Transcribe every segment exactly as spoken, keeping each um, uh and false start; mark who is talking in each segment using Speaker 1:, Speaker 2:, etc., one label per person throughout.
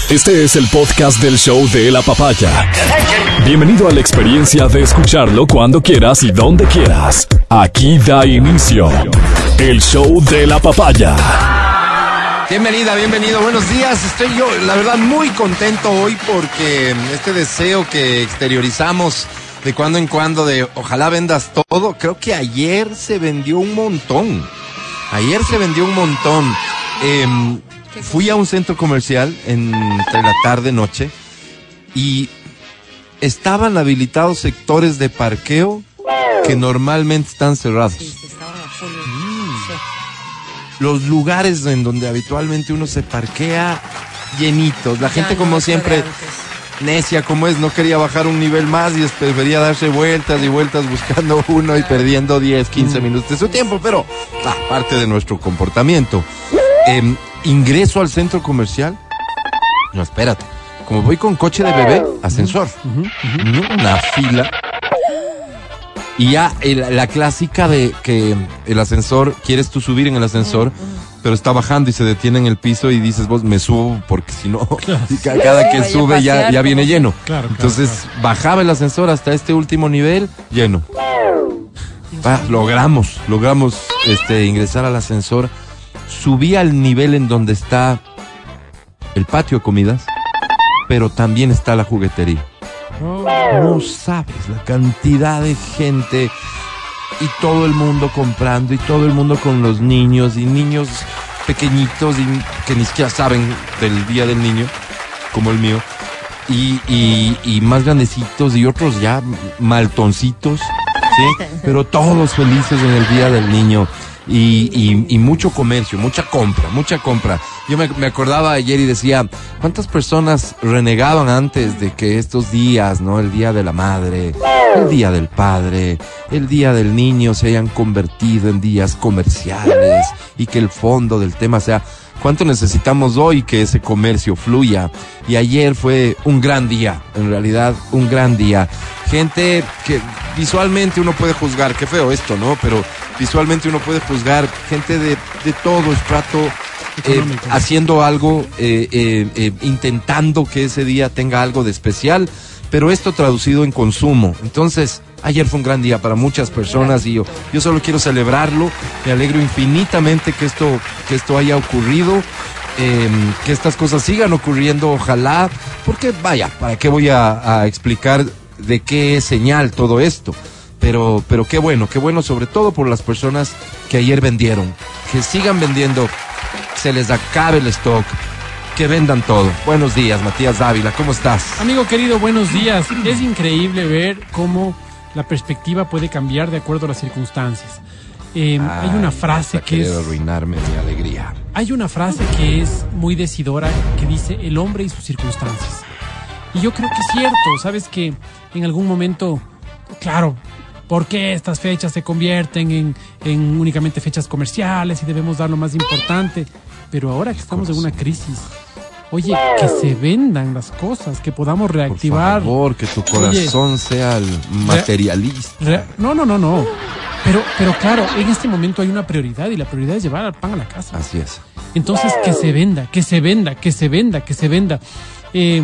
Speaker 1: Este es el podcast del show de la papaya. Bienvenido a la experiencia de escucharlo cuando quieras y donde quieras. Aquí da inicio el show de la papaya.
Speaker 2: Bienvenida, bienvenido, buenos días. Estoy yo, la verdad, muy contento hoy porque este deseo que exteriorizamos de cuando en cuando de ojalá vendas todo, creo que ayer se vendió un montón. Ayer se vendió un montón. Eh, fui a un centro comercial en, entre la tarde noche y estaban habilitados sectores de parqueo que normalmente están cerrados.
Speaker 3: Sí, sí, estaban a full.
Speaker 2: Mm.
Speaker 3: Sí.
Speaker 2: Los lugares en donde habitualmente uno se parquea llenitos. La gente,
Speaker 3: Ya,
Speaker 2: como
Speaker 3: no,
Speaker 2: siempre, necia como es, no quería bajar un nivel más y prefería darse vueltas y vueltas buscando uno y perdiendo diez, quince minutos de su tiempo, pero ah, parte de nuestro comportamiento. Eh, ingreso al centro comercial. No, espérate. Como voy con coche de bebé, ascensor.
Speaker 3: Uh-huh, uh-huh.
Speaker 2: Una fila. Y ya el, la clásica de que el ascensor, quieres tú subir en el ascensor, pero está bajando y se detiene en el piso y dices vos, me subo porque si no,
Speaker 4: Claro.
Speaker 2: cada, cada que
Speaker 3: Vaya
Speaker 2: sube
Speaker 3: a
Speaker 2: ya,
Speaker 3: pasear,
Speaker 2: ya viene
Speaker 3: como-
Speaker 2: lleno.
Speaker 4: Claro, claro,
Speaker 2: Entonces
Speaker 4: claro.
Speaker 2: bajaba el ascensor hasta este último nivel, lleno. Va, logramos, logramos este, ingresar al ascensor. Subí al nivel en donde está el patio de comidas, pero también está la juguetería. No sabes la cantidad de gente y todo el mundo comprando y todo el mundo con los niños y niños pequeñitos y que ni siquiera saben del día del niño, como el mío, y, y, y más grandecitos y otros ya maltoncitos, ¿sí? Pero todos felices en el día del niño. Y, y, y mucho comercio, mucha compra, mucha compra. Yo me, me acordaba ayer y decía, ¿cuántas personas renegaban antes de que estos días, ¿no? El día de la madre, el día del padre, el día del niño se hayan convertido en días comerciales y que el fondo del tema sea, ¿cuánto necesitamos hoy que ese comercio fluya? Y ayer fue un gran día, en realidad, un gran día. Gente que visualmente uno puede juzgar, qué feo esto, ¿no? Pero visualmente uno puede juzgar gente de, de todo estrato eh, haciendo algo, eh, eh, eh, intentando que ese día tenga algo de especial, pero esto traducido en consumo. Entonces, ayer fue un gran día para muchas personas y yo, yo solo quiero celebrarlo. Me alegro infinitamente que esto, que esto haya ocurrido. Eh, que estas cosas sigan ocurriendo, ojalá, porque vaya, ¿para qué voy a, a explicar de qué es señal todo esto? Pero, pero qué bueno, qué bueno sobre todo por las personas que ayer vendieron, que sigan vendiendo, se les acabe el stock, que vendan todo. Buenos días, Matías Dávila, ¿cómo estás?
Speaker 4: Amigo querido, buenos días. Es increíble ver cómo la perspectiva puede cambiar de acuerdo a las circunstancias. Eh, hay una frase que es...
Speaker 2: arruinarme mi alegría.
Speaker 4: Hay una frase que es muy decidora que dice el hombre y sus circunstancias. Y yo creo que es cierto, sabes que en algún momento, claro, ¿por qué estas fechas se convierten en, en únicamente fechas comerciales y debemos dar lo más importante? Pero ahora que estamos en una crisis, oye, que se vendan las cosas, que podamos reactivar.
Speaker 2: Por favor, que tu corazón
Speaker 4: Oye,
Speaker 2: sea el materialista.
Speaker 4: Re- no, no, no, no. Pero, pero claro, en este momento hay una prioridad y la prioridad es llevar el pan a la casa.
Speaker 2: Así es.
Speaker 4: Entonces, que se venda, que se venda, que se venda, que se venda. Eh,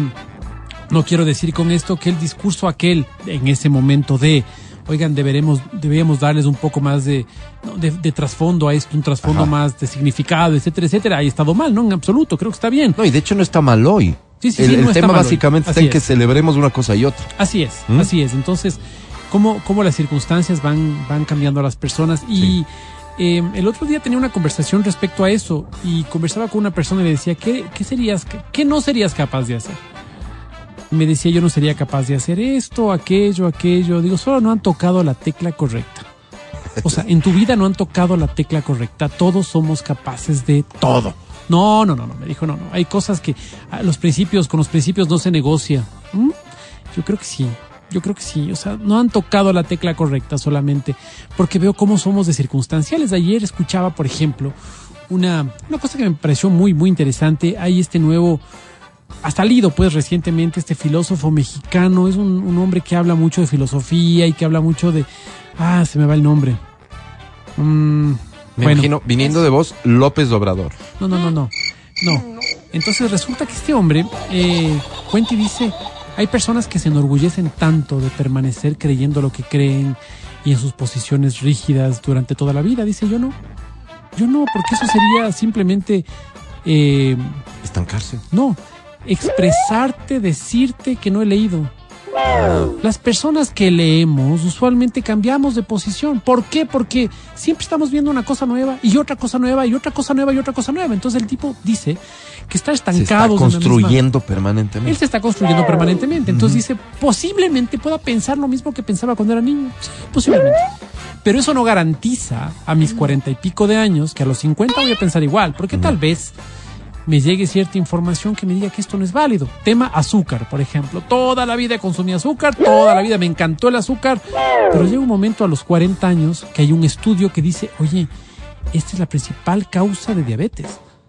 Speaker 4: no quiero decir con esto que el discurso aquel en ese momento de, oigan, deberemos, deberíamos darles un poco más de, ¿no? de, de trasfondo a esto, un trasfondo
Speaker 2: Ajá.
Speaker 4: más de significado, etcétera, etcétera. Ha estado mal, ¿no? En absoluto, creo que está bien.
Speaker 2: No, y de hecho no está mal hoy.
Speaker 4: Sí, sí,
Speaker 2: el
Speaker 4: sí,
Speaker 2: el
Speaker 4: no está
Speaker 2: tema
Speaker 4: mal hoy.
Speaker 2: básicamente está
Speaker 4: Así
Speaker 2: en que
Speaker 4: es.
Speaker 2: celebremos una cosa y otra.
Speaker 4: Así es,
Speaker 2: ¿Mm?
Speaker 4: así es. Entonces, cómo, cómo las circunstancias van, van cambiando a las personas. Y
Speaker 2: Sí.
Speaker 4: eh, el otro día tenía una conversación respecto a eso y conversaba con una persona y le decía, ¿qué, qué serías, qué, qué no serías capaz de hacer? Y me decía, yo no sería capaz de hacer esto, aquello, aquello. Digo, solo no han tocado la tecla correcta. O sea, en tu vida no han tocado la tecla correcta. Todos somos capaces de todo. No, no, no, no. Me dijo, no, no. Hay cosas que ah, los principios, con los principios no se negocia. ¿Mm? Yo creo que sí. Yo creo que sí. O sea, no han tocado la tecla correcta solamente porque veo cómo somos de circunstanciales. Ayer escuchaba, por ejemplo, una, una cosa que me pareció muy, muy interesante. Hay este nuevo... Ha salido pues recientemente este filósofo mexicano, es un, un hombre que habla mucho de filosofía y que habla mucho de... Ah, se me va el nombre. Mm,
Speaker 2: Me
Speaker 4: bueno,
Speaker 2: imagino, viniendo de vos, López Obrador.
Speaker 4: no, no, no, no. No. Entonces resulta que este hombre eh, cuenta y dice, hay personas que se enorgullecen tanto de permanecer creyendo lo que creen y en sus posiciones rígidas durante toda la vida. Dice, yo no, yo no, porque eso sería simplemente... Eh,
Speaker 2: Estancarse.
Speaker 4: no, expresarte, decirte que no he leído. Las personas que leemos usualmente cambiamos de posición. ¿Por qué? Porque siempre estamos viendo una cosa nueva y otra cosa nueva y otra cosa nueva y otra cosa nueva. Entonces el tipo dice que está estancado.
Speaker 2: Se está construyendo permanentemente.
Speaker 4: Él se está construyendo permanentemente. Entonces dice, posiblemente pueda pensar lo mismo que pensaba cuando era niño. Sí, posiblemente. Pero eso no garantiza a mis cuarenta y pico de años que a los cincuenta voy a pensar igual. Porque tal vez me llegue cierta información que me diga que esto no es válido. Tema azúcar, por ejemplo. Toda la vida consumí azúcar, toda la vida me encantó el azúcar, pero llega un momento a los cuarenta años que hay un estudio que dice, oye, esta es la principal causa de diabetes.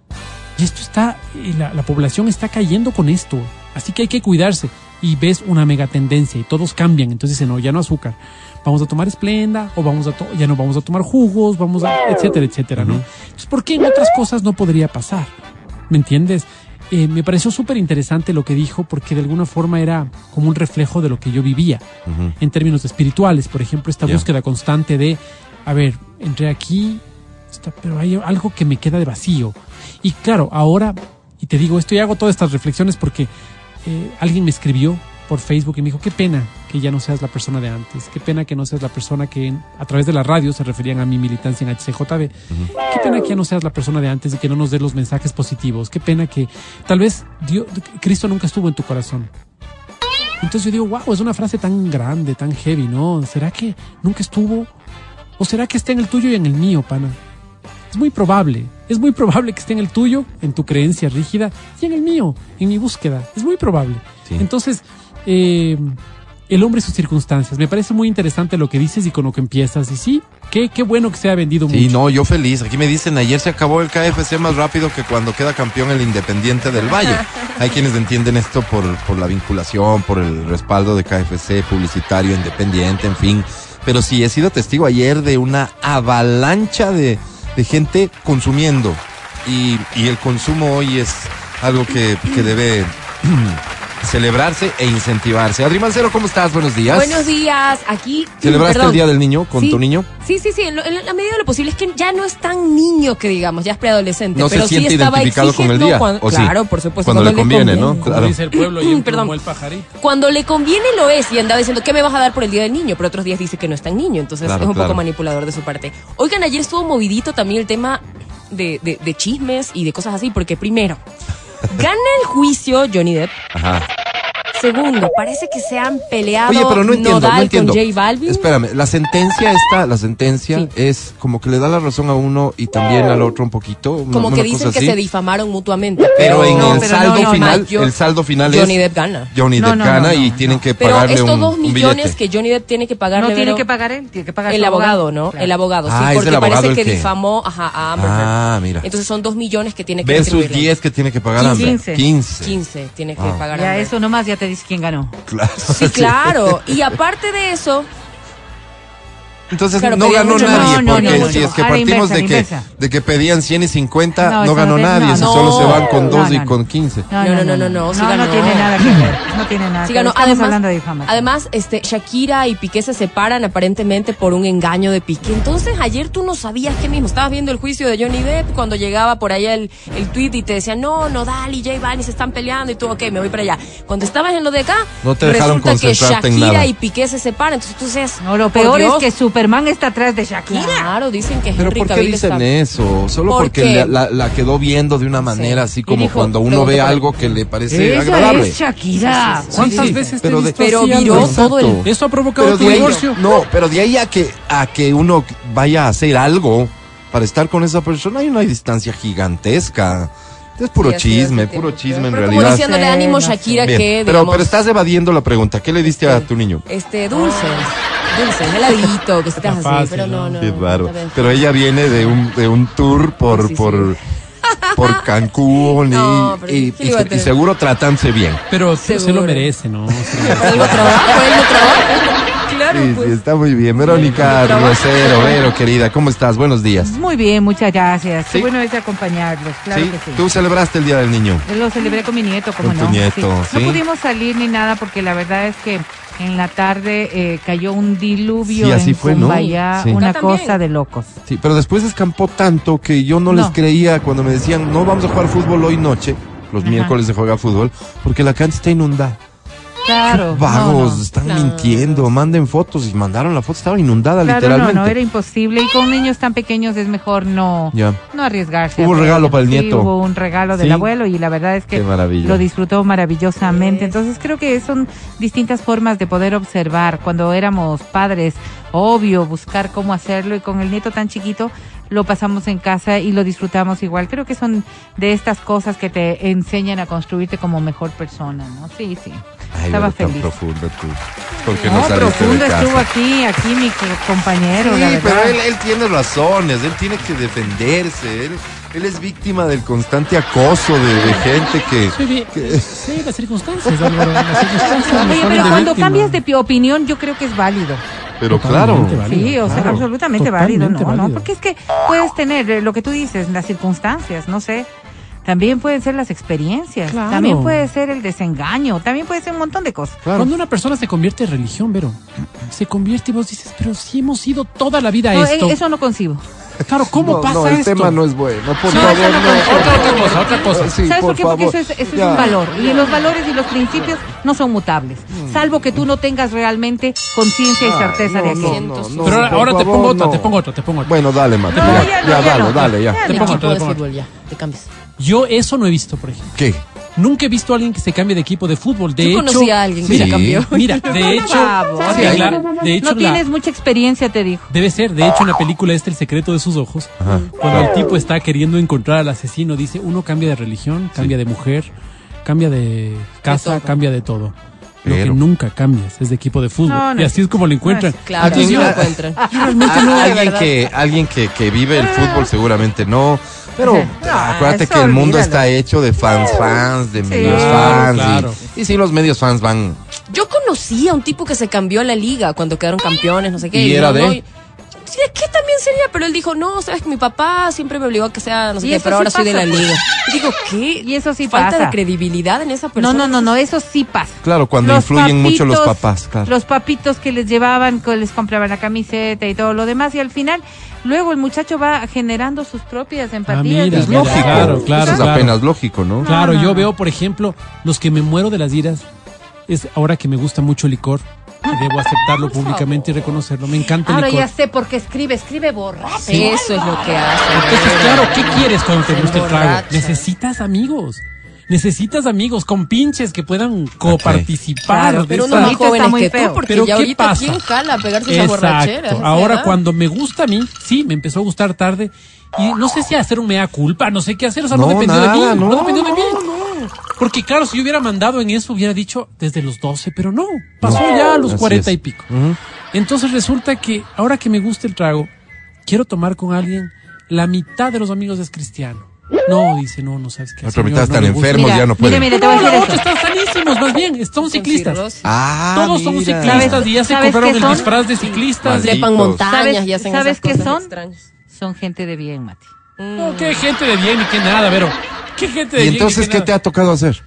Speaker 4: Y esto está, la, la población está cayendo con esto. Así que hay que cuidarse. Y ves una mega tendencia y todos cambian. Entonces dicen, no, ya no azúcar. Vamos a tomar Splenda, o vamos a to- ya no vamos a tomar jugos, vamos a, etcétera, etcétera, ¿no? Entonces, ¿por qué en otras cosas no podría pasar? ¿Me entiendes? Eh, me pareció súper interesante lo que dijo porque de alguna forma era como un reflejo de lo que yo vivía uh-huh. en términos espirituales. Por ejemplo, esta yeah. búsqueda constante de, a ver, entré aquí, está, pero hay algo que me queda de vacío. Y claro, ahora, y te digo esto y hago todas estas reflexiones porque eh, alguien me escribió por Facebook y me dijo, qué pena que ya no seas la persona de antes, qué pena que no seas la persona que a través de la radio se referían a mi militancia en H C J B, uh-huh. qué pena que ya no seas la persona de antes y que no nos des los mensajes positivos, qué pena que tal vez Dios, Cristo nunca estuvo en tu corazón. Entonces yo digo, wow, es una frase tan grande, tan heavy, ¿no? ¿Será que nunca estuvo? ¿O será que está en el tuyo y en el mío, pana? Es muy probable, es muy probable que esté en el tuyo, en tu creencia rígida, y en el mío, en mi búsqueda, es muy probable. Sí. Entonces, eh, el hombre y sus circunstancias, me parece muy interesante lo que dices y con lo que empiezas, y sí, qué, qué bueno que se ha vendido
Speaker 2: sí,
Speaker 4: mucho.
Speaker 2: Sí, no, yo feliz, aquí me dicen, ayer se acabó el K F C más rápido que cuando queda campeón el Independiente del Valle. Hay quienes entienden esto por, por la vinculación, por el respaldo de K F C, publicitario, independiente, en fin, pero sí, he sido testigo ayer de una avalancha de... de gente consumiendo y, y el consumo hoy es algo que, que debe celebrarse e incentivarse. Adri Mancero, ¿cómo estás? Buenos días.
Speaker 3: Buenos días, aquí...
Speaker 2: ¿Celebraste
Speaker 3: perdón.
Speaker 2: el Día del Niño con
Speaker 3: sí,
Speaker 2: tu niño?
Speaker 3: Sí, sí, sí, en, lo, en la medida de lo posible. Es que ya no es tan niño que digamos, ya es preadolescente.
Speaker 2: No
Speaker 3: pero
Speaker 2: se siente
Speaker 3: sí estaba
Speaker 2: identificado con el día,
Speaker 3: cuando,
Speaker 2: ¿o sí?
Speaker 3: Claro, por supuesto.
Speaker 2: Cuando,
Speaker 3: cuando
Speaker 2: le conviene, ¿no?
Speaker 4: Como
Speaker 2: Claro.
Speaker 4: dice el pueblo y el
Speaker 3: Perdón.
Speaker 4: como el pajarito.
Speaker 3: Cuando le conviene lo es y andaba diciendo, ¿qué me vas a dar por el Día del Niño? Pero otros días dice que no es tan niño, entonces
Speaker 2: Claro,
Speaker 3: es un
Speaker 2: claro.
Speaker 3: poco manipulador de su parte. Oigan, ayer estuvo movidito también el tema de, de, de chismes y de cosas así, porque primero, gana el juicio Johnny Depp.
Speaker 2: Ajá.
Speaker 3: Segundo, parece que se han peleado
Speaker 2: Oye, pero no entiendo,
Speaker 3: Nodal
Speaker 2: no entiendo.
Speaker 3: con J Balvin.
Speaker 2: Espérame, la sentencia esta, la sentencia
Speaker 3: Sí.
Speaker 2: es como que le da la razón a uno y también al otro un poquito.
Speaker 3: Como
Speaker 2: una
Speaker 3: que
Speaker 2: cosa
Speaker 3: dicen que
Speaker 2: así.
Speaker 3: se difamaron mutuamente.
Speaker 2: Pero en
Speaker 3: no,
Speaker 2: el
Speaker 3: pero
Speaker 2: saldo
Speaker 3: no, no,
Speaker 2: final,
Speaker 3: no,
Speaker 2: el saldo final
Speaker 3: Johnny
Speaker 2: es
Speaker 3: Depp gana.
Speaker 2: Johnny
Speaker 5: No,
Speaker 2: Depp
Speaker 5: no,
Speaker 2: gana
Speaker 5: no,
Speaker 2: y
Speaker 5: no,
Speaker 2: tienen
Speaker 5: no.
Speaker 2: que
Speaker 3: Pero
Speaker 2: pagarle
Speaker 3: estos
Speaker 2: un,
Speaker 3: dos
Speaker 2: un
Speaker 3: millones
Speaker 2: billete.
Speaker 3: que Johnny Depp tiene que pagarle.
Speaker 5: No tiene
Speaker 3: Vero,
Speaker 5: que pagar él, tiene que pagar
Speaker 3: el
Speaker 5: su
Speaker 3: abogado, ¿no?
Speaker 5: Claro.
Speaker 3: El abogado, sí,
Speaker 2: Ah, es
Speaker 3: porque
Speaker 2: el abogado
Speaker 3: parece
Speaker 2: el
Speaker 3: que
Speaker 2: que-
Speaker 3: difamó ajá, a Amber Heard.
Speaker 2: Ah, mira.
Speaker 3: Entonces son dos millones que tiene que
Speaker 2: Versus
Speaker 3: retribuirle.
Speaker 2: diez que tiene que pagar Amber.
Speaker 5: quince.
Speaker 2: quince.
Speaker 3: quince tiene que
Speaker 2: Ah.
Speaker 3: pagar
Speaker 5: Ya
Speaker 3: Amber.
Speaker 5: eso nomás ya te dice quién ganó.
Speaker 2: Claro.
Speaker 3: Sí, claro. Y aparte de eso,
Speaker 2: Entonces
Speaker 3: Claro,
Speaker 2: no
Speaker 3: pedían
Speaker 2: ganó
Speaker 3: mucho
Speaker 2: nadie,
Speaker 5: más. No, no,
Speaker 2: porque
Speaker 5: no,
Speaker 2: si
Speaker 5: no.
Speaker 2: es que
Speaker 5: A la
Speaker 2: partimos
Speaker 5: inversa,
Speaker 2: de, que,
Speaker 5: inversa.
Speaker 2: de que pedían cien y cincuenta,
Speaker 5: No,
Speaker 2: no,
Speaker 5: eso
Speaker 2: ganó
Speaker 5: no te-
Speaker 2: nadie,
Speaker 5: no,
Speaker 2: si
Speaker 3: no.
Speaker 2: solo se van con
Speaker 5: No,
Speaker 2: dos y
Speaker 5: no,
Speaker 2: con
Speaker 5: no.
Speaker 2: quince.
Speaker 3: No, no, no, no, no, sí
Speaker 5: no,
Speaker 3: ganó.
Speaker 5: no tiene nada que ver. No tiene nada
Speaker 3: sí
Speaker 5: que ver.
Speaker 3: ganó.
Speaker 5: Estamos
Speaker 3: Además,
Speaker 5: hablando de difamación.
Speaker 3: además, este, Shakira y Piqué se separan aparentemente por un engaño de Piqué. Entonces, ayer tú no sabías qué mismo. Estabas viendo el juicio de Johnny Depp cuando llegaba por allá el, el tweet y te decían, no, Nodal y J Balvin se están peleando y tú, ok, me voy para allá. Cuando estabas en lo de acá,
Speaker 2: No te dejaron
Speaker 3: resulta que
Speaker 2: concentrarte en
Speaker 3: Shakira
Speaker 2: nada.
Speaker 3: y Piqué se separan. Entonces tú dices,
Speaker 5: No, lo
Speaker 3: por
Speaker 5: peor
Speaker 3: Dios.
Speaker 5: es que Superman está atrás de Shakira.
Speaker 3: Claro, dicen que
Speaker 2: Pero
Speaker 3: Henry
Speaker 2: ¿por qué
Speaker 3: Cavill
Speaker 2: dicen
Speaker 3: está...
Speaker 2: eso? Solo
Speaker 3: ¿Por
Speaker 2: porque
Speaker 3: qué?
Speaker 2: la, la- la quedó viendo de una manera así como
Speaker 3: dijo,
Speaker 2: cuando uno
Speaker 3: pregunta
Speaker 2: ve
Speaker 3: por él.
Speaker 2: algo que le parece
Speaker 5: Esa
Speaker 2: agradable.
Speaker 5: es Shakira.
Speaker 3: Sí, sí, sí.
Speaker 4: ¿Cuántas
Speaker 2: sí,
Speaker 4: veces te
Speaker 2: pero
Speaker 4: he
Speaker 2: de-
Speaker 4: visto
Speaker 3: Pero
Speaker 4: así,
Speaker 3: viró
Speaker 4: Andrés?
Speaker 3: todo el...
Speaker 2: Exacto.
Speaker 4: Eso ha provocado
Speaker 2: Pero
Speaker 4: tu
Speaker 2: de ahí,
Speaker 4: divorcio.
Speaker 2: no, pero de ahí a que, a que uno vaya a hacer algo para estar con esa persona hay una distancia gigantesca. Es puro
Speaker 3: Sí, así es,
Speaker 2: chisme,
Speaker 3: entiendo.
Speaker 2: puro chisme en
Speaker 3: Pero como
Speaker 2: realidad.
Speaker 3: diciéndole
Speaker 5: No sé,
Speaker 3: ánimo
Speaker 5: no sé.
Speaker 3: Shakira
Speaker 2: Bien,
Speaker 3: que,
Speaker 2: pero,
Speaker 3: digamos...
Speaker 2: pero estás evadiendo la pregunta. ¿Qué le diste a tu niño?
Speaker 3: Este, dulces, dulces, heladito, cositas
Speaker 4: Está
Speaker 3: así,
Speaker 4: fácil,
Speaker 3: pero no, no.
Speaker 2: Qué raro.
Speaker 3: está bien.
Speaker 2: Pero ella viene de un, de un tour por,
Speaker 3: Sí, sí,
Speaker 2: por,
Speaker 3: sí.
Speaker 2: por Cancún y,
Speaker 3: No, pero
Speaker 2: y,
Speaker 3: ¿qué
Speaker 2: y
Speaker 3: le iba a
Speaker 2: se- y
Speaker 3: tener?
Speaker 2: seguro tratándose bien.
Speaker 4: Pero se
Speaker 3: Seguro.
Speaker 4: lo merece, ¿no? Se lo merece.
Speaker 3: Por algo trabajo, por algo trabajo. Claro,
Speaker 2: Sí,
Speaker 3: pues.
Speaker 2: sí, está muy bien. Verónica Rosero, Vero, querida, ¿cómo estás? Buenos días.
Speaker 5: Muy bien, muchas gracias.
Speaker 2: Sí.
Speaker 5: Qué bueno es acompañarlos, claro
Speaker 2: ¿Sí?
Speaker 5: que sí.
Speaker 2: ¿Tú celebraste el Día del Niño?
Speaker 5: Lo celebré con mi nieto, como
Speaker 2: Con
Speaker 5: no.
Speaker 2: tu nieto,
Speaker 5: Sí.
Speaker 2: ¿sí?
Speaker 5: No pudimos salir ni nada porque la verdad es que en la tarde eh, cayó un diluvio
Speaker 2: Sí, así
Speaker 5: en
Speaker 2: fue, ¿no?
Speaker 5: Cumbayá,
Speaker 2: Sí.
Speaker 5: una
Speaker 3: Acá también.
Speaker 5: cosa de locos.
Speaker 2: Sí, pero después escampó tanto que yo no, les
Speaker 5: No.
Speaker 2: creía cuando me decían, no vamos a jugar fútbol hoy noche. Los
Speaker 5: Ajá.
Speaker 2: miércoles se juega fútbol, porque la cancha está inundada.
Speaker 5: Claro.
Speaker 2: Vagos,
Speaker 5: no, no.
Speaker 2: están
Speaker 3: Claro.
Speaker 2: mintiendo, manden fotos y mandaron la foto, estaba inundada
Speaker 5: Claro,
Speaker 2: literalmente.
Speaker 5: no, no, era imposible. Y con niños tan pequeños es mejor no,
Speaker 2: Ya.
Speaker 5: no arriesgarse.
Speaker 2: Hubo
Speaker 5: a
Speaker 2: regalo
Speaker 5: todo.
Speaker 2: para el
Speaker 5: Sí,
Speaker 2: nieto.
Speaker 5: hubo un regalo del
Speaker 2: Sí.
Speaker 5: abuelo y la verdad es que
Speaker 2: Qué maravilla.
Speaker 5: lo disfrutó maravillosamente.
Speaker 3: Yes.
Speaker 5: Entonces creo que son distintas formas de poder observar. Cuando éramos padres, obvio, buscar cómo hacerlo y con el nieto tan chiquito lo pasamos en casa y lo disfrutamos igual. Creo que son de estas cosas que te enseñan a construirte como mejor persona, ¿no? Sí, sí.
Speaker 2: Ay,
Speaker 5: Estaba
Speaker 2: pero tan
Speaker 5: feliz.
Speaker 2: profundo tú. ¿Por qué
Speaker 5: No,
Speaker 2: no, saliste
Speaker 5: profundo
Speaker 2: de casa?
Speaker 5: estuvo aquí, aquí mi co- compañero,
Speaker 2: Sí,
Speaker 5: la
Speaker 2: pero
Speaker 5: verdad.
Speaker 2: él, él tiene razones, él tiene que defenderse, él, él es víctima del constante acoso de, de gente que...
Speaker 4: Sí, bien. Sí, las circunstancias, Álvaro, las circunstancias. nos
Speaker 5: Oye,
Speaker 4: ponen
Speaker 5: pero
Speaker 4: de
Speaker 5: cuando
Speaker 4: víctima.
Speaker 5: cambias de pi- opinión, yo creo que es válido.
Speaker 2: Pero claro,
Speaker 4: Totalmente válido.
Speaker 5: Sí, o sea,
Speaker 4: Claro,
Speaker 5: absolutamente
Speaker 4: totalmente
Speaker 5: válido, ¿no? ¿no?
Speaker 4: válido.
Speaker 5: Porque es que puedes tener eh, lo que tú dices, las circunstancias, no sé. También pueden ser las experiencias,
Speaker 4: Claro.
Speaker 5: también puede ser el desengaño, también puede ser un montón de cosas.
Speaker 2: claro.
Speaker 4: Cuando una persona se convierte en religión, Vero, se convierte y vos dices, pero si hemos ido toda la vida a
Speaker 5: No,
Speaker 4: esto.
Speaker 5: eh, eso no concibo.
Speaker 4: Claro, ¿cómo
Speaker 2: no,
Speaker 4: pasa
Speaker 2: no, el
Speaker 4: esto?
Speaker 2: tema no es bueno, por
Speaker 4: No,
Speaker 2: favor,
Speaker 4: otra
Speaker 2: no.
Speaker 4: cosa, otra, otra cosa, otra cosa.
Speaker 2: Sí,
Speaker 5: ¿Sabes por qué? Porque
Speaker 2: favor.
Speaker 5: eso es, eso es
Speaker 2: Ya.
Speaker 5: un valor. Y los valores y los principios no son mutables. Salvo que tú no tengas realmente conciencia y
Speaker 2: Ah,
Speaker 5: certeza
Speaker 2: no,
Speaker 5: de
Speaker 2: no,
Speaker 5: aquello.
Speaker 2: no, no,
Speaker 4: Pero ahora,
Speaker 2: por
Speaker 4: ahora te
Speaker 2: favor,
Speaker 4: pongo otra,
Speaker 2: no.
Speaker 4: te pongo otra, te pongo otra.
Speaker 2: Bueno, dale, Mati,
Speaker 5: No,
Speaker 2: ya,
Speaker 5: ya no,
Speaker 2: ya,
Speaker 5: ya
Speaker 2: dale,
Speaker 5: no.
Speaker 2: dale, ya.
Speaker 5: Ya
Speaker 4: Te
Speaker 3: El
Speaker 4: pongo
Speaker 3: equipo
Speaker 4: otra,
Speaker 3: de
Speaker 4: te pongo otra.
Speaker 3: fútbol ya, te cambias.
Speaker 4: Yo eso no he visto, por ejemplo.
Speaker 2: ¿Qué?
Speaker 4: Nunca he visto a alguien que se cambie de equipo de fútbol. De
Speaker 3: Yo
Speaker 4: hecho,
Speaker 3: conocí a alguien que
Speaker 2: sí.
Speaker 3: se cambió.
Speaker 4: Mira, de hecho,
Speaker 5: Bravo.
Speaker 4: sí,
Speaker 2: Sí.
Speaker 4: la- de hecho
Speaker 5: No
Speaker 4: la-
Speaker 5: tienes mucha experiencia, te dijo.
Speaker 4: debe ser, de hecho en la película este El secreto de sus ojos,
Speaker 2: Ajá.
Speaker 4: cuando el tipo está queriendo encontrar al asesino, dice, uno cambia de religión, cambia de mujer, cambia de casa,
Speaker 3: De todo.
Speaker 4: cambia de todo. Lo
Speaker 2: Pero-
Speaker 4: que nunca cambias es de equipo de fútbol.
Speaker 5: No, no.
Speaker 4: Y así es como lo encuentran.
Speaker 3: Claro,
Speaker 2: Alguien-
Speaker 3: así lo encuentran.
Speaker 2: Ah,
Speaker 3: no, de
Speaker 2: alguien
Speaker 3: verdad.
Speaker 2: que alguien que, que vive el fútbol seguramente no, pero
Speaker 5: Ajá. No,
Speaker 2: acuérdate
Speaker 5: eso
Speaker 2: que el mundo
Speaker 5: olvídalo.
Speaker 2: está hecho de fans fans, de medios
Speaker 4: Claro,
Speaker 2: fans,
Speaker 4: claro.
Speaker 2: Y, y sí, los medios fans van.
Speaker 3: Yo conocí a un tipo que se cambió a la liga cuando quedaron campeones, no sé qué.
Speaker 2: ¿Y era
Speaker 3: no,
Speaker 2: de?
Speaker 3: no, y- Sí, ¿de qué también sería? Pero él dijo, no, sabes que mi papá siempre me obligó a que sea, no sé
Speaker 5: Y
Speaker 3: qué,
Speaker 5: eso
Speaker 3: pero
Speaker 5: sí
Speaker 3: ahora soy de
Speaker 5: pasa,
Speaker 3: la
Speaker 5: pues.
Speaker 3: liga. Y digo, ¿qué?
Speaker 5: Y eso sí
Speaker 3: Falta
Speaker 5: pasa.
Speaker 3: de credibilidad en esa
Speaker 5: No,
Speaker 3: persona.
Speaker 5: no, no, no, eso sí pasa.
Speaker 2: Claro, cuando
Speaker 5: Los
Speaker 2: influyen mucho los
Speaker 5: papitos,
Speaker 2: papás, claro.
Speaker 5: Los papitos que les llevaban, que les compraban la camiseta y todo lo demás, y al final, luego el muchacho va generando sus propias empatías.
Speaker 4: mira,
Speaker 5: y
Speaker 2: Es
Speaker 4: mira,
Speaker 2: lógico,
Speaker 4: claro, claro,
Speaker 2: eso es
Speaker 4: claro.
Speaker 2: apenas lógico, ¿no?
Speaker 4: Claro,
Speaker 5: no,
Speaker 4: yo
Speaker 5: no.
Speaker 4: veo, por ejemplo, los que me muero de las iras, es ahora que me gusta mucho el licor, y debo aceptarlo públicamente y reconocerlo, me encanta el
Speaker 5: Ahora
Speaker 4: licor.
Speaker 5: ya sé por qué escribe, escribe borracho.
Speaker 3: Eso es lo que hace.
Speaker 4: Entonces, claro, ¿qué quieres cuando te
Speaker 3: Se
Speaker 4: gusta el trago?
Speaker 3: emborracha.
Speaker 4: Necesitas amigos. Necesitas amigos con pinches que puedan coparticipar.
Speaker 5: Claro,
Speaker 4: de
Speaker 3: Pero
Speaker 4: esa-
Speaker 3: uno más
Speaker 5: Ahorita está
Speaker 3: jóvenes
Speaker 5: muy
Speaker 3: que
Speaker 5: feo.
Speaker 3: tú, porque
Speaker 4: Pero
Speaker 3: ya
Speaker 4: ¿qué
Speaker 3: ahorita
Speaker 4: pasa?
Speaker 3: quién jala a pegarse esa borrachera.
Speaker 4: Exacto.
Speaker 3: esa
Speaker 4: Ahora,
Speaker 3: edad.
Speaker 4: cuando me gusta a mí, sí, me empezó a gustar tarde. Y no sé si hacer un mea culpa, no sé qué hacer. O sea, no,
Speaker 2: No,
Speaker 4: dependió de
Speaker 2: nada,
Speaker 4: mí. No,
Speaker 2: no,
Speaker 4: dependió de
Speaker 2: no,
Speaker 4: mí. Porque, claro, si yo hubiera mandado en eso, hubiera dicho desde los doce, pero no. Pasó
Speaker 2: No,
Speaker 4: ya a los
Speaker 2: así
Speaker 4: cuarenta
Speaker 2: es.
Speaker 4: y pico.
Speaker 2: Ujú.
Speaker 4: Entonces resulta que ahora que me gusta el trago, quiero tomar con alguien, la mitad de los amigos es cristiano. No, dice, no, no sabes qué.
Speaker 2: La otra
Speaker 4: señor,
Speaker 2: mitad
Speaker 4: no
Speaker 2: están
Speaker 4: me gusta.
Speaker 2: enfermos,
Speaker 5: Mira,
Speaker 2: ya no pueden.
Speaker 5: mire, mire, te
Speaker 4: No,
Speaker 5: voy a
Speaker 4: los
Speaker 5: decir
Speaker 4: otros
Speaker 5: esto.
Speaker 4: están sanísimos, más bien, son ciclistas.
Speaker 3: cirrosis.
Speaker 2: Ah,
Speaker 4: Todos somos
Speaker 2: mira.
Speaker 4: ciclistas y ya se
Speaker 5: ¿Sabes
Speaker 4: compraron
Speaker 5: qué
Speaker 4: el
Speaker 5: son?
Speaker 4: disfraz de ciclistas.
Speaker 2: Malditos.
Speaker 3: Trepan montañas
Speaker 5: ¿Sabes-
Speaker 3: y hacen
Speaker 5: sabes
Speaker 3: esas
Speaker 5: qué
Speaker 3: cosas
Speaker 5: son?
Speaker 3: extrañas.
Speaker 5: Son gente de bien, Mati.
Speaker 4: No, qué gente de bien y qué nada, pero qué gente de
Speaker 2: ¿Y
Speaker 4: bien.
Speaker 2: entonces qué te ha tocado hacer?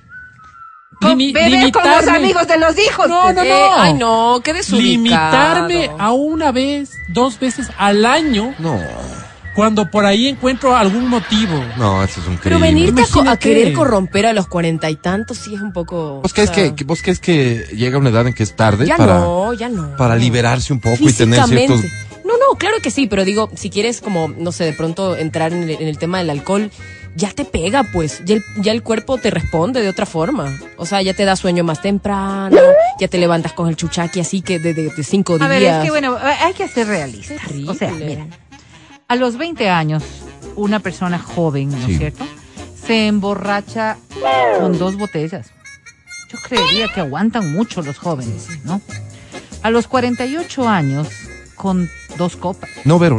Speaker 4: Limi-
Speaker 5: Beber con los
Speaker 4: limitarme.
Speaker 5: amigos de los hijos.
Speaker 4: No, no,
Speaker 3: Eh,
Speaker 4: no.
Speaker 3: ay, no, qué desubicado.
Speaker 4: Limitarme a una vez, dos veces al año,
Speaker 2: No,
Speaker 4: cuando por ahí encuentro algún motivo.
Speaker 2: no, eso es un
Speaker 3: Pero
Speaker 2: crimen.
Speaker 3: venirte a, co- a
Speaker 4: Imagínate.
Speaker 3: querer corromper a los cuarenta y tantos sí es un poco...
Speaker 2: ¿Vos crees
Speaker 3: o sea,
Speaker 2: que, que- vos crees que llega una edad en que es tarde
Speaker 3: Ya
Speaker 2: para,
Speaker 3: no, ya no.
Speaker 2: para liberarse un poco y tener
Speaker 3: Físicamente.
Speaker 2: ciertos...
Speaker 3: No, no, claro que sí, pero digo, si quieres como, no sé, de pronto entrar en el, en el tema del alcohol, ya te pega, pues, ya el, ya el cuerpo te responde de otra forma. O sea, ya te da sueño más temprano, ya te levantas con el chuchaqui así que de, de, de cinco
Speaker 5: A
Speaker 3: días.
Speaker 5: ver, es que bueno, hay que ser realistas.
Speaker 3: Terrible.
Speaker 5: O sea, mira, a los veinte años, una persona joven, ¿no es
Speaker 2: Sí.
Speaker 5: cierto? Se emborracha con dos botellas. Yo creería que aguantan mucho los jóvenes, ¿no? A los cuarenta y ocho años, con dos copas.
Speaker 2: No, Vero, no.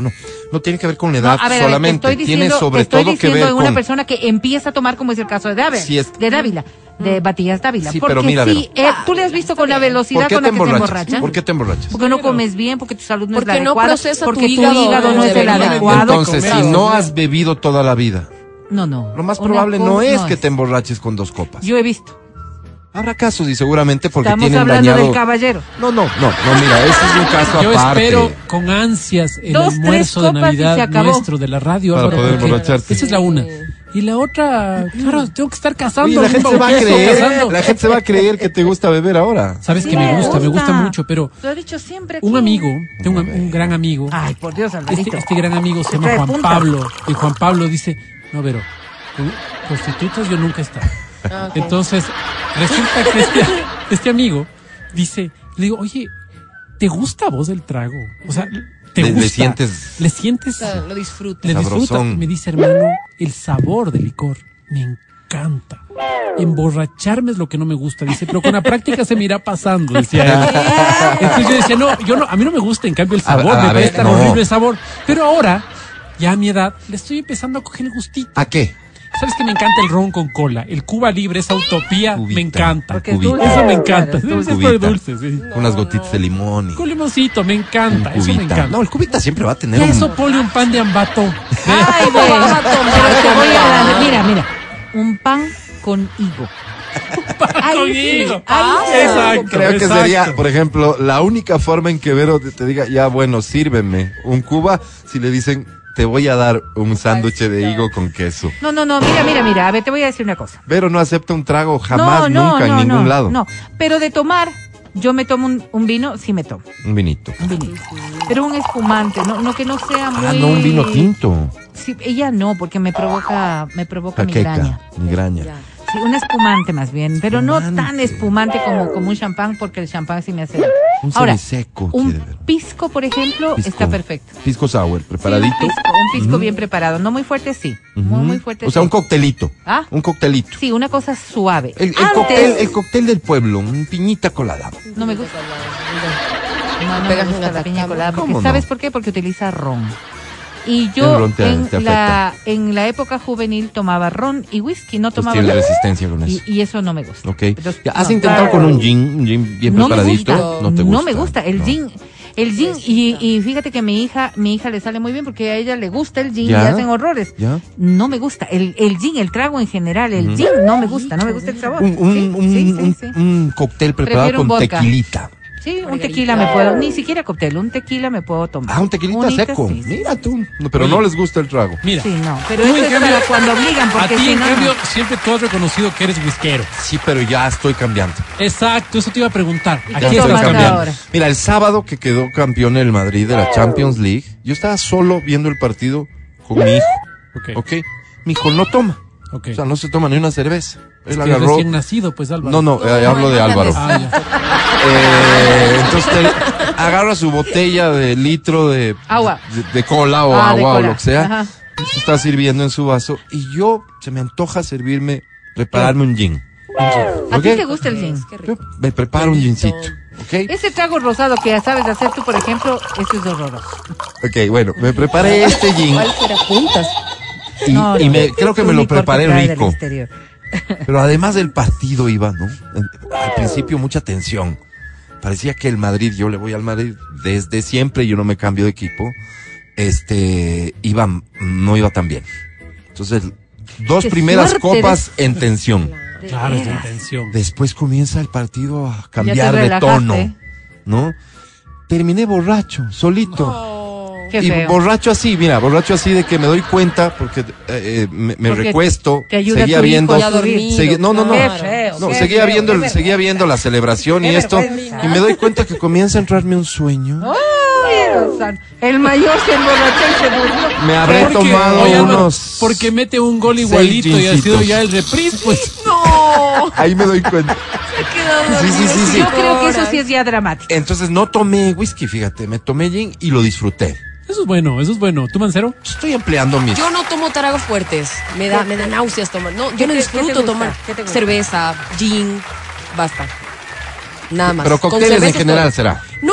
Speaker 2: no tiene que ver con la edad
Speaker 5: No, a ver, a ver, te
Speaker 2: solamente,
Speaker 5: estoy diciendo,
Speaker 2: tiene sobre
Speaker 5: te estoy
Speaker 2: todo que
Speaker 5: diciendo
Speaker 2: ver
Speaker 5: de una
Speaker 2: con...
Speaker 5: persona que empieza a tomar, como es el caso de Dávila,
Speaker 2: Sí, es-
Speaker 5: de Dávila, de Matías Dávila.
Speaker 2: Sí,
Speaker 5: porque
Speaker 2: pero mira,
Speaker 5: sí,
Speaker 2: Vero.
Speaker 5: eh, tú le has visto con la
Speaker 2: ¿Por
Speaker 5: velocidad
Speaker 2: qué
Speaker 5: con
Speaker 2: te
Speaker 5: la que se
Speaker 2: emborrachas?
Speaker 5: emborracha.
Speaker 2: ¿Por qué te emborrachas?
Speaker 5: Porque no comes bien, porque tu salud no
Speaker 3: Porque
Speaker 5: es la
Speaker 3: no
Speaker 5: adecuada,
Speaker 3: procesa tu
Speaker 5: porque tu
Speaker 3: hígado
Speaker 5: hígado no es el
Speaker 3: debería.
Speaker 5: adecuado.
Speaker 2: Entonces, si
Speaker 3: comer.
Speaker 2: no has bebido toda la vida,
Speaker 5: No, no.
Speaker 2: lo más
Speaker 5: Una
Speaker 2: probable
Speaker 5: cosa
Speaker 2: no es que te emborraches con dos copas.
Speaker 5: Yo he visto.
Speaker 2: Habrá casos y seguramente porque
Speaker 5: Estamos
Speaker 2: tienen
Speaker 5: hablando
Speaker 2: dañado...
Speaker 5: del caballero.
Speaker 2: No, no, no, no, mira, ese es un caso
Speaker 4: Yo
Speaker 2: aparte.
Speaker 4: espero con ansias el
Speaker 5: Dos,
Speaker 4: almuerzo
Speaker 5: tres
Speaker 4: de
Speaker 5: copas y se
Speaker 4: Navidad
Speaker 5: acabó.
Speaker 4: nuestro de la radio.
Speaker 2: Para
Speaker 4: Álvaro,
Speaker 2: poder
Speaker 4: porque
Speaker 2: emborracharte.
Speaker 4: esa es la una. Y la otra, claro, tengo que estar casando.
Speaker 2: Oye, la
Speaker 4: un
Speaker 2: gente se va a
Speaker 4: bautizo,
Speaker 2: creer,
Speaker 4: casando.
Speaker 2: la gente se va a creer que te gusta beber ahora.
Speaker 4: Sabes
Speaker 5: Sí,
Speaker 4: que me
Speaker 5: me
Speaker 4: gusta, me gusta
Speaker 5: gusta.
Speaker 4: mucho, pero
Speaker 5: Lo he dicho siempre.
Speaker 4: un
Speaker 5: aquí.
Speaker 4: amigo, tengo un, un gran amigo,
Speaker 5: Ay, por Dios, Alvarito.
Speaker 4: este, este gran amigo se llama
Speaker 5: Trae
Speaker 4: Juan
Speaker 5: punta.
Speaker 4: Pablo, y Juan Pablo dice, no, pero con prostitutas yo nunca he estado.
Speaker 3: Ah, ok.
Speaker 4: Entonces, resulta que este, este amigo dice, le digo, oye, ¿te gusta a vos el trago? O sea, ¿te
Speaker 2: Le- le
Speaker 4: gusta?
Speaker 2: sientes-
Speaker 4: ¿Le sientes?
Speaker 3: O sea, lo disfruto.
Speaker 4: Le disfruta.
Speaker 2: Sabrosón.
Speaker 4: Me dice, hermano, el sabor del licor me encanta. Emborracharme es lo que no me gusta, dice, pero con la práctica se me irá pasando, decía él. Entonces yo decía, no, yo no, a mí no me gusta, en cambio, el
Speaker 2: A ver,
Speaker 4: sabor,
Speaker 2: a
Speaker 4: me
Speaker 2: ver,
Speaker 4: parece tan
Speaker 2: no.
Speaker 4: horrible el sabor. Pero ahora, ya a mi edad, le estoy empezando a coger el gustito.
Speaker 2: ¿A qué?
Speaker 4: ¿Sabes que me encanta el ron con cola? El Cuba Libre, esa utopía,
Speaker 2: Cubita.
Speaker 4: me encanta.
Speaker 5: Porque es
Speaker 2: Cubita.
Speaker 5: dulce.
Speaker 4: Eso me
Speaker 5: Claro,
Speaker 4: encanta.
Speaker 5: es
Speaker 4: Debe
Speaker 5: dulce.
Speaker 4: ser todo
Speaker 2: Cubita.
Speaker 4: dulce, sí.
Speaker 2: Unas gotitas de limón y
Speaker 4: Con limoncito, me encanta.
Speaker 2: un
Speaker 4: Eso me
Speaker 2: cubita.
Speaker 4: encanta.
Speaker 2: No, el cubita siempre va a tener
Speaker 4: Y a
Speaker 2: un...
Speaker 4: eso ponle un pan de ambato.
Speaker 5: Ay, güey. Pero te voy a dar- Mira, mira. Un pan con higo. Ahí
Speaker 4: Con
Speaker 5: sí,
Speaker 4: higo.
Speaker 5: ahí sí.
Speaker 4: Exacto.
Speaker 2: Creo que
Speaker 4: exacto.
Speaker 2: sería, por ejemplo, la única forma en que Vero te, te diga, ya bueno, sírveme un Cuba, si le dicen, te voy a dar un sándwich de higo con queso.
Speaker 5: No, no, no, mira, mira, mira. A ver, te voy a decir una cosa.
Speaker 2: Vero no acepta un trago jamás,
Speaker 5: no, no,
Speaker 2: nunca,
Speaker 5: no,
Speaker 2: en ningún
Speaker 5: no,
Speaker 2: lado.
Speaker 5: No, pero de tomar, yo me tomo un, un vino, sí me tomo.
Speaker 2: Un vinito.
Speaker 5: Un vinito. Pero un espumante, no, no que no sea muy.
Speaker 2: Ah, no, un vino tinto.
Speaker 5: Sí, ella no, porque me provoca, me provoca
Speaker 2: Jaqueca,
Speaker 5: migraña.
Speaker 2: migraña.
Speaker 3: Ya.
Speaker 5: Sí, un espumante más bien, pero no tan
Speaker 2: Espumante.
Speaker 5: espumante como, como un champán, porque el champán sí me hace.
Speaker 2: Un
Speaker 5: Ahora,
Speaker 2: semiseco,
Speaker 5: un
Speaker 2: quiere ver.
Speaker 5: pisco, por ejemplo,
Speaker 2: Pisco.
Speaker 5: está perfecto.
Speaker 2: Pisco sour, preparadito.
Speaker 5: Sí, un pisco, un pisco bien preparado, no muy fuerte, sí. Muy, muy fuerte.
Speaker 2: O sea,
Speaker 5: sí.
Speaker 2: un coctelito.
Speaker 5: ¿Ah?
Speaker 2: Un coctelito.
Speaker 5: Sí, una cosa suave.
Speaker 2: El, el
Speaker 5: Antes,
Speaker 2: cóctel, el cóctel del pueblo, un piñita colada.
Speaker 5: no me gusta. No, no
Speaker 3: Pegas
Speaker 5: me gusta
Speaker 3: una
Speaker 5: la piña
Speaker 3: tacama.
Speaker 5: colada, porque
Speaker 2: ¿Cómo no?
Speaker 5: ¿sabes por qué? Porque utiliza ron. Y
Speaker 2: El
Speaker 5: yo
Speaker 2: ron te-
Speaker 5: en,
Speaker 2: te
Speaker 5: la, en la época juvenil tomaba ron y whisky, no
Speaker 2: Entonces
Speaker 5: tomaba
Speaker 2: tiene
Speaker 5: nada.
Speaker 2: resistencia con eso.
Speaker 5: Y, y eso no me gusta.
Speaker 2: Ok.
Speaker 5: Entonces,
Speaker 2: Ya, ¿Has
Speaker 5: no,
Speaker 2: intentado
Speaker 5: claro.
Speaker 2: con un gin, un gin bien
Speaker 5: No me
Speaker 2: preparadito?
Speaker 5: gusta.
Speaker 2: No te gusta.
Speaker 5: No me gusta. El
Speaker 2: No.
Speaker 5: gin, el gin, y, y fíjate que mi hija, mi hija le sale muy bien porque a ella le gusta el gin
Speaker 2: ¿Ya?
Speaker 5: y hacen horrores.
Speaker 2: ¿Ya?
Speaker 5: No me gusta. El, el gin, el trago en general, el gin no me gusta, no me gusta el sabor.
Speaker 2: Un, un,
Speaker 5: Sí,
Speaker 2: un,
Speaker 5: sí, sí,
Speaker 2: un-
Speaker 5: sí.
Speaker 2: un cóctel preparado
Speaker 5: Prefiero un
Speaker 2: con
Speaker 5: vodka.
Speaker 2: tequilita.
Speaker 5: Sí, un tequila me puedo, ni siquiera cóctel, un tequila me puedo tomar.
Speaker 2: Ah, un tequilita
Speaker 5: Unita,
Speaker 2: seco.
Speaker 5: sí, sí.
Speaker 2: Mira tú. No, pero
Speaker 4: Oye.
Speaker 2: no les gusta el trago.
Speaker 4: Mira,
Speaker 5: Sí, no, pero
Speaker 4: tú,
Speaker 5: eso
Speaker 4: en
Speaker 5: es
Speaker 4: cambio,
Speaker 5: para cuando obligan,
Speaker 4: a
Speaker 5: porque
Speaker 4: ti,
Speaker 5: si
Speaker 4: en
Speaker 5: no,
Speaker 4: cambio,
Speaker 5: no.
Speaker 4: siempre tú has reconocido que eres whiskero.
Speaker 2: Sí, pero ya estoy cambiando.
Speaker 4: Exacto, eso te iba a preguntar.
Speaker 5: ¿Y
Speaker 4: ¿A
Speaker 5: qué
Speaker 4: qué
Speaker 2: Ya
Speaker 4: estás
Speaker 2: estoy
Speaker 5: tomas
Speaker 4: cambiando?
Speaker 5: ahora?
Speaker 2: Mira, el sábado que quedó campeón el Madrid de la Champions League, yo estaba solo viendo el partido con mi hijo.
Speaker 4: Ok,
Speaker 2: ¿Ok? Mi hijo no toma.
Speaker 4: ok.
Speaker 2: O sea, no se toma ni una cerveza.
Speaker 4: Es
Speaker 2: Él
Speaker 4: que
Speaker 2: agarró.
Speaker 4: recién nacido, pues, Álvaro.
Speaker 2: No, no, eh, hablo de Álvaro.
Speaker 4: Ah, ya.
Speaker 2: Eh, entonces te- agarra su botella de litro de
Speaker 5: Agua.
Speaker 2: de, de cola o
Speaker 5: Ah, de
Speaker 2: agua o
Speaker 5: cola.
Speaker 2: lo que sea.
Speaker 5: Ajá.
Speaker 2: Y se está sirviendo en su vaso y yo se me antoja servirme, prepararme un gin.
Speaker 5: ¿A
Speaker 2: ¿Ok?
Speaker 5: ti te gusta el gin?
Speaker 3: Qué
Speaker 2: Yo
Speaker 3: rico.
Speaker 2: me preparo un gincito. ¿Ok?
Speaker 5: Ese trago rosado que ya sabes hacer tú, por ejemplo, eso es horroroso.
Speaker 2: Ok, bueno, me preparé este gin
Speaker 3: ¿Cuál fuera puntas?
Speaker 2: y,
Speaker 5: No,
Speaker 2: y
Speaker 5: no,
Speaker 2: me, creo que
Speaker 5: un
Speaker 2: me lo
Speaker 5: licor
Speaker 2: preparé
Speaker 5: trae del
Speaker 2: rico.
Speaker 5: exterior.
Speaker 2: Pero además del partido iba, ¿no? Al principio mucha tensión. Parecía que el Madrid, yo le voy al Madrid desde siempre, yo no me cambio de equipo. Este, iba, no iba tan bien. Entonces, dos
Speaker 5: Qué
Speaker 2: primeras
Speaker 5: suerte
Speaker 2: copas en tensión.
Speaker 4: Claro, es de intención.
Speaker 2: Después comienza el partido a
Speaker 5: Ya
Speaker 2: cambiar
Speaker 5: te
Speaker 2: de
Speaker 5: relajaste.
Speaker 2: tono, ¿no? Terminé borracho, solito.
Speaker 3: Oh.
Speaker 5: Qué
Speaker 2: Y
Speaker 5: feo.
Speaker 2: borracho así, mira, borracho así de que me doy cuenta porque eh, eh, me, me
Speaker 5: Porque
Speaker 2: recuesto,
Speaker 5: te ayuda
Speaker 2: seguía
Speaker 5: tu hijo
Speaker 2: viendo,
Speaker 5: a
Speaker 3: Ya dormido,
Speaker 2: segui- no, no, no,
Speaker 5: Qué feo,
Speaker 2: no,
Speaker 5: qué
Speaker 2: seguía
Speaker 5: feo,
Speaker 2: viendo,
Speaker 5: qué
Speaker 2: el-
Speaker 5: vergüenza.
Speaker 2: seguía viendo la celebración y
Speaker 5: Qué
Speaker 2: esto,
Speaker 5: vergüenza.
Speaker 2: y me doy cuenta que comienza a entrarme un sueño.
Speaker 5: Ay, Dios santo. El mayor se emborrachó y se durmió.
Speaker 2: Me habré
Speaker 4: Porque,
Speaker 2: tomado
Speaker 4: oye, Álvaro,
Speaker 2: unos,
Speaker 4: porque mete un gol
Speaker 2: seis
Speaker 4: igualito y ha sido
Speaker 2: gincitos.
Speaker 4: ya el reprise, pues.
Speaker 3: No.
Speaker 2: ahí me doy cuenta. Sí, sí, sí, sí.
Speaker 5: Yo creo que eso sí es ya dramático.
Speaker 2: Entonces no tomé whisky, fíjate, me tomé gin y lo disfruté.
Speaker 4: Eso es bueno, eso es bueno. ¿Tú, Mancero?
Speaker 2: Estoy empleando mis...
Speaker 3: Yo no tomo tragos fuertes. Me da, me da náuseas tomar. No,
Speaker 5: ¿Qué
Speaker 3: yo no
Speaker 5: te-
Speaker 3: disfruto
Speaker 5: qué te gusta?
Speaker 3: tomar
Speaker 5: ¿Qué te gusta?
Speaker 3: cerveza, gin, basta. Nada más.
Speaker 2: Pero
Speaker 3: Con
Speaker 2: cócteles en
Speaker 3: cerveza
Speaker 2: general
Speaker 3: estoy-
Speaker 2: será.
Speaker 3: No me gustan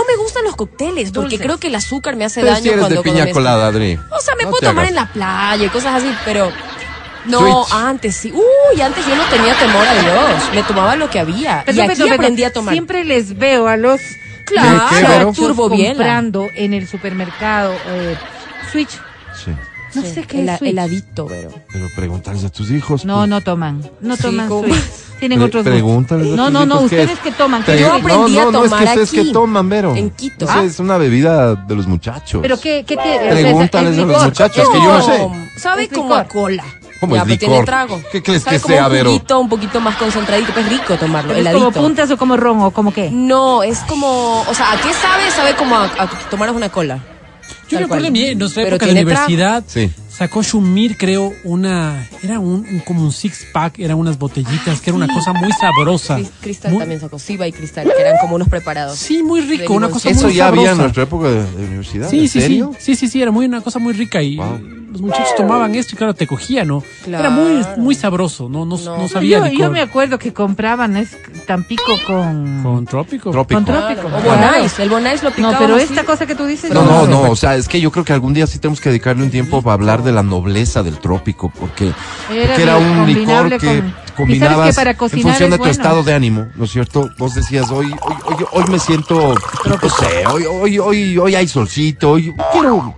Speaker 3: los cócteles, porque
Speaker 5: Dulces.
Speaker 3: creo que el azúcar me hace
Speaker 2: Entonces,
Speaker 3: daño
Speaker 2: si eres
Speaker 3: cuando
Speaker 2: de piña
Speaker 3: cuando me-
Speaker 2: colada, Adri.
Speaker 3: O sea, me
Speaker 2: No
Speaker 3: puedo
Speaker 2: te
Speaker 3: tomar
Speaker 2: hagas.
Speaker 3: en la playa y cosas así, pero no,
Speaker 2: Switch.
Speaker 3: antes sí. Uy, antes yo no tenía temor a Dios. Me tomaba lo que había.
Speaker 5: Pero,
Speaker 3: y aquí
Speaker 5: pero, pero,
Speaker 3: aprendí a tomar.
Speaker 5: Siempre les veo a los
Speaker 3: Claro,
Speaker 2: ¿De qué, Vero?
Speaker 3: Turbo Biela.
Speaker 5: comprando en el supermercado eh, Switch.
Speaker 2: Sí.
Speaker 5: No
Speaker 3: Sí,
Speaker 5: sé qué
Speaker 3: el,
Speaker 5: es Switch.
Speaker 3: el adicto, pero.
Speaker 2: Pero pregúntales a tus hijos.
Speaker 5: No,
Speaker 2: pues.
Speaker 5: no toman. No
Speaker 3: Sí,
Speaker 5: toman
Speaker 3: ¿cómo?
Speaker 5: Switch. Tienen
Speaker 2: Pre-
Speaker 5: otros
Speaker 2: pregúntales a
Speaker 5: No,
Speaker 2: tus
Speaker 5: no, no.
Speaker 2: hijos qué
Speaker 5: Ustedes
Speaker 2: es.
Speaker 5: que toman.
Speaker 2: Pre-
Speaker 5: ¿Qué
Speaker 3: Yo
Speaker 5: Switch?
Speaker 3: aprendí a
Speaker 2: no, no,
Speaker 3: tomar
Speaker 2: es que ustedes
Speaker 3: aquí,
Speaker 2: que toman, Vero.
Speaker 3: en Quito.
Speaker 2: Esa
Speaker 3: Ah.
Speaker 2: es una bebida de los muchachos.
Speaker 5: Pero qué, qué tiene.
Speaker 2: Pregúntales
Speaker 5: Es
Speaker 2: a los
Speaker 5: licor.
Speaker 2: muchachos, que yo no sé.
Speaker 3: Sabe
Speaker 5: Es
Speaker 3: como a
Speaker 5: licor.
Speaker 3: cola.
Speaker 2: ¿Cómo
Speaker 3: Ya,
Speaker 2: es
Speaker 3: pero tiene
Speaker 2: licor?
Speaker 3: trago.
Speaker 2: ¿Qué crees
Speaker 3: Sabe
Speaker 2: que
Speaker 3: como
Speaker 2: sea,
Speaker 3: un
Speaker 2: Vero?
Speaker 3: juguito un poquito más concentradito, pues es rico tomarlo,
Speaker 5: ¿Es
Speaker 3: heladito.
Speaker 5: como puntas o como ron o como qué?
Speaker 3: No, es como, o sea, ¿a qué sabe? Sabe como a, a que tomaras una cola.
Speaker 4: Yo
Speaker 3: Tal
Speaker 4: recuerdo
Speaker 3: cual.
Speaker 4: en mi- en nuestra
Speaker 3: Pero
Speaker 4: época de
Speaker 3: tiene trago.
Speaker 4: universidad,
Speaker 2: Sí.
Speaker 4: sacó Shumir, creo, una, era un, un- como un six pack, eran unas botellitas, que era una cosa muy sabrosa.
Speaker 3: Cris- Cristal
Speaker 4: Muy-
Speaker 3: también sacó, Siba y Cristal, que eran como unos preparados.
Speaker 4: Sí, muy rico,
Speaker 3: De
Speaker 4: una
Speaker 3: limón.
Speaker 4: cosa
Speaker 2: Eso
Speaker 4: muy
Speaker 2: ya
Speaker 4: sabrosa.
Speaker 2: había en nuestra época de, de universidad.
Speaker 4: Sí,
Speaker 2: ¿En
Speaker 4: sí,
Speaker 2: serio?
Speaker 4: sí, sí, sí, sí, era muy una cosa muy rica y
Speaker 2: Wow.
Speaker 4: los muchachos tomaban esto y claro, te cogía, ¿no? Era
Speaker 3: Claro.
Speaker 4: muy, muy sabroso, no, no,
Speaker 3: No.
Speaker 4: no sabía
Speaker 5: yo,
Speaker 4: licor.
Speaker 5: yo me acuerdo que compraban es Tampico con...
Speaker 4: Con trópico.
Speaker 2: Trópico.
Speaker 5: Con trópico.
Speaker 3: O Bonais, el Bonais lo picaba.
Speaker 5: No, pero esta cosa que tú dices...
Speaker 2: No,
Speaker 5: yo
Speaker 2: no,
Speaker 5: sé.
Speaker 2: no, o sea, es que yo creo que algún día sí tenemos que dedicarle un tiempo para hablar de la nobleza del trópico, porque
Speaker 5: Era
Speaker 2: porque era un licor
Speaker 5: combinable
Speaker 2: que
Speaker 5: con- ¿Y sabes
Speaker 2: combinabas
Speaker 5: que para
Speaker 2: en
Speaker 5: cocinar
Speaker 2: función de
Speaker 5: es
Speaker 2: tu
Speaker 5: bueno?
Speaker 2: estado de ánimo, ¿no es cierto? Vos decías, hoy hoy, hoy, hoy me siento, no sé, hoy, hoy, hoy, hoy hay solcito, hoy quiero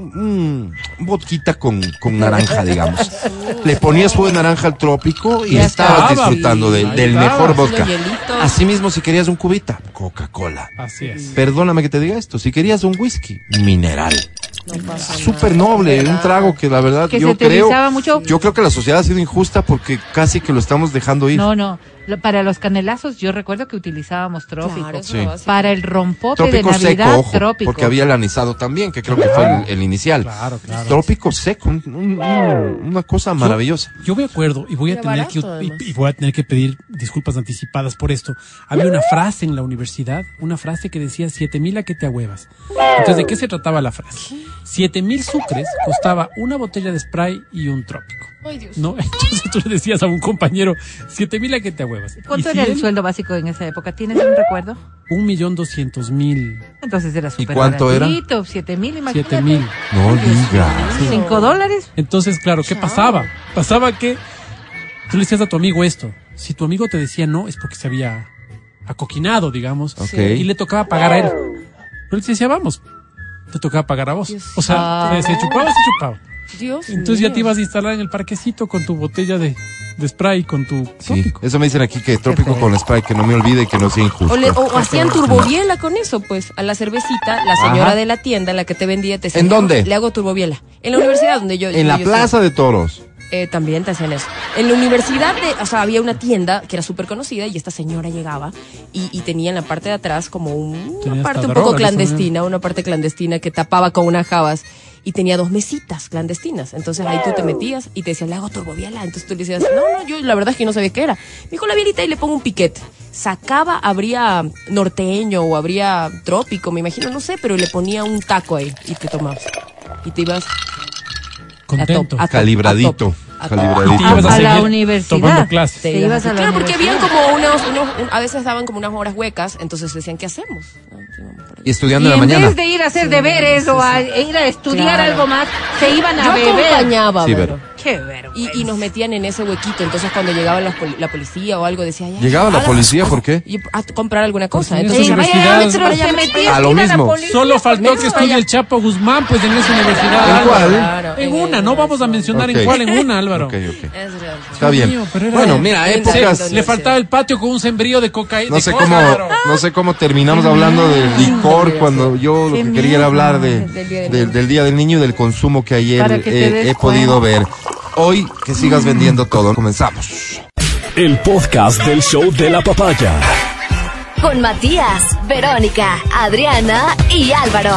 Speaker 2: un vodquita con, con naranja, digamos. Le ponías jugo de naranja al trópico y
Speaker 4: Ya
Speaker 2: estabas
Speaker 4: estaba,
Speaker 2: disfrutando
Speaker 4: sí,
Speaker 2: del,
Speaker 4: ahí
Speaker 2: del
Speaker 4: estaba.
Speaker 2: mejor vodka.
Speaker 3: Los hielitos.
Speaker 2: Asimismo, si querías un cubita, Coca-Cola.
Speaker 4: Así es.
Speaker 2: Perdóname que te diga esto, si querías un whisky, mineral.
Speaker 3: No pasa
Speaker 2: Súper
Speaker 3: nada,
Speaker 2: noble, un
Speaker 3: ¿verdad?
Speaker 2: trago que la verdad
Speaker 5: Que
Speaker 2: yo
Speaker 5: se
Speaker 2: creo,
Speaker 5: utilizaba mucho.
Speaker 2: yo creo que la sociedad ha sido injusta porque casi que lo estamos dejando ir.
Speaker 5: No, no. Lo- Para los canelazos yo recuerdo que utilizábamos trópico.
Speaker 3: Claro, eso
Speaker 2: Sí.
Speaker 3: lo básico.
Speaker 5: Para el rompote
Speaker 2: Trópico
Speaker 5: de Navidad,
Speaker 2: seco, ojo,
Speaker 5: trópico.
Speaker 2: porque había el anisado también, que creo que fue el, el inicial.
Speaker 4: Claro, claro.
Speaker 2: Trópico seco, un- un- un- una cosa maravillosa.
Speaker 4: Yo me acuerdo y voy a
Speaker 3: Era
Speaker 4: tener
Speaker 3: barato,
Speaker 4: que
Speaker 3: además.
Speaker 4: y, y voy a tener que pedir disculpas anticipadas por esto. Había una frase en la universidad, una frase que decía siete mil a que te ahuevas. Entonces, ¿de qué se trataba la frase? Siete mil sucres costaba una botella de spray y un trópico.
Speaker 3: Ay, Dios.
Speaker 4: ¿No? Entonces tú le decías a un compañero, siete mil a que te ahuevas.
Speaker 5: ¿Cuánto
Speaker 4: Y si
Speaker 5: era el
Speaker 4: él,
Speaker 5: sueldo básico en esa época? ¿Tienes un recuerdo?
Speaker 4: Un millón doscientos mil,
Speaker 5: Entonces era súper
Speaker 2: cuánto era?
Speaker 5: baratito, siete mil, imagínate.
Speaker 4: siete mil.
Speaker 2: No digas.
Speaker 5: Cinco dólares.
Speaker 4: Entonces, claro, ¿qué pasaba? Pasaba que tú le decías a tu amigo esto. Si tu amigo te decía no, es porque se había acoquinado, digamos.
Speaker 2: Ok.
Speaker 4: Y le tocaba pagar a él. Pero él te decía, vamos, te tocaba pagar a vos.
Speaker 3: Dios.
Speaker 4: O sea, te decía, chupaba, se chupaba.
Speaker 3: Dios
Speaker 4: Entonces
Speaker 3: mío.
Speaker 4: ya te ibas a instalar en el parquecito con tu botella de, de spray, con tu
Speaker 2: Sí,
Speaker 4: trópico.
Speaker 2: eso me dicen aquí que trópico
Speaker 5: feo.
Speaker 2: con spray, que no me olvide y que no sea injusto.
Speaker 3: O, le- o- o hacían turbobiela con eso, pues. A la cervecita, la señora
Speaker 2: Ajá.
Speaker 3: de la tienda, la que te vendía, te decía,
Speaker 2: ¿En dónde?
Speaker 3: Le hago turbobiela. En la universidad donde yo...
Speaker 2: En la
Speaker 3: yo
Speaker 2: Plaza de Toros.
Speaker 3: Eh, también te hacían eso. En la universidad, de, o sea, había una tienda que era súper conocida y esta señora llegaba y, y tenía en la parte de atrás como un-
Speaker 4: Tenía
Speaker 3: una parte
Speaker 4: hasta
Speaker 3: un poco
Speaker 4: droga,
Speaker 3: clandestina, una parte clandestina que tapaba con unas jabas y tenía dos mesitas clandestinas. Entonces ahí tú te metías y te decían, le hago turbobiela. Entonces tú le decías, no, no, yo la verdad es que no sabía qué era. Me dijo la bielita y le pongo un piquete. Sacaba, habría norteño o habría trópico, me imagino, no sé, pero le ponía un taco ahí y te tomabas. Y te ibas
Speaker 4: Contento.
Speaker 3: a top, a top,
Speaker 2: Calibradito.
Speaker 3: a top, a top.
Speaker 2: Calibradito.
Speaker 4: Y te ibas
Speaker 5: a la
Speaker 4: seguir
Speaker 5: universidad.
Speaker 4: tomando clases.
Speaker 3: Te
Speaker 5: Te
Speaker 3: ibas
Speaker 5: ibas a la
Speaker 3: claro, porque habían
Speaker 5: universidad.
Speaker 3: como unos, unos, un- a veces daban como unas horas huecas, entonces decían, ¿qué hacemos? Ah, sí, vamos por ahí.
Speaker 2: Y estudiando
Speaker 5: Y
Speaker 2: en la
Speaker 5: en
Speaker 2: mañana.
Speaker 5: vez de ir a hacer deberes o a ir a estudiar
Speaker 3: Claro.
Speaker 5: algo más, se iban a
Speaker 3: Yo
Speaker 5: beber.
Speaker 3: acompañaba,
Speaker 2: Sí,
Speaker 3: Vero.
Speaker 2: Vero.
Speaker 5: Qué vergüenza.
Speaker 3: Y, y nos metían en ese huequito, entonces cuando llegaba la, poli- la policía o algo decía, ya,
Speaker 2: ¿Llegaba la
Speaker 3: ya,
Speaker 2: policía? ¿Por qué?
Speaker 3: Y a comprar alguna cosa.
Speaker 4: Porque en
Speaker 3: Entonces,
Speaker 4: esa
Speaker 5: Sí,
Speaker 4: universidad-
Speaker 5: vaya, metro, se metía
Speaker 2: A lo
Speaker 5: esquina la
Speaker 2: mismo.
Speaker 5: policía.
Speaker 4: Solo faltó
Speaker 3: Metro
Speaker 4: que estudie
Speaker 3: allá.
Speaker 4: el Chapo Guzmán, pues en esa universidad.
Speaker 2: ¿En cuál?
Speaker 3: Claro,
Speaker 4: En
Speaker 3: en
Speaker 4: una,
Speaker 3: el-
Speaker 4: no vamos a mencionar
Speaker 2: Ok.
Speaker 4: en cuál, en una, Álvaro.
Speaker 2: Ok, ok.
Speaker 3: Es real.
Speaker 2: Está bien.
Speaker 4: mío, pero era-
Speaker 2: Bueno, mira,
Speaker 3: Se-
Speaker 2: épocas.
Speaker 3: se-
Speaker 4: Le faltaba el patio con un sembrío de cocaína.
Speaker 2: No
Speaker 4: de
Speaker 2: sé
Speaker 4: coca,
Speaker 2: cómo,
Speaker 4: Álvaro.
Speaker 2: no sé cómo terminamos hablando del licor cuando yo lo
Speaker 5: Qué
Speaker 2: que quería era
Speaker 5: miedo.
Speaker 2: hablar de,
Speaker 3: Del Día del
Speaker 2: del,
Speaker 3: Niño.
Speaker 2: del Día del Niño y del consumo que ayer
Speaker 5: Para que te
Speaker 2: eh,
Speaker 5: des
Speaker 2: he podido ver. Hoy que sigas
Speaker 5: Mm.
Speaker 2: vendiendo todo. Comenzamos.
Speaker 1: El podcast del show de la papaya.
Speaker 6: Con Matías, Verónica, Adriana y Álvaro.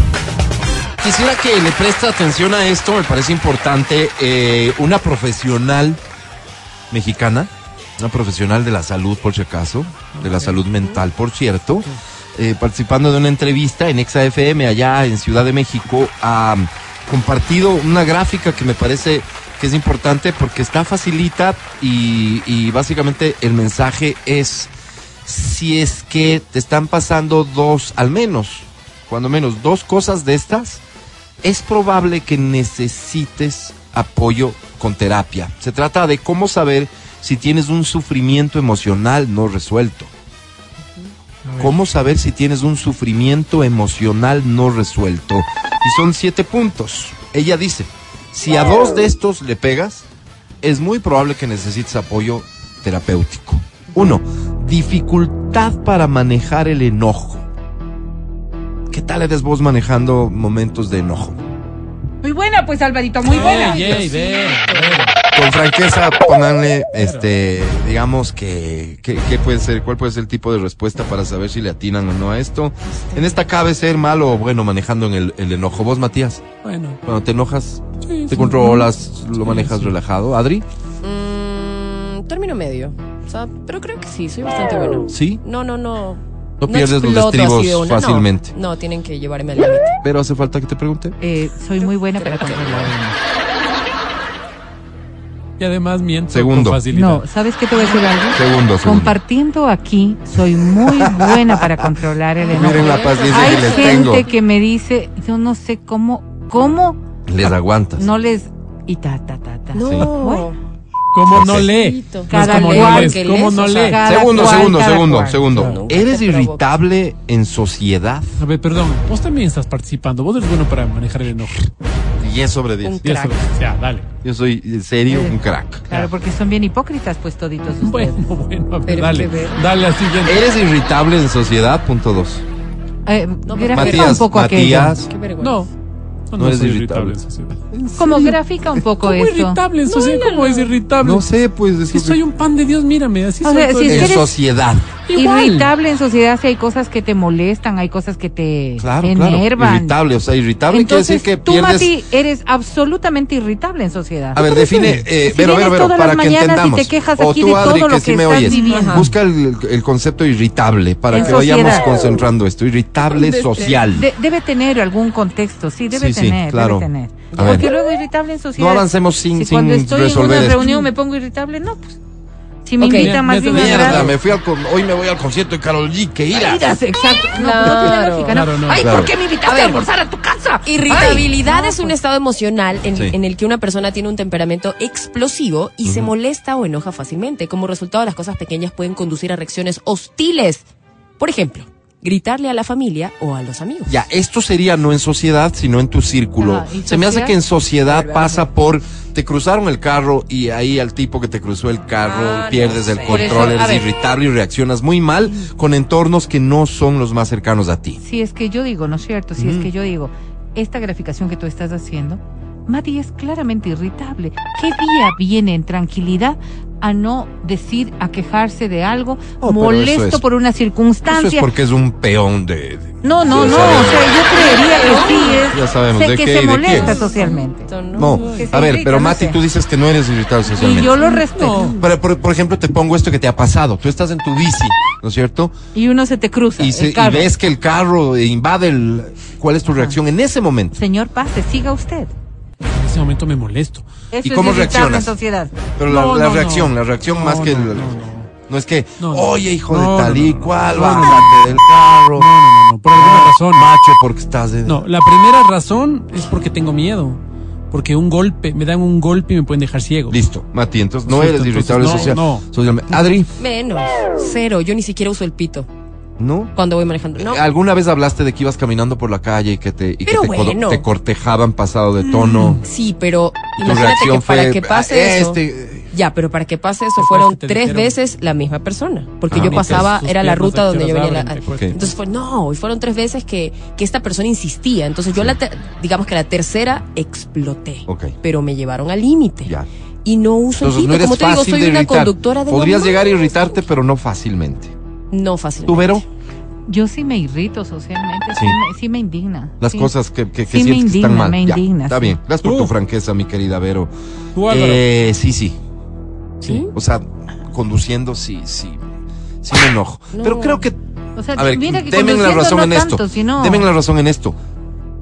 Speaker 2: Quisiera que le preste atención a esto, me parece importante. Eh, una profesional mexicana, una profesional de la salud, por si acaso, de la salud mental, por cierto, eh, participando de una entrevista en Exa F M allá en Ciudad de México, ha compartido una gráfica que me parece que es importante porque está facilita y, y básicamente el mensaje es: si es que te están pasando dos, al menos cuando menos dos cosas de estas, es probable que necesites apoyo con terapia. Se trata de cómo saber si tienes un sufrimiento emocional no resuelto. ¿Cómo saber si tienes un sufrimiento emocional no resuelto? Y son siete puntos. Ella dice, si a dos de estos le pegas, es muy probable que necesites apoyo terapéutico. Uno, dificultad para manejar el enojo. ¿Qué tal eres vos manejando momentos de enojo?
Speaker 5: Muy buena, pues, Alvarito, muy buena.
Speaker 4: Ey, ey, ve, ve.
Speaker 2: Con franqueza, pónganle, este, digamos que, que, que puede ser, cuál puede ser el tipo de respuesta para saber si le atinan o no a esto. En esta cabe ser malo o bueno manejando en el, el enojo. ¿Vos, Matías?
Speaker 4: Bueno.
Speaker 2: Cuando te enojas,
Speaker 4: Sí,
Speaker 2: te
Speaker 4: sí.
Speaker 2: controlas, lo
Speaker 4: Sí,
Speaker 2: manejas
Speaker 4: sí.
Speaker 2: relajado. ¿Adri?
Speaker 3: Mm, término medio. O sea, pero creo que sí, soy bastante buena.
Speaker 2: ¿Sí?
Speaker 3: No, no, no.
Speaker 2: No pierdes los
Speaker 3: exploto
Speaker 2: estribos
Speaker 3: así de una, no.
Speaker 2: fácilmente.
Speaker 3: No, tienen que llevarme al límite.
Speaker 2: Pero hace falta que te pregunte.
Speaker 5: Eh, soy muy buena para controlar.
Speaker 4: Y además miento
Speaker 2: Segundo.
Speaker 4: con facilidad.
Speaker 5: No, ¿sabes qué te voy a decir algo?
Speaker 2: Segundo, segundo.
Speaker 5: Compartiendo aquí, soy muy buena para controlar el enojo.
Speaker 2: Miren la paciencia
Speaker 5: Hay
Speaker 2: que les
Speaker 5: gente
Speaker 2: tengo.
Speaker 5: que me dice, yo no sé cómo, cómo
Speaker 2: Les aguantas.
Speaker 5: no les... Y ta, ta, ta, ta.
Speaker 3: No.
Speaker 5: Bueno,
Speaker 4: ¿Cómo no
Speaker 2: Sí.
Speaker 4: lee? No es
Speaker 5: Cada
Speaker 4: como no
Speaker 5: cual
Speaker 4: lees,
Speaker 3: que
Speaker 4: ¿cómo
Speaker 3: lees,
Speaker 4: no
Speaker 3: o sea,
Speaker 4: lee?
Speaker 5: cada
Speaker 2: Segundo,
Speaker 5: cual,
Speaker 2: segundo,
Speaker 5: cada
Speaker 2: segundo,
Speaker 5: cual.
Speaker 2: segundo.
Speaker 3: Claro.
Speaker 2: ¿Eres
Speaker 3: Te provoca.
Speaker 2: irritable en sociedad?
Speaker 4: A ver, perdón, vos también estás participando. Vos eres bueno para manejar el enojo.
Speaker 2: diez sobre diez.
Speaker 3: Un
Speaker 4: Y eso,
Speaker 3: crack.
Speaker 4: ya, dale.
Speaker 2: Yo soy, en serio, un crack.
Speaker 5: Claro, porque son bien hipócritas, pues, toditos ustedes.
Speaker 4: Bueno, bueno, a ver,
Speaker 3: Pero
Speaker 4: dale.
Speaker 3: que ver.
Speaker 4: Dale al siguiente.
Speaker 2: ¿Eres irritable en sociedad? Punto dos.
Speaker 5: Eh,
Speaker 3: No,
Speaker 5: grafica
Speaker 2: Matías,
Speaker 5: un poco
Speaker 2: Matías.
Speaker 3: Qué vergüenza.
Speaker 4: No. No,
Speaker 2: No
Speaker 4: no,
Speaker 2: eres
Speaker 4: soy
Speaker 2: irritable.
Speaker 4: irritable en sociedad.
Speaker 5: aquello. Como grafica un poco
Speaker 4: ¿Cómo
Speaker 5: esto.
Speaker 4: irritable en sociedad?
Speaker 3: no,
Speaker 4: ¿Cómo
Speaker 3: no.
Speaker 4: es irritable?
Speaker 2: No sé, pues. es
Speaker 4: Si
Speaker 2: lo que-
Speaker 4: soy un pan de Dios, mírame, así
Speaker 5: O
Speaker 4: soy
Speaker 5: sea,
Speaker 4: todo
Speaker 5: si
Speaker 4: el
Speaker 2: En
Speaker 4: día.
Speaker 5: eres-
Speaker 2: sociedad.
Speaker 4: Igual.
Speaker 5: Irritable en sociedad si hay cosas que te molestan, hay cosas que te
Speaker 2: Claro, claro.
Speaker 5: enervan.
Speaker 2: Irritable, o sea, irritable
Speaker 5: Entonces,
Speaker 2: quiere decir que
Speaker 5: tú,
Speaker 2: pierdes...
Speaker 5: Mati, eres absolutamente irritable en sociedad.
Speaker 2: A ver, define, eh,
Speaker 5: Si
Speaker 2: Vero, Vero,
Speaker 5: vienes
Speaker 2: Vero,
Speaker 5: todas
Speaker 2: para
Speaker 5: las
Speaker 2: que
Speaker 5: mañanas y
Speaker 2: entendamos.
Speaker 5: te quejas
Speaker 2: O
Speaker 5: aquí
Speaker 2: tú,
Speaker 5: de
Speaker 2: Adri,
Speaker 5: todo
Speaker 2: que
Speaker 5: lo
Speaker 2: sí
Speaker 5: que
Speaker 2: me
Speaker 5: estás
Speaker 2: oyes.
Speaker 5: viviendo.
Speaker 2: Busca el, el concepto irritable para
Speaker 5: En
Speaker 2: que vayamos
Speaker 5: sociedad.
Speaker 2: concentrando esto. Irritable social.
Speaker 5: De- debe tener algún contexto, sí, debe
Speaker 2: Sí, sí,
Speaker 5: tener,
Speaker 2: claro.
Speaker 5: debe tener.
Speaker 2: A ver.
Speaker 5: Porque luego irritable en sociedad.
Speaker 2: No avancemos sin-
Speaker 5: si
Speaker 2: sin
Speaker 5: cuando estoy
Speaker 2: resolver
Speaker 5: en una
Speaker 2: esto.
Speaker 5: reunión me pongo irritable, no, pues. Si me
Speaker 3: Ok.
Speaker 5: invitan más bien a
Speaker 4: Mierda,
Speaker 2: Mierda,
Speaker 5: hablar-
Speaker 2: me fui al con- hoy me voy al concierto de Karol G, que irás.
Speaker 5: Iras, exacto. No,
Speaker 3: Claro.
Speaker 5: no tiene lógica, ¿no?
Speaker 4: Claro, no.
Speaker 5: Ay,
Speaker 2: Claro.
Speaker 5: ¿por qué me invitaste
Speaker 3: A
Speaker 5: a,
Speaker 3: ver.
Speaker 5: almorzar a tu casa?
Speaker 3: Irritabilidad
Speaker 5: Ay,
Speaker 3: es
Speaker 5: no,
Speaker 3: un
Speaker 5: pues.
Speaker 3: estado emocional en,
Speaker 2: Sí.
Speaker 3: en el que una persona tiene un temperamento explosivo y se molesta o enoja fácilmente. Como resultado, las cosas pequeñas pueden conducir a reacciones hostiles. Por ejemplo, gritarle a la familia o a los amigos.
Speaker 2: Ya, esto sería no en sociedad, sino en tu círculo.
Speaker 5: Ajá, ¿y
Speaker 2: Se me hace
Speaker 5: social?
Speaker 2: que en sociedad pasa por te cruzaron el carro y ahí al tipo que te cruzó el carro
Speaker 3: Ah,
Speaker 2: pierdes
Speaker 3: no
Speaker 2: el
Speaker 3: sé.
Speaker 5: Por
Speaker 2: control,
Speaker 5: eso, a
Speaker 2: eres
Speaker 5: ver.
Speaker 2: irritable y reaccionas muy mal con entornos que no son los más cercanos a ti.
Speaker 5: Si es que yo digo, ¿no es cierto? Si es
Speaker 2: Ujú.
Speaker 5: que yo digo, esta graficación que tú estás haciendo, Mati es claramente irritable. ¿Qué día viene en tranquilidad a no decir, a quejarse de algo,
Speaker 2: Oh, pero
Speaker 5: molesto
Speaker 2: eso es-
Speaker 5: por una
Speaker 2: Eso es
Speaker 5: circunstancia?
Speaker 2: porque es un peón de... de-
Speaker 5: No, no,
Speaker 2: Ya
Speaker 5: no,
Speaker 2: sabemos.
Speaker 5: o sea, yo creería que sí es.
Speaker 2: Ya sabemos,
Speaker 5: sé
Speaker 2: ¿de
Speaker 5: que
Speaker 2: qué y
Speaker 5: se
Speaker 2: de
Speaker 5: molesta
Speaker 2: quién?
Speaker 5: socialmente.
Speaker 2: No,
Speaker 5: Que se
Speaker 2: a ver,
Speaker 5: irrita,
Speaker 2: pero
Speaker 5: no
Speaker 2: Mati,
Speaker 5: sé.
Speaker 2: tú dices que no eres irritable socialmente.
Speaker 5: Y yo lo respeto.
Speaker 4: No.
Speaker 2: Pero, por, por ejemplo, te pongo esto que te ha pasado. Tú estás en tu bici, ¿no es cierto?
Speaker 5: Y uno se te cruza.
Speaker 2: Y, se-
Speaker 5: el
Speaker 2: y
Speaker 5: carro.
Speaker 2: ves que el carro invade el... ¿Cuál es tu reacción en ese momento?
Speaker 5: Señor, pase, siga usted.
Speaker 4: En ese momento me molesto.
Speaker 5: Eso
Speaker 2: ¿Y cómo
Speaker 5: es irritable
Speaker 2: reaccionas?
Speaker 5: en sociedad.
Speaker 2: Pero la,
Speaker 4: No,
Speaker 2: la
Speaker 4: no,
Speaker 2: reacción,
Speaker 4: no.
Speaker 2: la reacción
Speaker 4: No,
Speaker 2: más que...
Speaker 4: no,
Speaker 2: el-
Speaker 4: no, no.
Speaker 2: No es que,
Speaker 4: No, no.
Speaker 2: oye, hijo
Speaker 4: No,
Speaker 2: de tal
Speaker 4: no,
Speaker 2: y
Speaker 4: no,
Speaker 2: cual,
Speaker 4: no, no, no.
Speaker 2: bájate del carro.
Speaker 4: No, no, no, no, por alguna razón.
Speaker 2: Macho, porque estás de...
Speaker 4: No, la primera razón es porque tengo miedo. Porque un golpe, me dan un golpe y me pueden dejar ciego.
Speaker 2: Listo, Mati, entonces no
Speaker 4: Sí,
Speaker 2: eres
Speaker 4: entonces,
Speaker 2: irritable
Speaker 4: no,
Speaker 2: social,
Speaker 4: no.
Speaker 2: socialmente. Adri,
Speaker 3: Menos. Cero. Yo ni siquiera uso el pito
Speaker 2: ¿no?
Speaker 3: cuando voy manejando. No.
Speaker 2: ¿Alguna vez hablaste de que ibas caminando por la calle y que te, y que
Speaker 3: Pero
Speaker 2: te, co-
Speaker 3: bueno.
Speaker 2: te cortejaban pasado de tono?
Speaker 3: Sí, pero
Speaker 2: Tu
Speaker 3: imagínate
Speaker 2: reacción
Speaker 3: que para
Speaker 2: fue,
Speaker 3: que pase
Speaker 2: "Ah,
Speaker 3: eso.
Speaker 2: este,
Speaker 3: Ya, pero para que pase eso
Speaker 4: Después
Speaker 3: fueron
Speaker 4: te
Speaker 3: tres
Speaker 4: dijeron-
Speaker 3: veces la misma persona. Porque
Speaker 2: Ah,
Speaker 3: yo
Speaker 2: ok.
Speaker 3: pasaba,
Speaker 4: Sus
Speaker 3: era la
Speaker 4: piernas
Speaker 3: ruta
Speaker 4: a
Speaker 3: donde
Speaker 4: qué
Speaker 3: yo
Speaker 4: horas
Speaker 3: venía. La,
Speaker 4: abren, te
Speaker 2: Ok.
Speaker 3: Entonces fue, no, y fueron tres veces que, que esta persona insistía. Entonces yo, la te- digamos que la tercera exploté.
Speaker 2: Ok.
Speaker 3: Pero me llevaron al límite.
Speaker 2: Ya.
Speaker 3: Y no uso
Speaker 2: Entonces
Speaker 3: el
Speaker 2: no
Speaker 3: pito.
Speaker 2: eres
Speaker 3: Como te digo,
Speaker 2: fácil
Speaker 3: soy
Speaker 2: de
Speaker 3: una
Speaker 2: irritar.
Speaker 3: conductora de
Speaker 2: Podrías
Speaker 3: lo
Speaker 2: llegar a
Speaker 3: más-
Speaker 2: irritarte, pero no fácilmente.
Speaker 3: No fácilmente.
Speaker 2: ¿Tú, Vero?
Speaker 5: Yo sí me irrito socialmente, sí,
Speaker 2: Sí.
Speaker 5: me, sí me indigna.
Speaker 2: Las
Speaker 5: sí.
Speaker 2: cosas que, que, que
Speaker 5: Sí me
Speaker 2: sientes que están
Speaker 5: indigna,
Speaker 2: mal.
Speaker 5: me
Speaker 2: Ya,
Speaker 5: indigna,
Speaker 2: está
Speaker 5: sí.
Speaker 2: bien. Gracias por
Speaker 4: Tú.
Speaker 2: tu franqueza, mi querida Vero.
Speaker 4: Tú, Álvaro.
Speaker 2: Eh, sí, sí.
Speaker 4: ¿Sí?
Speaker 2: O sea, conduciendo, sí, sí. Sí me enojo.
Speaker 3: No.
Speaker 2: Pero creo que...
Speaker 5: O sea,
Speaker 2: A ver,
Speaker 5: mira que
Speaker 2: denme la
Speaker 5: conduciendo
Speaker 2: razón
Speaker 5: no
Speaker 2: en
Speaker 5: tanto,
Speaker 2: esto.
Speaker 5: sino-
Speaker 2: Denme la razón en esto.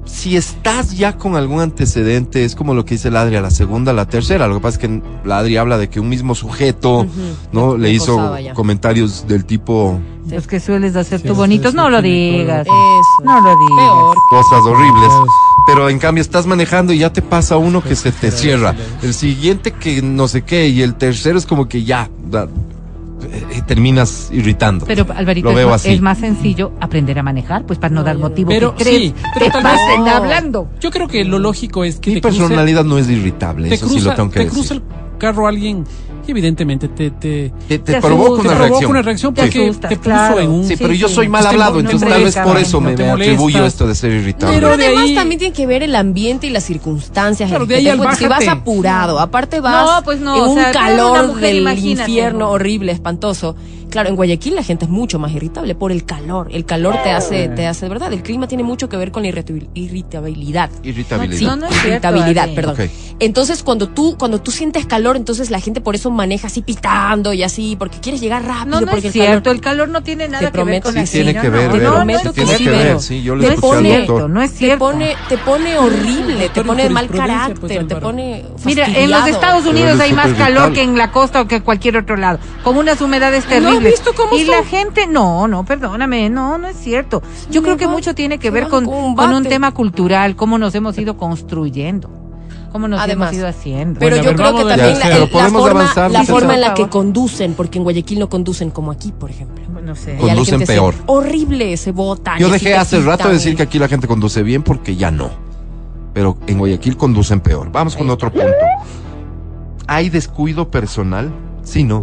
Speaker 2: si estás ya con algún antecedente, es como lo que dice la Adri, a la segunda, a la tercera. Lo que pasa es que la Adri habla de que un mismo sujeto,
Speaker 3: Ujú.
Speaker 2: ¿no?
Speaker 3: Me-
Speaker 2: Le
Speaker 3: me
Speaker 2: hizo
Speaker 3: posaba ya.
Speaker 2: comentarios del tipo
Speaker 5: Los que sueles hacer
Speaker 4: Sí,
Speaker 5: tú
Speaker 4: sí,
Speaker 5: bonitos,
Speaker 4: sí,
Speaker 5: no lo
Speaker 4: tiene todo.
Speaker 5: digas.
Speaker 3: Eso.
Speaker 5: No lo digas.
Speaker 3: Peor.
Speaker 2: cosas horribles. Pero en cambio estás manejando y ya te pasa uno que se te cierra. El siguiente que no sé qué. Y el tercero es como que ya da, eh, terminas irritando.
Speaker 5: Pero, Alvarito,
Speaker 2: Lo veo
Speaker 5: es, más,
Speaker 2: así.
Speaker 5: es más sencillo aprender a manejar, pues para no,
Speaker 3: No,
Speaker 5: dar
Speaker 3: yo no.
Speaker 5: motivo
Speaker 4: Pero
Speaker 5: que tres
Speaker 4: sí, pero
Speaker 5: te
Speaker 4: tal vez-
Speaker 5: pasen
Speaker 3: No.
Speaker 5: hablando.
Speaker 4: Yo creo que lo lógico es que
Speaker 2: Mi
Speaker 4: te cruce-
Speaker 2: personalidad no es irritable,
Speaker 4: te
Speaker 2: eso
Speaker 4: cruza,
Speaker 2: sí lo tengo que
Speaker 4: te
Speaker 2: decir.
Speaker 4: cruza el carro alguien que evidentemente te, te,
Speaker 2: Te, te
Speaker 5: te
Speaker 2: provoca
Speaker 5: asusta,
Speaker 2: una
Speaker 4: te provoca
Speaker 2: reacción.
Speaker 4: una reacción
Speaker 5: Te
Speaker 4: porque
Speaker 5: asustas,
Speaker 4: te puso
Speaker 5: claro.
Speaker 4: en un...
Speaker 2: Sí,
Speaker 5: Sí,
Speaker 2: pero yo
Speaker 5: sí.
Speaker 2: soy mal
Speaker 4: Te
Speaker 2: hablado,
Speaker 4: mo-
Speaker 2: entonces
Speaker 5: te
Speaker 2: tal vez
Speaker 5: molesta,
Speaker 2: por eso
Speaker 4: no
Speaker 2: me,
Speaker 4: te
Speaker 2: me atribuyo
Speaker 4: molestas.
Speaker 2: esto de ser irritable.
Speaker 3: Pero,
Speaker 4: Pero de
Speaker 3: además
Speaker 4: ahí-
Speaker 3: también tiene que ver el ambiente y las circunstancias.
Speaker 4: Claro,
Speaker 3: en
Speaker 4: de
Speaker 3: que
Speaker 4: ahí
Speaker 3: te
Speaker 4: al
Speaker 3: encuentras. Si vas
Speaker 4: bájate.
Speaker 3: apurado, aparte vas
Speaker 5: No, pues no,
Speaker 3: en
Speaker 5: o
Speaker 3: un
Speaker 5: sea, tú eres
Speaker 3: calor
Speaker 5: una mujer,
Speaker 3: del
Speaker 5: imagínate.
Speaker 3: infierno horrible, espantoso. Claro, en Guayaquil la gente es mucho más irritable por el calor. El calor te hace, te hace, de verdad, el clima tiene mucho que ver con la irritabil- irritabilidad.
Speaker 2: Irritabilidad.
Speaker 3: Sí,
Speaker 5: No, no es cierto,
Speaker 3: irritabilidad,
Speaker 5: Adri.
Speaker 3: perdón.
Speaker 2: Ok.
Speaker 3: Entonces, cuando tú, cuando tú sientes calor, entonces la gente por eso maneja así pitando y así, porque quieres llegar rápido,
Speaker 5: No, no
Speaker 3: porque
Speaker 5: es
Speaker 3: el calor-
Speaker 5: cierto, el calor no tiene nada
Speaker 3: Te
Speaker 5: que ver
Speaker 3: prometo.
Speaker 5: con
Speaker 2: Sí,
Speaker 5: así,
Speaker 2: tiene
Speaker 5: no,
Speaker 2: que ver,
Speaker 5: no,
Speaker 3: Te
Speaker 2: Vero,
Speaker 5: no,
Speaker 3: prometo
Speaker 5: no
Speaker 2: sí
Speaker 5: es
Speaker 3: que
Speaker 2: tiene
Speaker 3: sí,
Speaker 2: que ver,
Speaker 3: Vero.
Speaker 2: sí, yo lo
Speaker 3: Te
Speaker 2: escuché al
Speaker 3: pone-
Speaker 2: doctor.
Speaker 5: no es
Speaker 3: Te
Speaker 5: cierto.
Speaker 3: pone, te pone horrible, te
Speaker 4: Doctor en
Speaker 3: pone de mal
Speaker 4: jurisprudencia,
Speaker 3: carácter,
Speaker 4: pues,
Speaker 3: te
Speaker 4: Álvaro.
Speaker 3: pone
Speaker 5: Mira, en los
Speaker 3: fastidiado.
Speaker 5: Estados Unidos
Speaker 2: Pero
Speaker 5: hay
Speaker 2: es
Speaker 5: más
Speaker 2: súper
Speaker 5: calor
Speaker 2: irritable.
Speaker 5: que en la costa o que en cualquier otro lado, con unas humedades
Speaker 3: ¿No has
Speaker 5: terribles.
Speaker 3: visto cómo
Speaker 5: y
Speaker 3: son?
Speaker 5: la gente, no, no, perdóname, no, no es cierto. Yo
Speaker 3: Me
Speaker 5: creo que
Speaker 3: va-
Speaker 5: mucho tiene que
Speaker 3: me
Speaker 5: ver
Speaker 3: va
Speaker 5: con,
Speaker 3: con un
Speaker 5: con un
Speaker 3: bate.
Speaker 5: tema cultural, cómo nos hemos ido construyendo, cómo nos
Speaker 3: Además.
Speaker 5: hemos ido haciendo.
Speaker 3: Pero
Speaker 4: Bueno,
Speaker 3: yo
Speaker 4: a ver,
Speaker 3: creo que
Speaker 4: vamos a-
Speaker 3: también
Speaker 2: Ya,
Speaker 3: la,
Speaker 2: pero
Speaker 3: el- la
Speaker 2: podemos
Speaker 3: forma,
Speaker 2: avanzar,
Speaker 3: la
Speaker 2: licenciado.
Speaker 3: forma en la
Speaker 5: Por
Speaker 3: que
Speaker 5: favor.
Speaker 3: conducen, porque en Guayaquil no conducen como aquí, por ejemplo.
Speaker 5: No sé.
Speaker 3: Allá la
Speaker 2: Conducen
Speaker 3: gente se-
Speaker 2: peor.
Speaker 3: horrible, se botan.
Speaker 2: Yo
Speaker 3: y así
Speaker 2: dejé
Speaker 3: te
Speaker 2: hace rato de
Speaker 3: quitan
Speaker 2: decir
Speaker 3: y-
Speaker 2: que aquí la gente conduce bien porque ya no. Pero en Guayaquil conducen peor. Vamos con
Speaker 3: Ahí
Speaker 2: otro punto. ¿Hay descuido personal? Sí, no.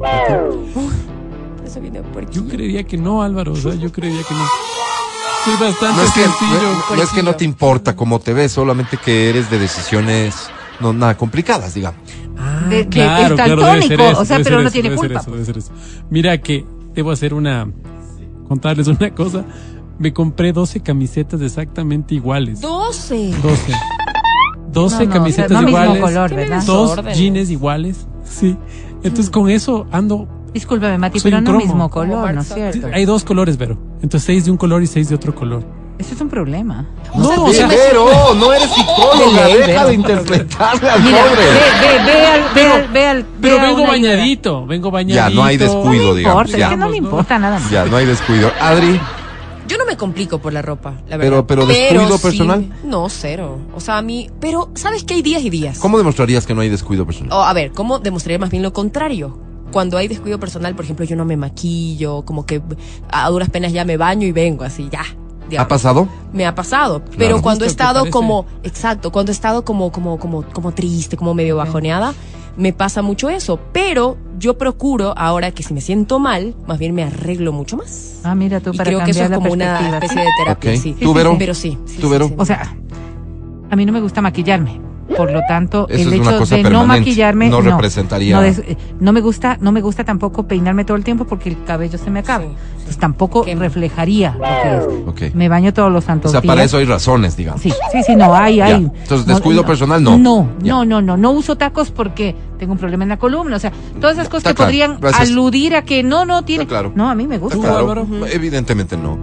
Speaker 3: Por eso viene por aquí.
Speaker 4: Yo creería que no, Álvaro, o sea, yo creería que no. Soy bastante
Speaker 2: No es que,
Speaker 4: sencillo.
Speaker 2: no, no es que no te importa cómo te ves, solamente que eres de decisiones no nada complicadas, digamos.
Speaker 4: Ah,
Speaker 5: de- de-
Speaker 4: claro,
Speaker 5: es
Speaker 4: claro, debe
Speaker 5: daltónico,
Speaker 4: ser eso,
Speaker 5: o sea,
Speaker 4: debe
Speaker 5: pero
Speaker 4: ser
Speaker 5: no
Speaker 4: eso,
Speaker 5: tiene
Speaker 4: debe ser
Speaker 5: culpa,
Speaker 4: eso, debe ser eso. Mira que debo hacer una... Contarles una cosa. Me compré doce camisetas exactamente iguales.
Speaker 3: doce.
Speaker 4: doce. doce
Speaker 5: No, no,
Speaker 4: camisetas
Speaker 5: o sea, no mismo
Speaker 4: iguales.
Speaker 5: color,
Speaker 3: Qué
Speaker 5: ¿verdad?
Speaker 4: Dos
Speaker 3: desorden.
Speaker 4: jeans iguales. Sí. Entonces con eso ando...
Speaker 5: Discúlpame, Mati,
Speaker 4: Soy
Speaker 5: pero
Speaker 4: un
Speaker 5: no
Speaker 4: cromo.
Speaker 5: mismo
Speaker 3: Como
Speaker 5: color,
Speaker 3: Mark
Speaker 5: ¿no es cierto?
Speaker 4: Hay dos colores, Vero. Entonces seis de un color y seis de otro color.
Speaker 5: Eso es un problema.
Speaker 4: No, o sea,
Speaker 2: Pero no eres psicóloga,
Speaker 5: De ley,
Speaker 2: deja
Speaker 5: Vero.
Speaker 2: de interpretarle al
Speaker 5: Mira,
Speaker 2: pobre.
Speaker 5: ve, ve, ve al, ve al, ve al,
Speaker 4: pero
Speaker 5: ve a
Speaker 4: vengo
Speaker 5: una
Speaker 4: bañadito, vengo bañadito.
Speaker 2: Ya, no hay descuido,
Speaker 5: No me
Speaker 2: digamos.
Speaker 5: importa, es
Speaker 2: Ya,
Speaker 5: que no me importa nada más.
Speaker 2: ya, no hay descuido. Adri,
Speaker 3: Yo no me complico por la ropa, la
Speaker 2: Pero-
Speaker 3: verdad.
Speaker 2: pero descuido
Speaker 3: sí
Speaker 2: personal.
Speaker 3: me- no, cero. O sea, a mí... Pero, ¿sabes que hay días y días?
Speaker 2: ¿cómo demostrarías que no hay descuido personal?
Speaker 3: O, a ver, ¿cómo demostraría más bien lo contrario? Cuando hay descuido personal, por ejemplo, yo no me maquillo, como que a duras penas ya me baño y vengo así, ya.
Speaker 2: ¿Ha
Speaker 3: digamos.
Speaker 2: pasado?
Speaker 3: Me ha pasado, pero cuando he
Speaker 4: ¿Viste lo que
Speaker 3: estado
Speaker 4: parece?
Speaker 3: como, exacto, cuando he estado como, como, como, como triste, como medio bajoneada, me pasa mucho eso. Pero yo procuro ahora que si me siento mal, más bien me arreglo mucho más.
Speaker 5: Ah, mira tú,
Speaker 3: Y
Speaker 5: para
Speaker 3: creo que eso
Speaker 5: cambiar
Speaker 3: es
Speaker 5: la
Speaker 3: como una
Speaker 5: perspectiva.
Speaker 3: especie
Speaker 5: ¿sí?
Speaker 3: de terapia,
Speaker 2: Ok.
Speaker 3: sí.
Speaker 2: ¿Tú, Vero?
Speaker 3: Pero sí. sí,
Speaker 2: ¿Tú,
Speaker 3: sí,
Speaker 2: Vero?
Speaker 3: sí.
Speaker 5: O sea, a mí no me gusta maquillarme. Por lo tanto,
Speaker 2: Eso
Speaker 5: el
Speaker 2: es una
Speaker 5: hecho
Speaker 2: cosa
Speaker 5: de no
Speaker 2: permanente.
Speaker 5: maquillarme
Speaker 2: No representaría-
Speaker 5: No, des- eh, no me gusta, no me gusta tampoco peinarme todo el tiempo porque el cabello se me acaba.
Speaker 3: Sí, sí.
Speaker 5: Entonces tampoco
Speaker 3: Quema.
Speaker 5: reflejaría lo que es.
Speaker 2: Ok.
Speaker 5: Me baño todos los
Speaker 2: O
Speaker 5: santos
Speaker 2: sea,
Speaker 5: días.
Speaker 2: para eso hay razones, digamos.
Speaker 5: Sí, sí, sí, no, hay,
Speaker 2: Ya.
Speaker 5: hay.
Speaker 2: Entonces, descuido personal, no.
Speaker 5: No,
Speaker 2: Ya.
Speaker 5: no, no, no, no uso tacos porque tengo un problema en la columna. O sea, todas esas cosas
Speaker 2: Está
Speaker 5: que
Speaker 2: claro.
Speaker 5: podrían
Speaker 2: Gracias.
Speaker 5: aludir a que no, no tiene.
Speaker 2: Está claro.
Speaker 5: No, a mí me gusta.
Speaker 2: Está claro.
Speaker 4: Álvaro?
Speaker 2: Evidentemente no.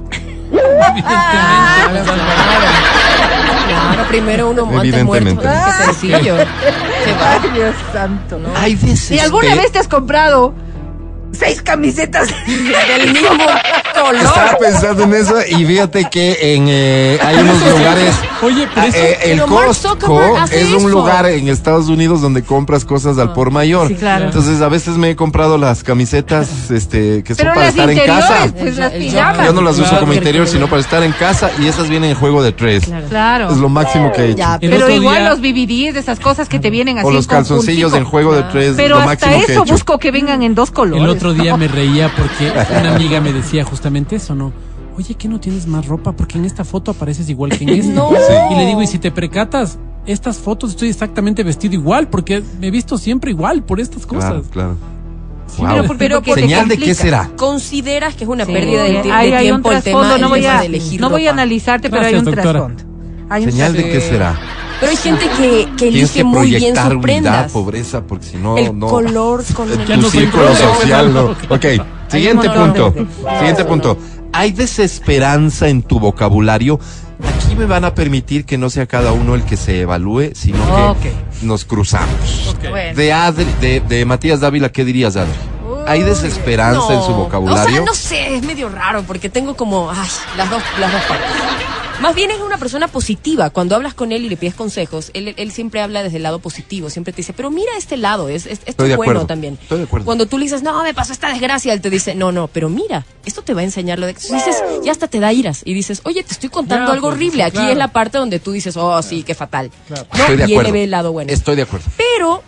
Speaker 4: Evidentemente, pues, Álvaro.
Speaker 3: Claro, primero uno antes muerto.
Speaker 2: Evidentemente.
Speaker 3: Qué sencillo. Qué va.
Speaker 5: Ay, Dios santo.
Speaker 3: ¿no?
Speaker 2: Hay veces
Speaker 5: ¿Y alguna
Speaker 2: que-
Speaker 5: vez te has comprado seis camisetas
Speaker 3: Del mismo color.
Speaker 2: Estaba pensando en eso y fíjate que en eh, hay unos lugares.
Speaker 4: Oye, pero eso...
Speaker 2: Eh, el
Speaker 3: Pero Mark
Speaker 2: Costco
Speaker 3: Zuckerberg hace
Speaker 2: es un
Speaker 3: eso.
Speaker 2: lugar en Estados Unidos donde compras cosas al por mayor.
Speaker 5: Sí, claro.
Speaker 2: Entonces a veces me he comprado las camisetas este, que son
Speaker 5: Pero
Speaker 2: para
Speaker 5: las
Speaker 2: estar en
Speaker 5: interiores,
Speaker 2: casa.
Speaker 5: pues
Speaker 3: El-
Speaker 5: las
Speaker 3: el
Speaker 5: pijamas.
Speaker 2: Yo no las uso
Speaker 4: Claro.
Speaker 2: como interior, sino para estar en casa y esas vienen en juego de tres.
Speaker 5: Claro.
Speaker 2: Es lo máximo que he hecho.
Speaker 3: Ya,
Speaker 4: El
Speaker 5: Pero
Speaker 4: otro
Speaker 5: igual
Speaker 4: día-
Speaker 5: los B B Ds, esas cosas que te vienen así
Speaker 2: O los
Speaker 5: en
Speaker 2: calzoncillos en
Speaker 5: conjuntico.
Speaker 2: juego de tres,
Speaker 5: Pero
Speaker 2: lo
Speaker 5: hasta
Speaker 2: máximo que he
Speaker 5: eso
Speaker 2: hecho.
Speaker 5: busco que vengan en dos colores.
Speaker 4: El otro día me reía porque una amiga me decía justamente eso, ¿no? Oye, ¿qué no tienes más ropa? Porque en esta foto apareces igual que en esta.
Speaker 3: No.
Speaker 2: Sí.
Speaker 4: Y le digo, y si te percatas, estas fotos estoy exactamente vestido igual, porque me he visto siempre igual por estas cosas.
Speaker 2: Claro, claro.
Speaker 4: Sí,
Speaker 2: Wow.
Speaker 5: pero por- pero porque te
Speaker 2: Señal de qué
Speaker 5: complica.
Speaker 2: será.
Speaker 3: ¿Consideras que es una
Speaker 5: Sí,
Speaker 3: pérdida de, ti- de
Speaker 5: hay, hay un
Speaker 3: tiempo el tema,
Speaker 5: trasfondo,
Speaker 3: el
Speaker 5: no voy
Speaker 3: tema
Speaker 5: a,
Speaker 3: de elegir
Speaker 5: no voy a
Speaker 3: ropa?
Speaker 5: analizarte, pero hay
Speaker 4: Gracias,
Speaker 5: un
Speaker 4: doctora.
Speaker 5: trasfondo. Hay un
Speaker 2: Señal de qué
Speaker 5: trasfondo.
Speaker 2: será.
Speaker 3: Pero hay gente que, que
Speaker 2: Tienes
Speaker 3: elige
Speaker 2: que
Speaker 3: muy bien
Speaker 2: proyectar
Speaker 3: sus
Speaker 2: humildad,
Speaker 3: prendas.
Speaker 2: pobreza, porque si no,
Speaker 3: El
Speaker 2: no.
Speaker 3: color con el...
Speaker 4: Ya
Speaker 2: Tu
Speaker 4: no soy
Speaker 2: círculo
Speaker 4: pobre,
Speaker 2: social, no.
Speaker 4: no.
Speaker 2: Ok, siguiente
Speaker 5: montón
Speaker 2: punto.
Speaker 5: de-
Speaker 2: Siguiente punto. ¿Hay desesperanza en tu vocabulario? Aquí aquí me van a permitir que no sea cada uno el que se evalúe, sino que
Speaker 5: Ok.
Speaker 2: nos cruzamos.
Speaker 5: Bueno.
Speaker 2: De, Adri, de, de Matías Dávila, ¿qué dirías, Adri? ¿Hay desesperanza
Speaker 3: No,
Speaker 2: en su vocabulario?
Speaker 3: O sea, no sé, es medio raro porque tengo como, ay, las dos, las dos partes. Más bien es una persona positiva. Cuando hablas con él y le pides consejos, él, él siempre habla desde el lado positivo. Siempre te dice, pero mira este lado, es, es, esto
Speaker 2: Estoy de
Speaker 3: es bueno
Speaker 2: acuerdo,
Speaker 3: también.
Speaker 2: estoy de acuerdo.
Speaker 3: Cuando tú le dices, no, me pasó esta desgracia, él te dice, no, no, pero mira, esto te va a enseñar lo de... Entonces dices, ya hasta te da iras. Y dices, oye, te estoy contando
Speaker 4: Ya,
Speaker 3: algo
Speaker 4: pues,
Speaker 3: horrible.
Speaker 4: sí,
Speaker 3: Aquí
Speaker 4: claro.
Speaker 3: es la parte donde tú dices, oh, sí, qué fatal.
Speaker 4: Claro.
Speaker 3: ¿No?
Speaker 2: Estoy de
Speaker 3: Y él
Speaker 2: acuerdo.
Speaker 3: le ve el lado bueno.
Speaker 2: Estoy de acuerdo.
Speaker 3: Pero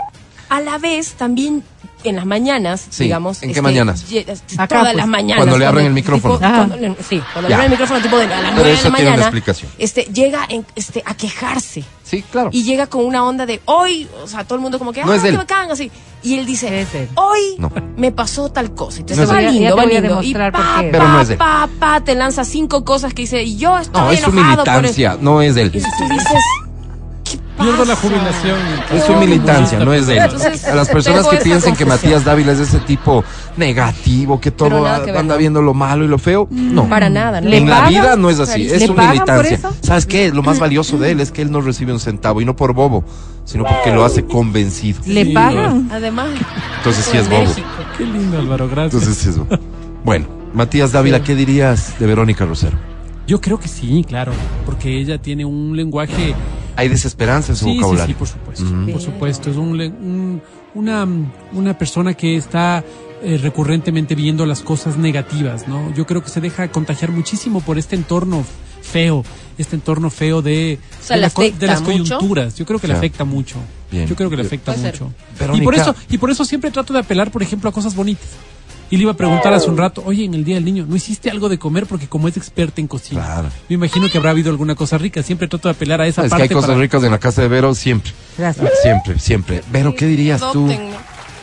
Speaker 3: a la vez también en las mañanas,
Speaker 2: Sí,
Speaker 3: digamos.
Speaker 2: ¿en qué mañanas?
Speaker 3: ye-
Speaker 5: Acá,
Speaker 3: todas
Speaker 5: pues,
Speaker 3: las mañanas.
Speaker 2: cuando le abren el micrófono.
Speaker 3: tipo,
Speaker 5: Ah.
Speaker 3: cuando le- sí, cuando
Speaker 2: Ya.
Speaker 3: le abren el micrófono tipo de a las
Speaker 2: Pero
Speaker 3: nueve de
Speaker 2: eso
Speaker 3: la
Speaker 2: tiene una
Speaker 3: mañana.
Speaker 2: explicación.
Speaker 3: Este, llega en, este, a quejarse.
Speaker 2: Sí, claro.
Speaker 3: Y llega con una onda de hoy, o sea, todo el mundo como que,
Speaker 2: No
Speaker 3: ah,
Speaker 2: es él.
Speaker 3: qué bacán, así. Y él dice,
Speaker 5: Es él.
Speaker 3: hoy
Speaker 2: No.
Speaker 3: me pasó tal cosa. Entonces
Speaker 2: No es
Speaker 3: va
Speaker 2: él.
Speaker 5: Ya- ya
Speaker 3: lindo,
Speaker 5: te
Speaker 3: va
Speaker 5: voy a
Speaker 3: lindo.
Speaker 5: demostrar
Speaker 3: y
Speaker 5: por
Speaker 3: pa,
Speaker 5: qué.
Speaker 2: Pero no es él.
Speaker 3: pa, pa, te lanza cinco cosas que dice, y yo estoy
Speaker 2: No, es su
Speaker 3: enojado por
Speaker 2: militancia,
Speaker 3: eso.
Speaker 2: no es de
Speaker 3: Y
Speaker 2: él.
Speaker 3: entonces tú dices, ¿qué
Speaker 4: Pierdo la
Speaker 3: pasa?
Speaker 4: jubilación.
Speaker 2: Es su militancia, no es de él.
Speaker 3: Entonces,
Speaker 2: A las personas
Speaker 3: tengo
Speaker 2: que
Speaker 3: esa
Speaker 2: piensen que
Speaker 3: confesión.
Speaker 2: Matías Dávila es ese tipo negativo, que
Speaker 3: Pero
Speaker 2: todo
Speaker 3: nada que ver,
Speaker 2: anda
Speaker 3: ¿no?
Speaker 2: viendo lo malo y lo feo, no.
Speaker 3: Para nada, ¿no?
Speaker 5: ¿Le
Speaker 2: En la
Speaker 5: pagan?
Speaker 2: vida no es así,
Speaker 3: ¿Le
Speaker 2: es su
Speaker 5: pagan por
Speaker 2: militancia.
Speaker 5: eso?
Speaker 2: ¿Sabes qué? Lo más valioso de él es que él no recibe un centavo y no por bobo, sino porque lo hace convencido.
Speaker 5: ¿Le
Speaker 4: Sí,
Speaker 5: pagan?
Speaker 3: Además,
Speaker 2: Entonces sí es bobo.
Speaker 3: México.
Speaker 4: Qué lindo, Álvaro, gracias.
Speaker 2: Entonces es bobo. Bueno, Matías Dávila, ¿qué dirías de Verónica Rosero?
Speaker 4: Yo creo que sí, claro, porque ella tiene un lenguaje...
Speaker 2: Hay desesperanza en su
Speaker 4: Sí, sí,
Speaker 2: vocabulario.
Speaker 4: sí, por supuesto,
Speaker 2: Ujú.
Speaker 4: por supuesto. Es un, le- un- una, una persona que está eh, recurrentemente viendo las cosas negativas, ¿no? Yo creo que se deja contagiar muchísimo por este entorno feo, este entorno feo de,
Speaker 3: O sea,
Speaker 4: de,
Speaker 3: ¿le
Speaker 4: la co- de
Speaker 3: afecta
Speaker 4: las
Speaker 3: mucho?
Speaker 4: coyunturas. Yo creo que le
Speaker 2: Claro.
Speaker 4: afecta mucho.
Speaker 2: Bien.
Speaker 4: Yo creo que le afecta
Speaker 3: Puede ser.
Speaker 4: mucho. Y
Speaker 2: Verónica.
Speaker 4: por eso, y por eso siempre trato de apelar, por ejemplo, a cosas bonitas. Y le iba a preguntar hace un rato, oye, en el Día del Niño, ¿no hiciste algo de comer? Porque como es experta en cocina,
Speaker 2: Claro.
Speaker 4: me imagino que habrá habido alguna cosa rica. Siempre trato de apelar a esa
Speaker 2: Es que
Speaker 4: parte.
Speaker 2: hay cosas
Speaker 4: para-
Speaker 2: ricas en la casa de Vero siempre.
Speaker 5: Gracias.
Speaker 2: Siempre, siempre. Vero, ¿qué dirías tú?
Speaker 3: Adopten, ¿no?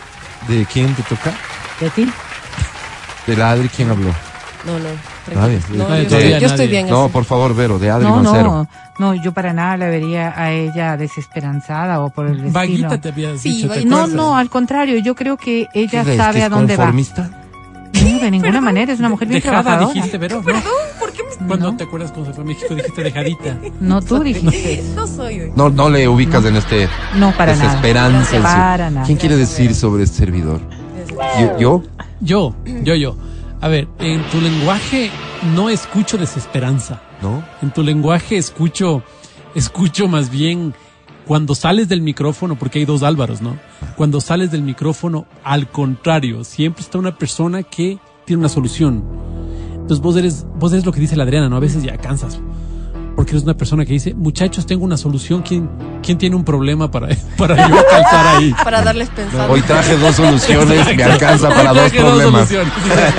Speaker 2: ¿De quién te toca?
Speaker 5: ¿De ti?
Speaker 2: ¿De la Adri? ¿Quién habló?
Speaker 3: No, no.
Speaker 2: Nadie.
Speaker 3: tranquilo. No,
Speaker 4: Nadie,
Speaker 3: yo,
Speaker 4: todavía
Speaker 3: yo estoy
Speaker 4: nadie.
Speaker 3: bien.
Speaker 2: No,
Speaker 3: así.
Speaker 2: por favor, Vero, de Adri
Speaker 5: No,
Speaker 2: Mancero.
Speaker 5: no, no, yo para nada la vería a ella desesperanzada o por el estilo.
Speaker 4: Vaguita te habías
Speaker 3: Sí,
Speaker 4: dicho, ¿te
Speaker 3: vaguita.
Speaker 5: No,
Speaker 4: acuerdas?
Speaker 5: no, al contrario, yo creo que ella
Speaker 2: ¿Qué ves,
Speaker 5: sabe
Speaker 2: que
Speaker 5: a
Speaker 2: es
Speaker 5: dónde va.
Speaker 2: conformista?
Speaker 5: No, de ninguna manera, es una mujer bien
Speaker 4: Dejada
Speaker 5: trabajadora.
Speaker 4: dijiste, Vero, ¿no?
Speaker 3: Perdón, ¿por qué me...
Speaker 4: Cuando
Speaker 5: No.
Speaker 4: te acuerdas cuando se fue a México dijiste dejadita.
Speaker 5: No, tú dijiste.
Speaker 3: No soy hoy.
Speaker 2: No, no le ubicas en este
Speaker 5: No, para nada.
Speaker 2: desesperanza. en su-
Speaker 5: Para nada.
Speaker 2: ¿Quién quiere decir sobre este servidor? ¿Yo? ¿Yo?
Speaker 4: Yo, yo, yo. A ver, en tu lenguaje no escucho desesperanza.
Speaker 2: ¿No?
Speaker 4: En tu lenguaje escucho, escucho más bien cuando sales del micrófono, porque hay dos Álvaros, ¿no? Cuando sales del micrófono, al contrario, siempre está una persona que tiene una solución. Entonces vos eres, vos eres lo que dice la Adriana, ¿no? A veces ya cansas. Porque eres una persona que dice, muchachos, tengo una solución. ¿Quién, quién tiene un problema para, para yo calzar ahí?
Speaker 3: Para darles pensar.
Speaker 2: Hoy traje dos soluciones, me alcanza para dos
Speaker 4: Traje dos
Speaker 2: problemas.
Speaker 4: soluciones.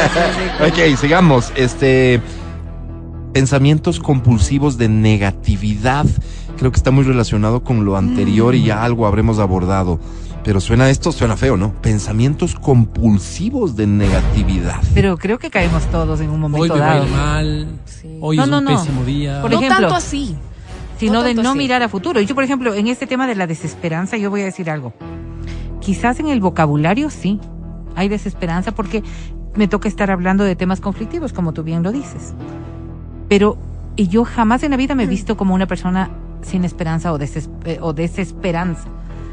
Speaker 2: Ok, sigamos. Este, pensamientos compulsivos de negatividad. Creo que está muy relacionado con lo anterior y ya algo habremos abordado. Pero suena esto, suena feo, ¿no? Pensamientos compulsivos de negatividad.
Speaker 5: Pero creo que caemos todos en un
Speaker 4: Hoy
Speaker 5: momento
Speaker 4: me va a
Speaker 5: dado.
Speaker 4: ir mal.
Speaker 3: Sí.
Speaker 4: Hoy
Speaker 5: No,
Speaker 4: es
Speaker 5: no,
Speaker 4: un
Speaker 5: no.
Speaker 4: pésimo día.
Speaker 5: Por
Speaker 3: no
Speaker 5: ejemplo,
Speaker 3: tanto así.
Speaker 5: Sino
Speaker 3: No
Speaker 5: de
Speaker 3: tanto
Speaker 5: no
Speaker 3: así.
Speaker 5: mirar a futuro. Y yo, por ejemplo, en este tema de la desesperanza, yo voy a decir algo. Quizás en el vocabulario sí hay desesperanza porque me toca estar hablando de temas conflictivos, como tú bien lo dices. Pero y yo jamás en la vida me he visto como una persona sin esperanza o, deses- eh, o desesperanza.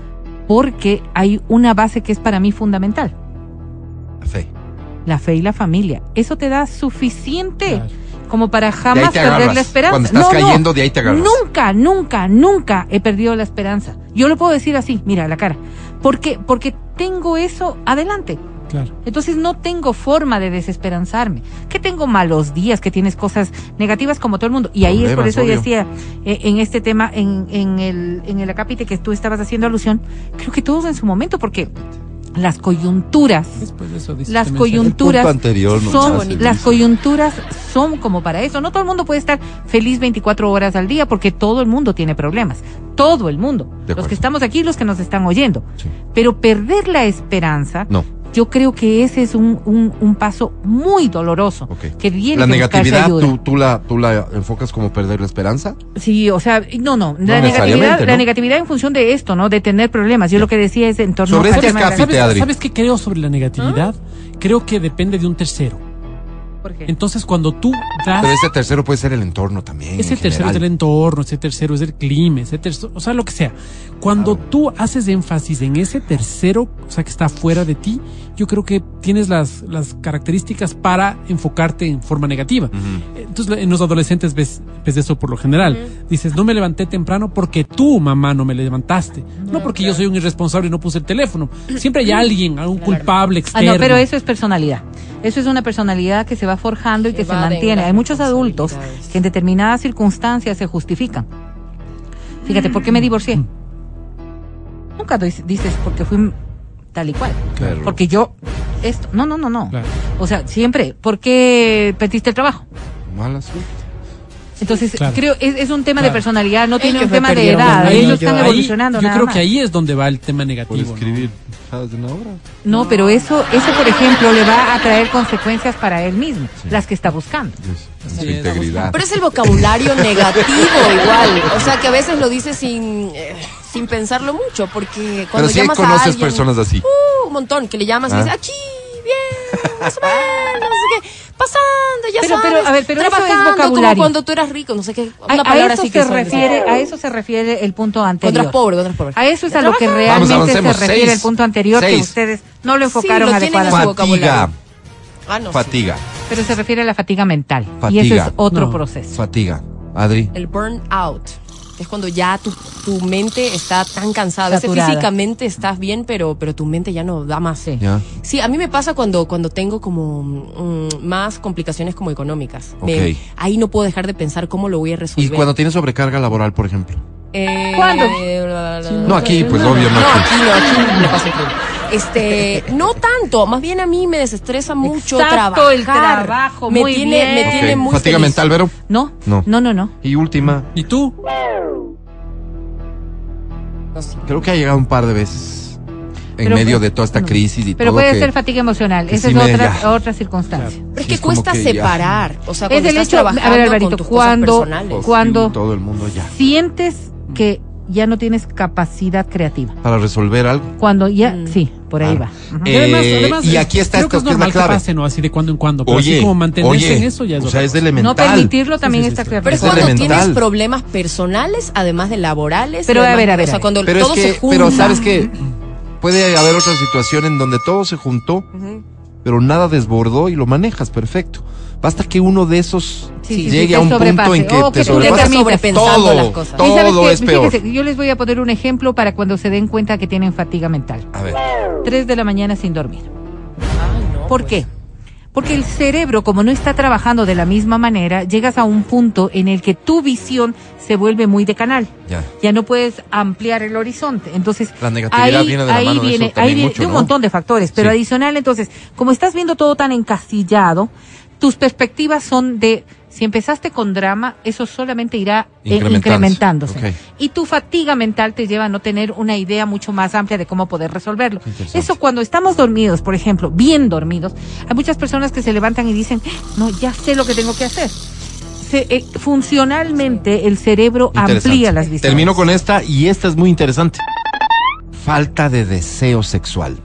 Speaker 5: Porque hay una base que es para mí fundamental.
Speaker 2: La fe.
Speaker 5: La fe y la familia. Eso te da suficiente
Speaker 4: Claro.
Speaker 5: como para
Speaker 2: De ahí
Speaker 5: jamás
Speaker 2: te
Speaker 5: perder
Speaker 2: agarras.
Speaker 5: la esperanza.
Speaker 2: Cuando estás cayendo, de ahí te agarras.
Speaker 5: Nunca, nunca, nunca he perdido la esperanza. Yo lo puedo decir así, mira, a la cara. ¿Por qué? Porque tengo eso adelante.
Speaker 4: Claro.
Speaker 5: Entonces no tengo forma de desesperanzarme. Que tengo malos días, que tienes cosas negativas como todo el mundo. Y ahí es por
Speaker 2: Problemas,
Speaker 5: eso yo
Speaker 2: obvio.
Speaker 5: decía, eh, en este tema, en, en el, en el acápite que tú estabas haciendo alusión, creo que todos en su momento, porque las coyunturas
Speaker 4: Después de eso dice
Speaker 5: las
Speaker 4: este mensaje.
Speaker 5: coyunturas
Speaker 2: El punto anterior nos
Speaker 5: son
Speaker 2: hace
Speaker 5: las
Speaker 2: Luis.
Speaker 5: coyunturas son como para eso. No todo el mundo puede estar feliz veinticuatro horas al día porque todo el mundo tiene problemas. Todo el mundo. Los
Speaker 2: acuerdo.
Speaker 5: que estamos aquí, los que nos están oyendo.
Speaker 2: Sí.
Speaker 5: Pero perder la esperanza,
Speaker 2: No.
Speaker 5: yo creo que ese es un, un, un paso muy doloroso.
Speaker 2: Ok.
Speaker 5: Que viene
Speaker 2: La
Speaker 5: de buscarse
Speaker 2: negatividad,
Speaker 5: ayuda.
Speaker 2: ¿tú, tú, la, ¿tú la enfocas como perder la esperanza?
Speaker 5: Sí, o sea, no, no, la
Speaker 2: necesariamente,
Speaker 5: negatividad,
Speaker 2: ¿no?
Speaker 5: la negatividad en función de esto, ¿no? De tener problemas. Yo lo que decía es en torno
Speaker 2: Sobre
Speaker 5: al
Speaker 2: este
Speaker 5: tema de la-
Speaker 2: escape.
Speaker 4: ¿Sabes,
Speaker 2: Adri.
Speaker 4: ¿Sabes qué creo sobre la negatividad? Creo que depende de un tercero.
Speaker 5: ¿Por qué?
Speaker 4: Entonces, cuando tú das...
Speaker 2: Pero ese tercero puede ser el entorno también.
Speaker 4: Ese
Speaker 2: en
Speaker 4: tercero
Speaker 2: general.
Speaker 4: es del entorno, ese tercero es del clima, ese tercero, o sea, lo que sea. Cuando
Speaker 2: Claro.
Speaker 4: tú haces énfasis en ese tercero, o sea, que está fuera de ti, yo creo que tienes las, las características para enfocarte en forma negativa.
Speaker 2: Ujú.
Speaker 4: Entonces, en los adolescentes ves, ves eso por lo general.
Speaker 3: Ujú.
Speaker 4: Dices, no me levanté temprano porque tú, mamá, no me levantaste. No porque yo soy un irresponsable y no puse el teléfono. Siempre hay alguien, algún culpable
Speaker 5: Ah,
Speaker 4: externo.
Speaker 5: no, pero eso es personalidad. Eso es una personalidad que se va forjando y que se
Speaker 3: Evaden
Speaker 5: mantiene.
Speaker 3: las
Speaker 5: Hay muchos adultos
Speaker 3: responsabilidades.
Speaker 5: que en determinadas circunstancias se justifican. Fíjate, ¿por qué me divorcié? Nunca doy- dices porque fui tal y cual.
Speaker 2: Claro.
Speaker 5: Porque yo, esto, no, no, no, no.
Speaker 4: Claro.
Speaker 5: O sea, siempre, ¿por qué perdiste el trabajo?
Speaker 2: Mala suerte.
Speaker 5: Entonces,
Speaker 4: Claro.
Speaker 5: creo, es, es un tema de
Speaker 4: Claro.
Speaker 5: personalidad, no tiene
Speaker 3: Ellos
Speaker 5: un
Speaker 3: me
Speaker 5: tema de
Speaker 3: perdieron
Speaker 5: edad.
Speaker 3: el
Speaker 4: Ahí-
Speaker 5: Ellos
Speaker 3: yo-
Speaker 5: están
Speaker 3: ahí-
Speaker 5: evolucionando
Speaker 4: Yo
Speaker 5: nada
Speaker 4: creo
Speaker 5: más.
Speaker 4: que ahí es donde va el tema
Speaker 2: Por
Speaker 4: negativo. ¿no?
Speaker 2: escribir, ¿sabes? De una obra.
Speaker 5: No, pero eso, eso por ejemplo, le va a traer consecuencias para él mismo, las que está buscando.
Speaker 2: Yes. Su
Speaker 4: Sí,
Speaker 2: integridad.
Speaker 3: Pero es el vocabulario negativo igual. O sea, que a veces lo dices sin, eh, sin pensarlo mucho, porque cuando
Speaker 2: Pero sí
Speaker 3: llamas a
Speaker 2: conoces
Speaker 3: alguien,
Speaker 2: personas así.
Speaker 3: Uh, un montón, que le llamas y
Speaker 2: Ah.
Speaker 3: dices, aquí, bien, más o menos, no sé qué, pasando, ya
Speaker 5: Pero-
Speaker 3: sabes,
Speaker 5: pero, a ver, pero eso es
Speaker 3: trabajando, como
Speaker 5: vocabulario.
Speaker 3: cuando tú eras rico, no sé qué,
Speaker 5: A,
Speaker 3: una
Speaker 5: a
Speaker 3: palabra
Speaker 5: eso
Speaker 3: así que
Speaker 5: se
Speaker 3: suele
Speaker 5: refiere,
Speaker 3: decir.
Speaker 5: a eso se refiere el punto
Speaker 3: Cuando
Speaker 5: anterior.
Speaker 3: eras pobre, cuando eras pobre.
Speaker 5: A eso es
Speaker 3: Ya
Speaker 5: a lo que
Speaker 3: trabajas.
Speaker 5: realmente
Speaker 2: Vamos,
Speaker 5: se
Speaker 2: avancemos.
Speaker 5: refiere
Speaker 2: Seis.
Speaker 5: el punto anterior que
Speaker 2: Seis.
Speaker 5: ustedes no lo enfocaron
Speaker 3: Sí, lo tienen en su
Speaker 5: adecuadamente.
Speaker 3: vocabulario.
Speaker 2: Fatiga.
Speaker 3: Ah, no, sí.
Speaker 2: Fatiga.
Speaker 5: Pero se refiere a la fatiga mental. Y
Speaker 2: Fatiga.
Speaker 5: ese es otro
Speaker 4: No.
Speaker 5: proceso.
Speaker 2: Fatiga. Adri.
Speaker 3: El burnout. Es cuando ya tu, tu mente está tan cansada. A veces
Speaker 5: Saturada.
Speaker 3: físicamente estás bien, pero, pero tu mente ya no da más.
Speaker 5: Sí.
Speaker 2: Ya.
Speaker 3: Sí, a mí me pasa cuando, cuando tengo como mm, más complicaciones como económicas. Me-
Speaker 2: Ok.
Speaker 3: ahí no puedo dejar de pensar cómo lo voy a
Speaker 2: Y
Speaker 3: resolver.
Speaker 2: cuando tienes sobrecarga laboral, por ejemplo.
Speaker 3: Eh,
Speaker 5: ¿Cuándo?
Speaker 3: la- la-
Speaker 2: No, aquí, pues obvio, no
Speaker 3: No,
Speaker 2: aquí.
Speaker 3: aquí no, aquí me pasa increíble. Este, no tanto, más bien a mí me desestresa mucho
Speaker 5: Exacto,
Speaker 3: trabajar.
Speaker 5: el trabajo,
Speaker 3: me
Speaker 5: muy
Speaker 3: tiene,
Speaker 5: bien.
Speaker 3: me tiene
Speaker 2: Ok.
Speaker 3: muy
Speaker 2: Fatiga
Speaker 3: feliz.
Speaker 2: mental, Vero.
Speaker 5: ¿No?
Speaker 2: No.
Speaker 5: No, no, no.
Speaker 2: Y última.
Speaker 4: ¿Y tú?
Speaker 3: No, sí.
Speaker 2: Creo que ha llegado un par de veces en
Speaker 5: Pero-
Speaker 2: medio de toda esta
Speaker 5: no.
Speaker 2: crisis y
Speaker 5: Pero
Speaker 2: todo.
Speaker 5: puede
Speaker 2: que-
Speaker 5: ser fatiga emocional.
Speaker 2: que
Speaker 5: Esa
Speaker 2: sí
Speaker 5: es
Speaker 2: me-
Speaker 5: otra,
Speaker 2: ya.
Speaker 5: otra circunstancia.
Speaker 3: Pero es
Speaker 2: Sí,
Speaker 3: que
Speaker 2: es como
Speaker 3: cuesta
Speaker 2: que ya.
Speaker 3: separar. O sea,
Speaker 5: Es
Speaker 3: cuando
Speaker 5: el
Speaker 3: estás
Speaker 5: hecho,
Speaker 3: trabajando
Speaker 5: a ver,
Speaker 3: con
Speaker 5: Alvarito,
Speaker 3: tus
Speaker 5: cuando,
Speaker 3: cosas personales.
Speaker 5: cuando
Speaker 2: Todo el mundo ya.
Speaker 5: sientes que ya no tienes capacidad creativa.
Speaker 2: Para resolver algo.
Speaker 5: Cuando ya,
Speaker 3: Mm.
Speaker 5: sí, por ahí
Speaker 2: Claro.
Speaker 5: va. Ujú.
Speaker 2: Eh,
Speaker 4: Y además- además,
Speaker 2: y aquí está
Speaker 4: creo que
Speaker 2: esto
Speaker 4: es
Speaker 2: que es la
Speaker 4: normal que
Speaker 2: clave.
Speaker 4: pase, ¿no? Así de cuando en cuando. Pero
Speaker 2: Oye,
Speaker 4: así como mantenerse
Speaker 2: oye,
Speaker 4: en eso ya es
Speaker 2: o
Speaker 4: otra
Speaker 2: sea, es
Speaker 4: cosa.
Speaker 2: elemental.
Speaker 5: No permitirlo también
Speaker 4: Sí, sí,
Speaker 5: está
Speaker 4: sí.
Speaker 5: claro.
Speaker 3: Pero es
Speaker 2: Es
Speaker 3: cuando
Speaker 2: elemental.
Speaker 3: tienes problemas personales, además de laborales.
Speaker 5: Pero
Speaker 3: y
Speaker 5: a
Speaker 3: además-
Speaker 5: ver, a ver,
Speaker 3: O sea,
Speaker 5: a ver.
Speaker 3: cuando
Speaker 2: Pero
Speaker 3: todo
Speaker 2: es que,
Speaker 3: se junta.
Speaker 2: pero sabes que puede haber otra situación en donde todo se juntó,
Speaker 3: Ujú.
Speaker 2: pero nada desbordó y lo manejas perfecto. Basta que uno de esos
Speaker 5: Sí, sí, sí,
Speaker 2: llegue
Speaker 5: te
Speaker 2: a un punto
Speaker 5: sobrepase.
Speaker 2: en que
Speaker 5: O
Speaker 2: te
Speaker 5: que tú le
Speaker 2: sobrepasa.
Speaker 5: permitas.
Speaker 3: sobrepensando
Speaker 2: todo,
Speaker 3: las cosas.
Speaker 5: ¿Y sabes
Speaker 2: todo
Speaker 5: qué?
Speaker 2: es peor.
Speaker 5: Fíjese, yo les voy a poner un ejemplo para cuando se den cuenta que tienen fatiga mental.
Speaker 2: A ver,
Speaker 5: Tres de la mañana sin dormir.
Speaker 3: Ay, no,
Speaker 5: ¿Por
Speaker 3: pues.
Speaker 5: qué? Porque el cerebro, como no está trabajando de la misma manera, llegas a un punto en el que tu visión se vuelve muy de canal.
Speaker 2: ya.
Speaker 5: Ya no puedes ampliar el horizonte. Entonces,
Speaker 2: La negatividad viene de la
Speaker 5: ahí
Speaker 2: mano de
Speaker 5: viene,
Speaker 2: eso también
Speaker 5: ahí viene
Speaker 2: mucho,
Speaker 5: de un
Speaker 2: ¿no?
Speaker 5: montón de factores, pero
Speaker 2: Sí.
Speaker 5: adicional, entonces, como estás viendo todo tan encasillado, tus perspectivas son de, si empezaste con drama, eso solamente irá eh,
Speaker 2: Incrementándose.
Speaker 5: incrementándose.
Speaker 2: Ok.
Speaker 5: Y tu fatiga mental te lleva a no tener una idea mucho más amplia de cómo poder resolverlo.
Speaker 2: Interesante.
Speaker 5: Eso cuando estamos dormidos, por ejemplo, bien dormidos, hay muchas personas que se levantan y dicen, no, ya sé lo que tengo que hacer. Se, eh, funcionalmente el cerebro
Speaker 2: Interesante.
Speaker 5: amplía las visiones.
Speaker 2: Termino con esta y esta es muy interesante. Falta de deseo sexual.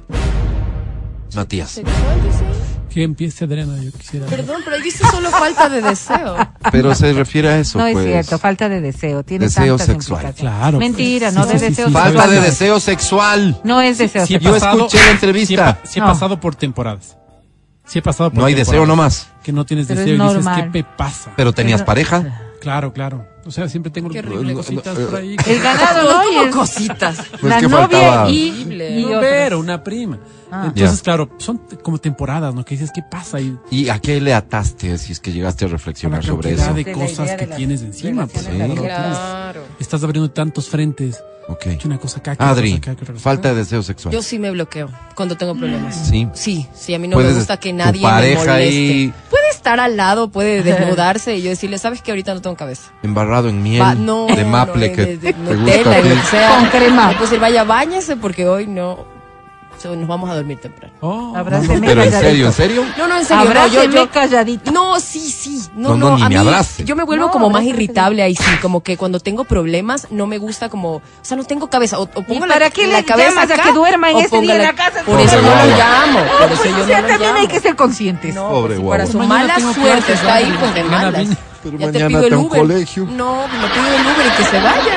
Speaker 2: Matías.
Speaker 3: ¿Sexual, dice?
Speaker 4: Que empiece Adriana, yo quisiera.
Speaker 3: Perdón, pero ahí dice solo falta de deseo.
Speaker 2: Pero se refiere a eso,
Speaker 5: No es
Speaker 2: pues.
Speaker 5: cierto, falta de deseo. Tiene
Speaker 2: Deseo
Speaker 5: tantas
Speaker 2: sexual.
Speaker 5: implicaciones.
Speaker 4: Claro.
Speaker 5: Mentira,
Speaker 4: pues.
Speaker 5: no
Speaker 4: Sí,
Speaker 5: de
Speaker 4: sí, sí,
Speaker 5: deseo
Speaker 4: sí.
Speaker 2: Falta
Speaker 5: sexual.
Speaker 2: de deseo sexual.
Speaker 5: No es deseo
Speaker 4: Sí he
Speaker 2: Yo
Speaker 5: sexual.
Speaker 4: pasado-
Speaker 2: escuché la entrevista.
Speaker 4: Sí he, pa- sí he
Speaker 5: No.
Speaker 4: pasado por temporadas. Sí he pasado por
Speaker 2: No hay
Speaker 4: temporadas.
Speaker 2: deseo nomás.
Speaker 4: Que no tienes
Speaker 5: Pero
Speaker 4: deseo
Speaker 5: es
Speaker 4: y dices,
Speaker 5: normal.
Speaker 4: ¿qué me pasa?
Speaker 2: Pero tenías
Speaker 5: Pero-
Speaker 2: pareja.
Speaker 4: Claro, claro. O sea, siempre tengo
Speaker 3: Qué horrible.
Speaker 4: cositas
Speaker 2: No, no,
Speaker 4: por ahí.
Speaker 5: El ganado, ¿no? Y
Speaker 3: Como
Speaker 5: el-
Speaker 3: cositas.
Speaker 2: Pues
Speaker 5: la
Speaker 2: que
Speaker 5: novia
Speaker 2: faltaba.
Speaker 5: y,
Speaker 3: Horrible.
Speaker 5: y
Speaker 4: Un
Speaker 5: otros.
Speaker 4: pero, una prima.
Speaker 5: Ah.
Speaker 4: Entonces,
Speaker 2: Ya.
Speaker 4: claro, son t- como temporadas, ¿no? Que dices, ¿qué pasa? Y
Speaker 2: ¿Y a qué le ataste si es que llegaste a
Speaker 4: la
Speaker 2: reflexionar sobre
Speaker 4: cantidad
Speaker 2: eso?
Speaker 4: de
Speaker 5: De la
Speaker 4: cosas
Speaker 5: idea
Speaker 4: que
Speaker 5: de las
Speaker 4: tienes encima. Pues,
Speaker 5: relaciones
Speaker 2: Sí.
Speaker 4: claro, tienes-
Speaker 3: Claro.
Speaker 4: estás abriendo tantos frentes.
Speaker 2: Ok.
Speaker 4: Que una cosa acá, que otra
Speaker 2: Adri,
Speaker 4: cosa acá, que otra cosa
Speaker 2: falta de
Speaker 4: acá.
Speaker 2: deseo sexual.
Speaker 3: Yo sí me bloqueo cuando tengo problemas.
Speaker 2: Sí.
Speaker 3: Sí, sí, a mí no
Speaker 2: Puedes-
Speaker 3: me gusta que
Speaker 2: tu
Speaker 3: nadie me
Speaker 2: pareja
Speaker 3: moleste.
Speaker 2: ahí-
Speaker 3: Puede estar al lado, puede desnudarse y yo decirle, ¿sabes que ahorita no tengo cabeza?
Speaker 2: Embarrado en miel
Speaker 3: Va- no,
Speaker 2: de maple
Speaker 3: no,
Speaker 2: que
Speaker 3: de- de
Speaker 2: te
Speaker 3: Nutella,
Speaker 2: gusta a
Speaker 3: y
Speaker 2: ti.
Speaker 3: lo que sea.
Speaker 5: Con crema.
Speaker 3: Le puedo decir, vaya, báñese porque hoy no, so, nos vamos a dormir temprano.
Speaker 4: Oh,
Speaker 5: Abráceme
Speaker 2: Pero en
Speaker 5: calladito.
Speaker 2: serio, en serio.
Speaker 3: No, no, en serio, no, yo,
Speaker 5: Abráceme
Speaker 3: yo,
Speaker 5: calladito.
Speaker 3: no, sí, sí,
Speaker 2: No, no, ni
Speaker 3: a
Speaker 2: me
Speaker 3: mí,
Speaker 2: abrace.
Speaker 3: Yo me vuelvo
Speaker 5: No,
Speaker 3: como más
Speaker 5: abrázate.
Speaker 3: irritable ahí sí, como que cuando tengo problemas no me gusta como, o sea, no tengo cabeza, o, o pongo
Speaker 5: ¿Y
Speaker 3: la,
Speaker 5: para qué
Speaker 3: la
Speaker 5: le
Speaker 3: cabeza
Speaker 5: llamas a
Speaker 3: acá,
Speaker 5: que duerma en
Speaker 3: o
Speaker 5: ese
Speaker 3: pongo
Speaker 5: día en
Speaker 3: la-
Speaker 5: la casa?
Speaker 3: Por
Speaker 2: Pobre
Speaker 3: eso no
Speaker 2: guagua.
Speaker 3: lo llamo, por
Speaker 5: No,
Speaker 3: eso
Speaker 5: pues,
Speaker 3: yo
Speaker 5: o sea,
Speaker 3: no lo
Speaker 5: también
Speaker 3: llamo.
Speaker 5: hay que ser conscientes.
Speaker 3: No,
Speaker 2: Pobre
Speaker 3: pues, si
Speaker 2: guagua.
Speaker 3: para su
Speaker 4: Mañana
Speaker 3: mala
Speaker 4: tengo
Speaker 3: suerte
Speaker 4: clases,
Speaker 3: está ahí,
Speaker 4: Adri,
Speaker 3: pues de
Speaker 4: mañana
Speaker 3: malas.
Speaker 4: viene.
Speaker 2: Pero
Speaker 3: Ya te
Speaker 2: mañana
Speaker 3: pido el
Speaker 2: tengo
Speaker 3: Uber.
Speaker 2: colegio.
Speaker 3: No, me pido el Uber y que se vaya,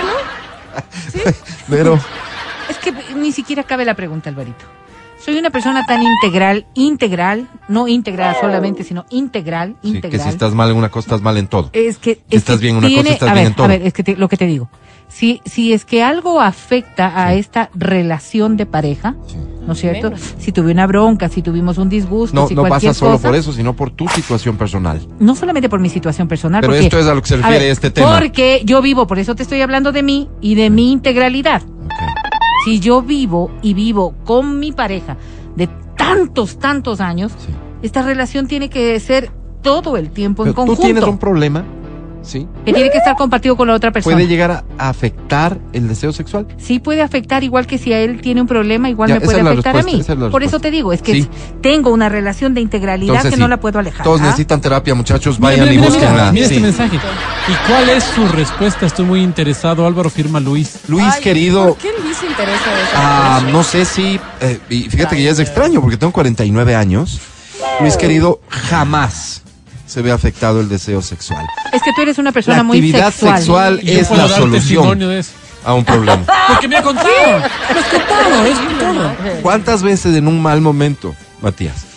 Speaker 3: ¿no?
Speaker 2: Pero,
Speaker 5: Es que ni siquiera cabe la pregunta, Alvarito. Soy una persona tan integral, integral, no integrada solamente, sino integral,
Speaker 2: sí,
Speaker 5: integral.
Speaker 2: que si estás mal en una cosa, estás mal en todo.
Speaker 5: Es que,
Speaker 2: Si
Speaker 5: es
Speaker 2: estás
Speaker 5: que
Speaker 2: bien en una
Speaker 5: tiene-
Speaker 2: cosa, estás
Speaker 5: a
Speaker 2: bien
Speaker 5: ver,
Speaker 2: en todo.
Speaker 5: A ver, es que te- lo que te digo. Si, si es que algo afecta a esta relación de pareja,
Speaker 2: Sí.
Speaker 5: ¿no es cierto?
Speaker 3: Menos.
Speaker 5: Si tuve una bronca, si tuvimos un disgusto,
Speaker 2: No,
Speaker 5: si
Speaker 2: no
Speaker 5: cualquier
Speaker 2: pasa solo
Speaker 5: cosa,
Speaker 2: por eso, sino por tu situación personal.
Speaker 5: no solamente por mi situación personal.
Speaker 2: Pero
Speaker 5: porque,
Speaker 2: esto es a lo que se refiere
Speaker 5: ver,
Speaker 2: este tema.
Speaker 5: Porque yo vivo, por eso te estoy hablando de mí y de mi integralidad.
Speaker 2: Ok.
Speaker 5: Si yo vivo y vivo con mi pareja de tantos, tantos años,
Speaker 2: Sí.
Speaker 5: esta relación tiene que ser todo el tiempo en
Speaker 2: Pero tú
Speaker 5: conjunto.
Speaker 2: tienes un problema, ¿sí?
Speaker 5: Que tiene que estar compartido con la otra persona.
Speaker 2: Puede llegar a a afectar el deseo sexual.
Speaker 5: Sí puede afectar, igual que si a él tiene un problema, igual
Speaker 2: Ya,
Speaker 5: me
Speaker 2: esa
Speaker 5: puede
Speaker 2: es la
Speaker 5: afectar a
Speaker 2: respuesta,
Speaker 5: mí.
Speaker 2: esa es la
Speaker 5: Por eso
Speaker 2: respuesta.
Speaker 5: te digo, es que
Speaker 2: Sí.
Speaker 5: es- tengo una relación de integralidad
Speaker 2: Entonces,
Speaker 5: que
Speaker 2: sí.
Speaker 5: no la puedo alejar.
Speaker 2: Todos
Speaker 5: ¿ah?
Speaker 2: necesitan terapia, muchachos.
Speaker 4: Mira,
Speaker 2: Vayan
Speaker 4: mira,
Speaker 2: y
Speaker 4: mira,
Speaker 2: búsquenla.
Speaker 4: mira, mira
Speaker 2: Sí.
Speaker 4: este mensaje. ¿Y cuál es su respuesta? Estoy muy interesado. Álvaro firma Luis.
Speaker 2: Luis,
Speaker 3: Ay,
Speaker 2: querido,
Speaker 3: ¿por qué Luis se interesa de eso?
Speaker 2: ah, no sé si, eh, y fíjate que ya es extraño porque tengo cuarenta y nueve años. Luis, querido, jamás se ve afectado el deseo sexual.
Speaker 5: Es que tú eres una persona
Speaker 2: La
Speaker 5: muy
Speaker 2: actividad
Speaker 5: sexual.
Speaker 2: sexual
Speaker 4: Y yo
Speaker 2: es
Speaker 4: puedo
Speaker 2: la
Speaker 4: dar
Speaker 2: solución
Speaker 4: testimonio de eso.
Speaker 2: a un problema.
Speaker 4: Porque me ha contado. Me has contado, es todo.
Speaker 2: ¿Cuántas veces en un mal momento, Matías?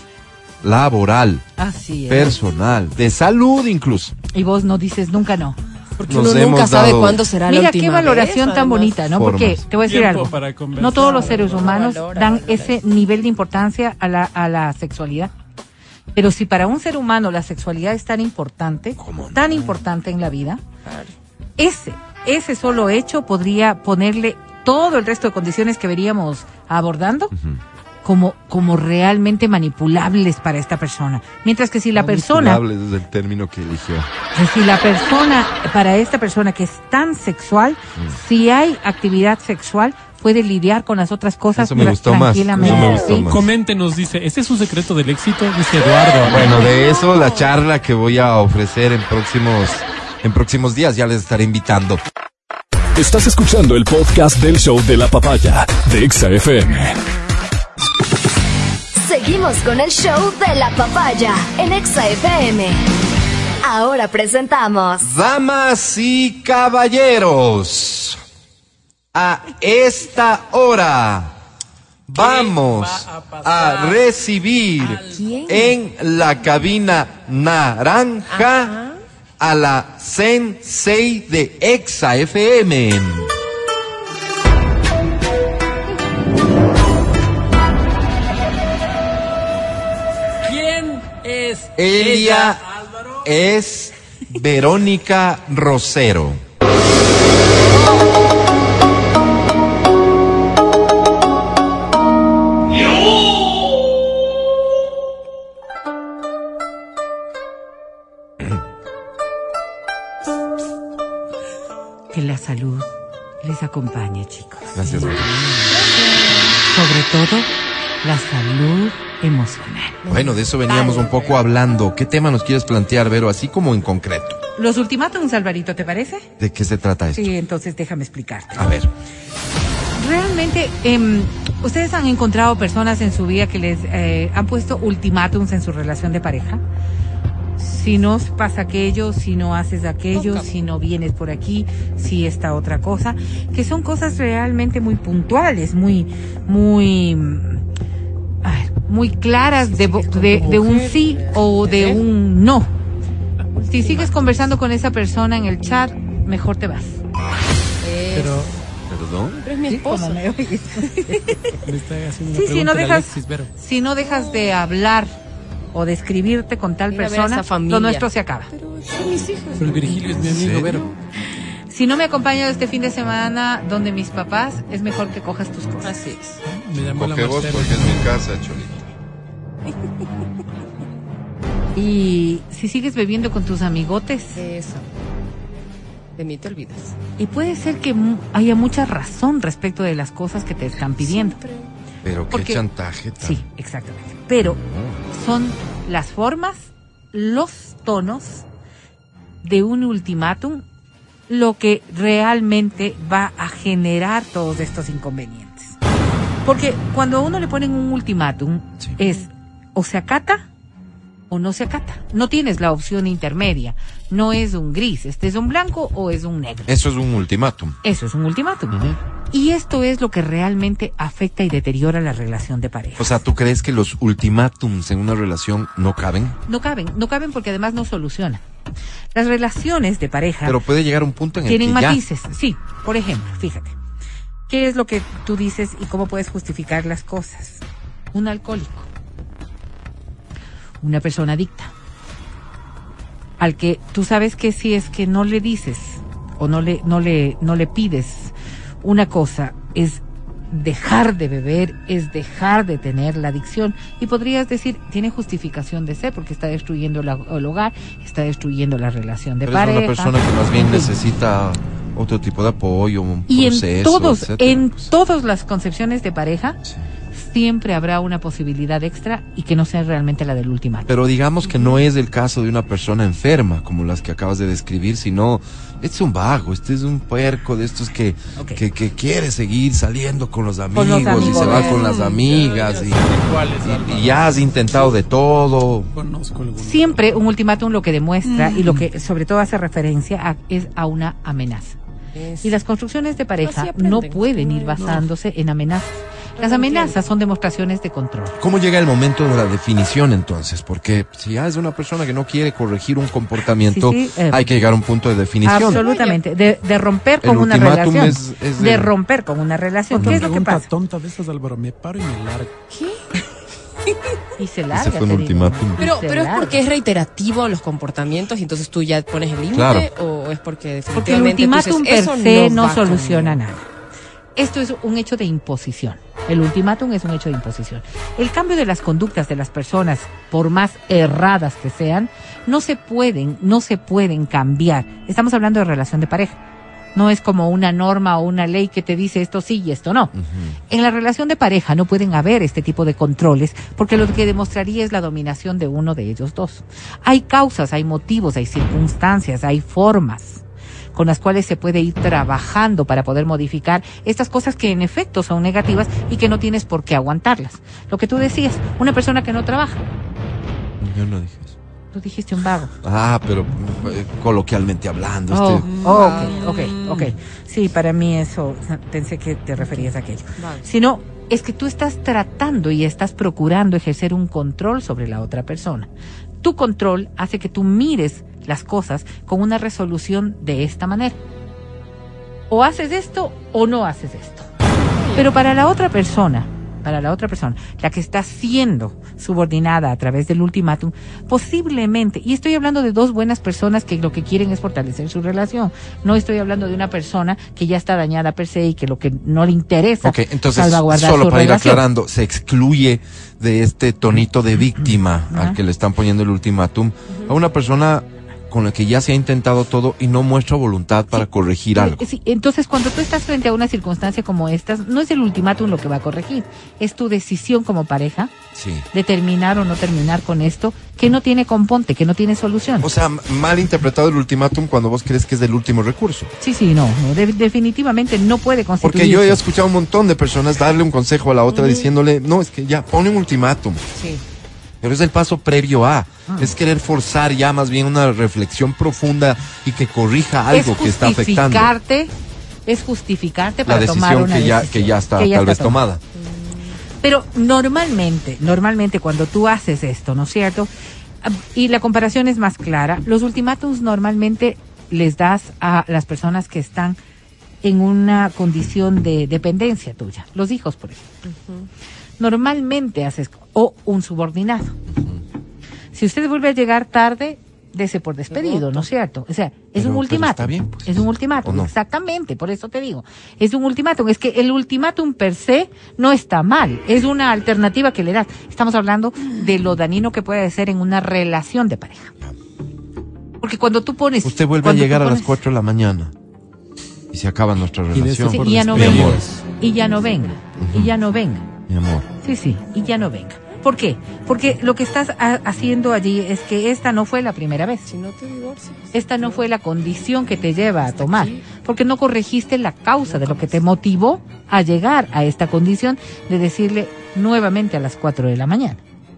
Speaker 2: Laboral,
Speaker 5: Así es.
Speaker 2: personal, de salud incluso.
Speaker 5: Y vos no dices nunca no.
Speaker 3: Porque
Speaker 2: Nos
Speaker 3: uno nunca
Speaker 2: hemos
Speaker 3: sabe
Speaker 2: dado
Speaker 3: cuándo será la
Speaker 5: Mira
Speaker 3: última
Speaker 5: qué valoración
Speaker 3: vez,
Speaker 5: tan
Speaker 3: además.
Speaker 5: bonita, ¿no? Porque
Speaker 2: Formas.
Speaker 5: te voy a decir
Speaker 4: Tiempo
Speaker 5: algo.
Speaker 4: para conversar.
Speaker 5: No todos los seres humanos
Speaker 3: Valora,
Speaker 5: dan
Speaker 3: valora.
Speaker 5: ese nivel de importancia a la, a la sexualidad. Pero si para un ser humano la sexualidad es tan importante, tan importante en la vida, ese, ese solo hecho podría ponerle todo el resto de condiciones que veríamos abordando como, como realmente manipulables para esta persona. Mientras que si la persona,
Speaker 2: Manipulables es el término que eligió.
Speaker 5: que si la persona, para esta persona que es tan sexual, si hay actividad sexual, puede lidiar con las otras cosas
Speaker 2: Eso me
Speaker 5: tra-
Speaker 2: gustó más,
Speaker 5: tranquilamente.
Speaker 2: eso me gustó
Speaker 5: ¿sí?
Speaker 2: más.
Speaker 4: Coméntenos, dice, ¿ese es un secreto del éxito? Dice Eduardo.
Speaker 2: Bueno, de eso la charla que voy a ofrecer en próximos, en próximos días, ya les estaré invitando.
Speaker 1: Estás escuchando el podcast del show de la papaya de Exa F M.
Speaker 6: Seguimos con el show de la papaya en Exa F M. Ahora presentamos
Speaker 2: Damas y caballeros, a esta hora vamos a recibir
Speaker 3: quién?
Speaker 2: en la cabina naranja a la Sensei de Exa F M.
Speaker 4: ¿Quién es
Speaker 2: Ella es Verónica Rosero.
Speaker 5: Que la salud les acompañe, chicos.
Speaker 2: Gracias. Verónica.
Speaker 5: Sobre todo, la salud emocional.
Speaker 2: Bueno, de eso veníamos un poco hablando. ¿Qué tema nos quieres plantear, Vero? Así como en concreto.
Speaker 5: Los ultimátums, Alvarito, ¿te parece?
Speaker 2: ¿De qué se trata esto?
Speaker 5: Sí, entonces déjame explicarte.
Speaker 2: A ver.
Speaker 5: Realmente, em, ¿ustedes han encontrado personas en su vida que les eh, han puesto ultimátums en su relación de pareja? Si no pasa aquello, si no haces aquello, si no vienes por aquí, si esta otra cosa, que son cosas realmente muy puntuales, muy, muy, mm, a ver, muy claras de, vo- de, de un sí o de un no. Si sigues conversando con esa persona en el chat, mejor te vas.
Speaker 4: Pero
Speaker 2: ¿Perdón?
Speaker 3: Pero es mi esposo.
Speaker 4: me está haciendo una
Speaker 5: Sí, si no
Speaker 4: pregunta de
Speaker 5: dejas,
Speaker 4: Alexis, Vero.
Speaker 5: si no dejas de hablar o de escribirte con tal
Speaker 3: Ir a ver a
Speaker 5: persona,
Speaker 3: esa familia.
Speaker 5: lo nuestro se acaba.
Speaker 3: Pero son mis hijos.
Speaker 4: Pero el Virgilio es mi amigo,
Speaker 2: serio?
Speaker 4: Vero.
Speaker 5: Si no me acompañas este fin de semana donde mis papás, es mejor que cojas tus cosas.
Speaker 3: Así es.
Speaker 4: Me llamó la
Speaker 2: Coge vos
Speaker 4: Marcela.
Speaker 2: porque es mi casa, Cholita.
Speaker 5: Y si sigues bebiendo con tus amigotes,
Speaker 3: Eso. De mí te olvidas.
Speaker 5: y puede ser que mu- haya mucha razón respecto de las cosas que te están pidiendo.
Speaker 2: Pero qué
Speaker 5: Porque-
Speaker 2: chantaje tan...
Speaker 5: Sí, exactamente. Pero son las formas, los tonos de un ultimátum lo que realmente va a generar todos estos inconvenientes. Porque cuando a uno le ponen un ultimátum, sí, es o se acata o no se acata. No tienes la opción intermedia. No es un gris. Este es un blanco o es un negro.
Speaker 2: Eso es un ultimátum.
Speaker 5: Eso es un ultimátum. Uh-huh. Y esto es lo que realmente afecta y deteriora la relación de pareja.
Speaker 2: O sea, ¿tú crees que los ultimátums en una relación no caben?
Speaker 5: No caben, no caben porque además no solucionan. Las relaciones de pareja...
Speaker 2: Pero puede llegar un punto en el que
Speaker 5: tienen
Speaker 2: ya...
Speaker 5: matices. Sí, por ejemplo, fíjate. ¿Qué es lo que tú dices y cómo puedes justificar las cosas? Un alcohólico. Una persona adicta. Al que tú sabes que si es que no le dices o no le, no le, no le pides una cosa, es dejar de beber, es dejar de tener la adicción. Y podrías decir, tiene justificación de ser porque está destruyendo la, el hogar, está destruyendo la relación de
Speaker 2: Pero
Speaker 5: pareja.
Speaker 2: Es una persona que más bien necesita otro tipo de apoyo, un
Speaker 5: y
Speaker 2: proceso,
Speaker 5: en todos,
Speaker 2: etcétera.
Speaker 5: en todas las concepciones de pareja, sí, siempre habrá una posibilidad extra y que no sea realmente la del ultimátum.
Speaker 2: Pero digamos que no es el caso de una persona enferma, como las que acabas de describir, sino este es un vago, este es un puerco de estos que, okay, que, que quiere seguir saliendo con los amigos, con los amigos y se va con las amigas y, y, y ya has intentado de todo.
Speaker 5: Siempre un ultimátum lo que demuestra mm. y lo que sobre todo hace referencia a, es a una amenaza. Es. Y las construcciones de pareja no pueden ir basándose no. en amenazas. Las amenazas son demostraciones de control.
Speaker 2: ¿Cómo llega el momento de la definición entonces? Porque si ya es una persona que no quiere corregir un comportamiento, sí, sí, eh, hay que llegar a un punto de definición.
Speaker 5: Absolutamente, de, de romper con
Speaker 2: el
Speaker 5: una relación.
Speaker 2: Es, es
Speaker 5: de... de romper con una relación. ¿Qué es lo que pasa?
Speaker 4: Tonta de esas, Álvaro, me paro y me largo.
Speaker 5: ¿Qué? Y se larga.
Speaker 2: Ese fue un ultimátum.
Speaker 3: Pero, pero es porque es reiterativo los comportamientos y entonces tú ya pones el límite, claro, o es porque definitivamente
Speaker 5: porque el ultimátum per se no,
Speaker 3: no
Speaker 5: soluciona nada. Esto es un hecho de imposición. El ultimátum es un hecho de imposición. El cambio de las conductas de las personas, por más erradas que sean, no se pueden, no se pueden cambiar. Estamos hablando de relación de pareja. No es como una norma o una ley que te dice esto sí y esto no. Uh-huh. En la relación de pareja no pueden haber este tipo de controles porque lo que demostraría es la dominación de uno de ellos dos. Hay causas, hay motivos, hay circunstancias, hay formas con las cuales se puede ir trabajando para poder modificar estas cosas que en efecto son negativas y que no tienes por qué aguantarlas. Lo que tú decías, una persona que no trabaja.
Speaker 2: Yo no dije eso.
Speaker 5: Tú dijiste un vago.
Speaker 2: Ah, pero eh, coloquialmente hablando.
Speaker 5: Oh,
Speaker 2: este...
Speaker 5: oh, ok, ok, ok. Sí, para mí eso, pensé que te referías a aquello. Vale. Sino, es que tú estás tratando y estás procurando ejercer un control sobre la otra persona. Tu control hace que tú mires las cosas con una resolución de esta manera. O haces esto o no haces esto. Pero para la otra persona, para la otra persona, la que está siendo subordinada a través del ultimátum, posiblemente, y estoy hablando de dos buenas personas que lo que quieren es fortalecer su relación, no estoy hablando de una persona que ya está dañada per se y que lo que no le interesa
Speaker 2: okay, entonces,
Speaker 5: salvaguardar
Speaker 2: solo
Speaker 5: su
Speaker 2: para
Speaker 5: relación.
Speaker 2: Ir aclarando, se excluye de este tonito de víctima uh-huh. al que le están poniendo el ultimátum uh-huh. a una persona con la que ya se ha intentado todo y no muestra voluntad para sí, corregir algo.
Speaker 5: Sí, entonces cuando tú estás frente a una circunstancia como esta, no es el ultimátum lo que va a corregir, es tu decisión como pareja
Speaker 2: sí.
Speaker 5: de terminar o no terminar con esto, que no tiene componte, que no tiene solución.
Speaker 2: O sea, mal interpretado el ultimátum cuando vos crees que es el último recurso.
Speaker 5: Sí, sí, no, no de, definitivamente no puede constituirse.
Speaker 2: Porque yo he escuchado a un montón de personas darle un consejo a la otra uh-huh. diciéndole, no, es que ya, pone un ultimátum.
Speaker 5: Sí.
Speaker 2: Pero es el paso previo a, ah. es querer forzar ya más bien una reflexión profunda y que corrija algo que está afectando.
Speaker 5: Es justificarte para
Speaker 2: la
Speaker 5: tomar una
Speaker 2: que ya,
Speaker 5: decisión
Speaker 2: que ya está
Speaker 5: que ya
Speaker 2: tal
Speaker 5: está
Speaker 2: vez tomada. tomada.
Speaker 5: Pero normalmente, normalmente cuando tú haces esto, ¿no es cierto? Y la comparación es más clara, los ultimátums normalmente les das a las personas que están en una condición de dependencia tuya, los hijos, por ejemplo. Uh-huh. Normalmente haces, o un subordinado. Uh-huh. Si usted vuelve a llegar tarde, dese por despedido, ¿no es cierto? O sea, es
Speaker 2: pero,
Speaker 5: un ultimátum.
Speaker 2: Está bien, pues,
Speaker 5: es un ultimátum,
Speaker 2: no?
Speaker 5: Exactamente, por eso te digo. Es un ultimátum, es que el ultimátum per se no está mal, es una alternativa que le das. Estamos hablando de lo dañino que puede ser en una relación de pareja. Porque cuando tú pones...
Speaker 2: Usted vuelve a llegar pones, a las cuatro de la mañana y se acaba nuestra relación.
Speaker 5: Sí, y ya no venga. Y ya no venga. Uh-huh. Y ya no venga.
Speaker 2: Mi amor.
Speaker 5: Sí, sí, y ya no venga. ¿Por qué? Porque lo que estás ha- haciendo allí es que esta no fue la primera vez.
Speaker 3: Si no te divorcias.
Speaker 5: Esta no fue la condición que te lleva a tomar, porque no corregiste la causa de lo que te motivó a llegar a esta condición de decirle nuevamente a las cuatro de la mañana.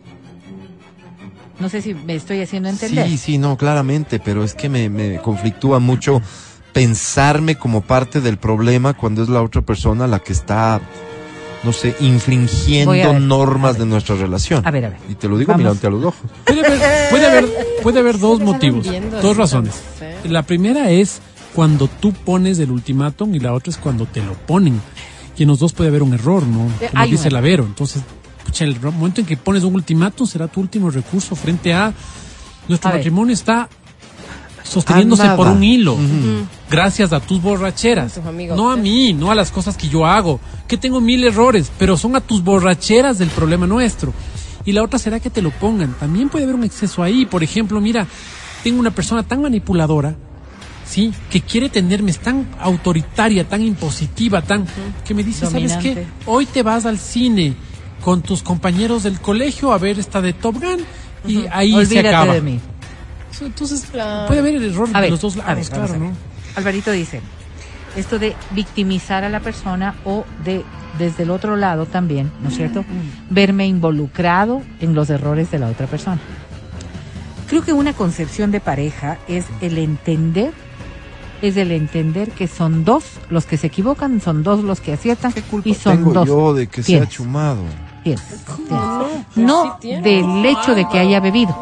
Speaker 5: No sé si me estoy haciendo entender.
Speaker 2: Sí, sí, no, claramente, pero es que me, me conflictúa mucho pensarme como parte del problema cuando es la otra persona la que está, no sé, infringiendo
Speaker 5: Voy a ver,
Speaker 2: normas
Speaker 5: a ver.
Speaker 2: de nuestra relación.
Speaker 5: A ver, a ver.
Speaker 2: Y te lo digo
Speaker 5: Vamos.
Speaker 2: mirándote a los ojos.
Speaker 4: Puede haber, puede haber, puede haber dos motivos,
Speaker 3: viendo
Speaker 4: dos
Speaker 3: eso,
Speaker 4: razones.
Speaker 3: no sé.
Speaker 4: La primera es cuando tú pones el ultimátum y la otra es cuando te lo ponen. Y en los dos puede haber un error, ¿no?
Speaker 5: Eh,
Speaker 4: Como
Speaker 5: hay
Speaker 4: dice
Speaker 5: un
Speaker 4: el Avero. Entonces, pucha, el momento en que pones un ultimátum será tu último recurso frente a nuestro
Speaker 5: A ver.
Speaker 4: matrimonio está sosteniéndose
Speaker 2: A nada.
Speaker 4: por un hilo.
Speaker 2: Ujú.
Speaker 4: Gracias a tus borracheras.
Speaker 3: A tus amigos.
Speaker 4: No a mí, no a las cosas que yo hago. Que tengo mil errores, pero son a tus borracheras del problema nuestro. Y la otra será que te lo pongan. También puede haber un exceso ahí. Por ejemplo, mira, tengo una persona tan manipuladora, ¿sí? Que quiere tenerme, es tan autoritaria, tan impositiva, tan... que me dice, ¿sabes qué?
Speaker 5: Dominante.
Speaker 4: Hoy te vas al cine con tus compañeros del colegio a ver esta de Top Gun y ahí
Speaker 5: Olvídate
Speaker 4: se acaba.
Speaker 5: de mí.
Speaker 4: Entonces,
Speaker 3: Claro.
Speaker 4: puede haber el error
Speaker 5: A
Speaker 4: de
Speaker 5: ver,
Speaker 4: los dos
Speaker 5: a
Speaker 4: lados,
Speaker 5: ver,
Speaker 4: claro,
Speaker 5: vamos a ver.
Speaker 4: ¿no?
Speaker 5: Alvarito dice, esto de victimizar a la persona o de, desde el otro lado también, ¿no es cierto? Verme involucrado en los errores de la otra persona. Creo que una concepción de pareja es el entender, es el entender que son dos los que se equivocan, son dos los que aciertan
Speaker 2: ¿Qué culpa
Speaker 5: y son
Speaker 2: tengo
Speaker 5: dos.
Speaker 2: yo de que
Speaker 5: Tienes.
Speaker 2: sea chumado?
Speaker 5: Tienes, tienes.
Speaker 3: No, pues
Speaker 5: No
Speaker 3: sí tiene.
Speaker 5: del hecho de que haya bebido.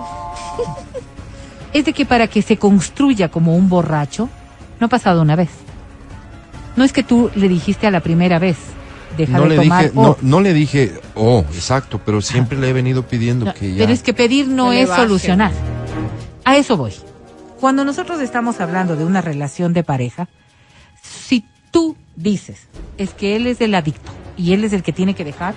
Speaker 5: Es de que para que se construya como un borracho, no ha pasado una vez. No es que tú le dijiste a la primera vez, deja
Speaker 2: No
Speaker 5: de
Speaker 2: le
Speaker 5: tomar.
Speaker 2: dije,
Speaker 5: oh,
Speaker 2: no, no le dije, oh, exacto, pero siempre le he venido pidiendo
Speaker 5: no,
Speaker 2: que ya.
Speaker 5: pero es que pedir no
Speaker 3: Que le
Speaker 5: es
Speaker 3: baje.
Speaker 5: solucionar. A eso voy. Cuando nosotros estamos hablando de una relación de pareja, si tú dices, es que él es el adicto y él es el que tiene que dejar,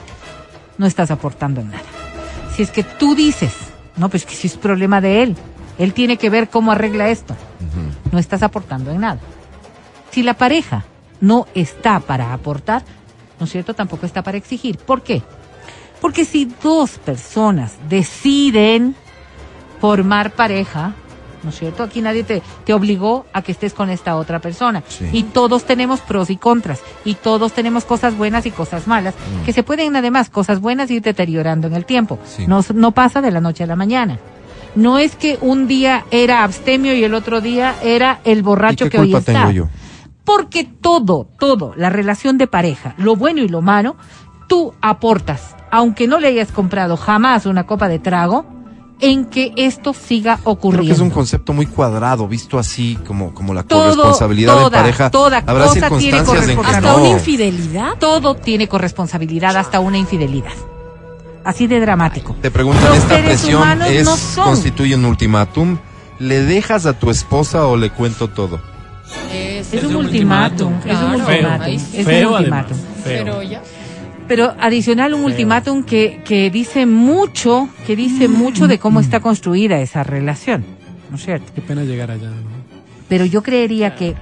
Speaker 5: no estás aportando en nada. Si es que tú dices, no, pues que si es problema de él, él tiene que ver cómo arregla esto,
Speaker 2: Ujú.
Speaker 5: no estás aportando en nada. Si la pareja no está para aportar, ¿no es cierto? Tampoco está para exigir. ¿Por qué? Porque si dos personas deciden formar pareja, ¿no es cierto? Aquí nadie te, te obligó a que estés con esta otra persona.
Speaker 2: Sí.
Speaker 5: Y todos tenemos pros y contras. Y todos tenemos cosas buenas y cosas malas.
Speaker 2: Mm.
Speaker 5: Que se pueden, además, cosas buenas ir deteriorando en el tiempo.
Speaker 2: Sí.
Speaker 5: No, no pasa de la noche a la mañana. No es que un día era abstemio y el otro día era el borracho
Speaker 2: ¿Y qué
Speaker 5: que hoy
Speaker 2: culpa
Speaker 5: está.
Speaker 2: tengo yo?
Speaker 5: Porque todo, todo, la relación de pareja, lo bueno y lo malo, tú aportas, aunque no le hayas comprado jamás una copa de trago, en que esto siga ocurriendo.
Speaker 2: Creo que es un concepto muy cuadrado, visto así como, como la
Speaker 5: Todo,
Speaker 2: corresponsabilidad
Speaker 5: toda,
Speaker 2: en pareja.
Speaker 5: toda
Speaker 2: Habrá
Speaker 5: cosa tiene
Speaker 2: circunstancias en que
Speaker 5: corresponsabilidad.
Speaker 3: ¿Hasta
Speaker 2: no.
Speaker 3: una infidelidad?
Speaker 5: Todo tiene corresponsabilidad, hasta una infidelidad. Así de dramático.
Speaker 2: Te preguntan,
Speaker 5: Los
Speaker 2: ¿esta
Speaker 5: seres
Speaker 2: presión
Speaker 5: humanos
Speaker 2: es,
Speaker 5: no son.
Speaker 2: constituye un ultimátum? ¿Le dejas a tu esposa o le cuento todo?
Speaker 3: Es,
Speaker 5: Es un ultimátum, es un
Speaker 3: Claro,
Speaker 5: ultimátum,
Speaker 3: ahí sí.
Speaker 5: es
Speaker 4: Feo,
Speaker 5: un
Speaker 4: además.
Speaker 5: ultimátum.
Speaker 4: Feo.
Speaker 3: Pero ya.
Speaker 5: Pero adicional un ultimátum que, que dice mucho, que dice mucho de cómo está construida esa relación, ¿no es cierto?
Speaker 4: Qué pena llegar allá, ¿no?
Speaker 5: Pero yo creería que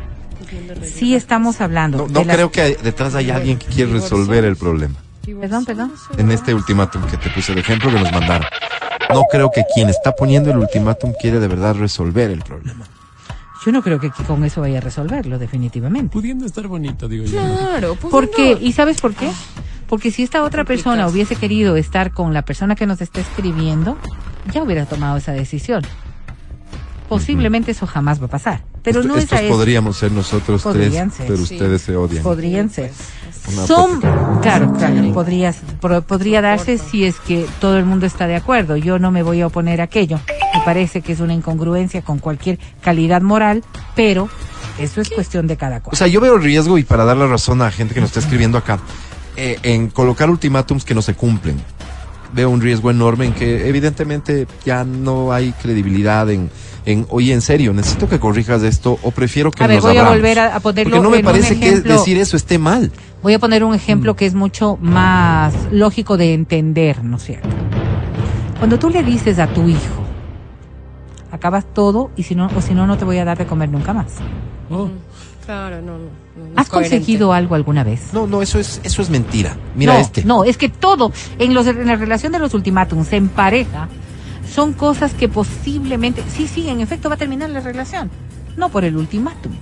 Speaker 5: sí estamos hablando
Speaker 2: No,
Speaker 5: de
Speaker 2: no
Speaker 5: las-
Speaker 2: creo que hay- detrás hay alguien que quiere resolver el problema.
Speaker 5: Perdón, perdón.
Speaker 2: En este ultimátum que te puse de ejemplo que nos mandaron. No creo que quien está poniendo el ultimátum quiere de verdad resolver el problema.
Speaker 5: Yo no creo que con eso vaya a resolverlo, definitivamente.
Speaker 4: Pudiendo estar bonito, digo yo.
Speaker 3: Claro, pues
Speaker 5: ¿Por
Speaker 3: no.
Speaker 5: qué? ¿Y sabes por qué? Porque si esta otra persona hubiese querido estar con la persona que nos está escribiendo, ya hubiera tomado esa decisión. Posiblemente eso jamás va a pasar. Pero
Speaker 2: Est-
Speaker 5: no es
Speaker 2: Estos
Speaker 5: a eso.
Speaker 2: podríamos ser nosotros
Speaker 5: Podrían
Speaker 2: tres,
Speaker 5: ser,
Speaker 2: pero
Speaker 3: sí.
Speaker 2: ustedes se odian.
Speaker 5: Podrían ser.
Speaker 2: Una
Speaker 5: Son,
Speaker 2: poca-
Speaker 5: claro, claro, podrías, pro- podría darse si es que todo el mundo está de acuerdo. Yo no me voy a oponer a aquello. Me parece que es una incongruencia con cualquier calidad moral, pero eso es cuestión de cada
Speaker 2: O
Speaker 5: cual.
Speaker 2: sea, yo veo riesgo, y para dar la razón a gente que nos está escribiendo acá, eh, en colocar ultimátums que no se cumplen. Veo un riesgo enorme en que evidentemente ya no hay credibilidad en, en oye, en serio, necesito que corrijas esto o prefiero que
Speaker 5: A ver,
Speaker 2: nos
Speaker 5: voy a
Speaker 2: abramos.
Speaker 5: volver a, a ponerlo
Speaker 2: Porque no me
Speaker 5: en un
Speaker 2: parece que
Speaker 5: ejemplo.
Speaker 2: decir eso esté mal.
Speaker 5: Voy a poner un ejemplo que es mucho más lógico de entender, ¿no es cierto? Cuando tú le dices a tu hijo, acabas todo y si no, o si no, no te voy a dar de comer nunca más.
Speaker 4: Oh.
Speaker 3: Claro, no, no. no
Speaker 5: ¿Has conseguido algo alguna vez?
Speaker 2: No, no, eso es, eso es mentira. Mira
Speaker 5: no,
Speaker 2: este.
Speaker 5: No, es que todo, en, los, en la relación de los ultimátums, en pareja, son cosas que posiblemente, sí, sí, en efecto va a terminar la relación. No por el ultimátum.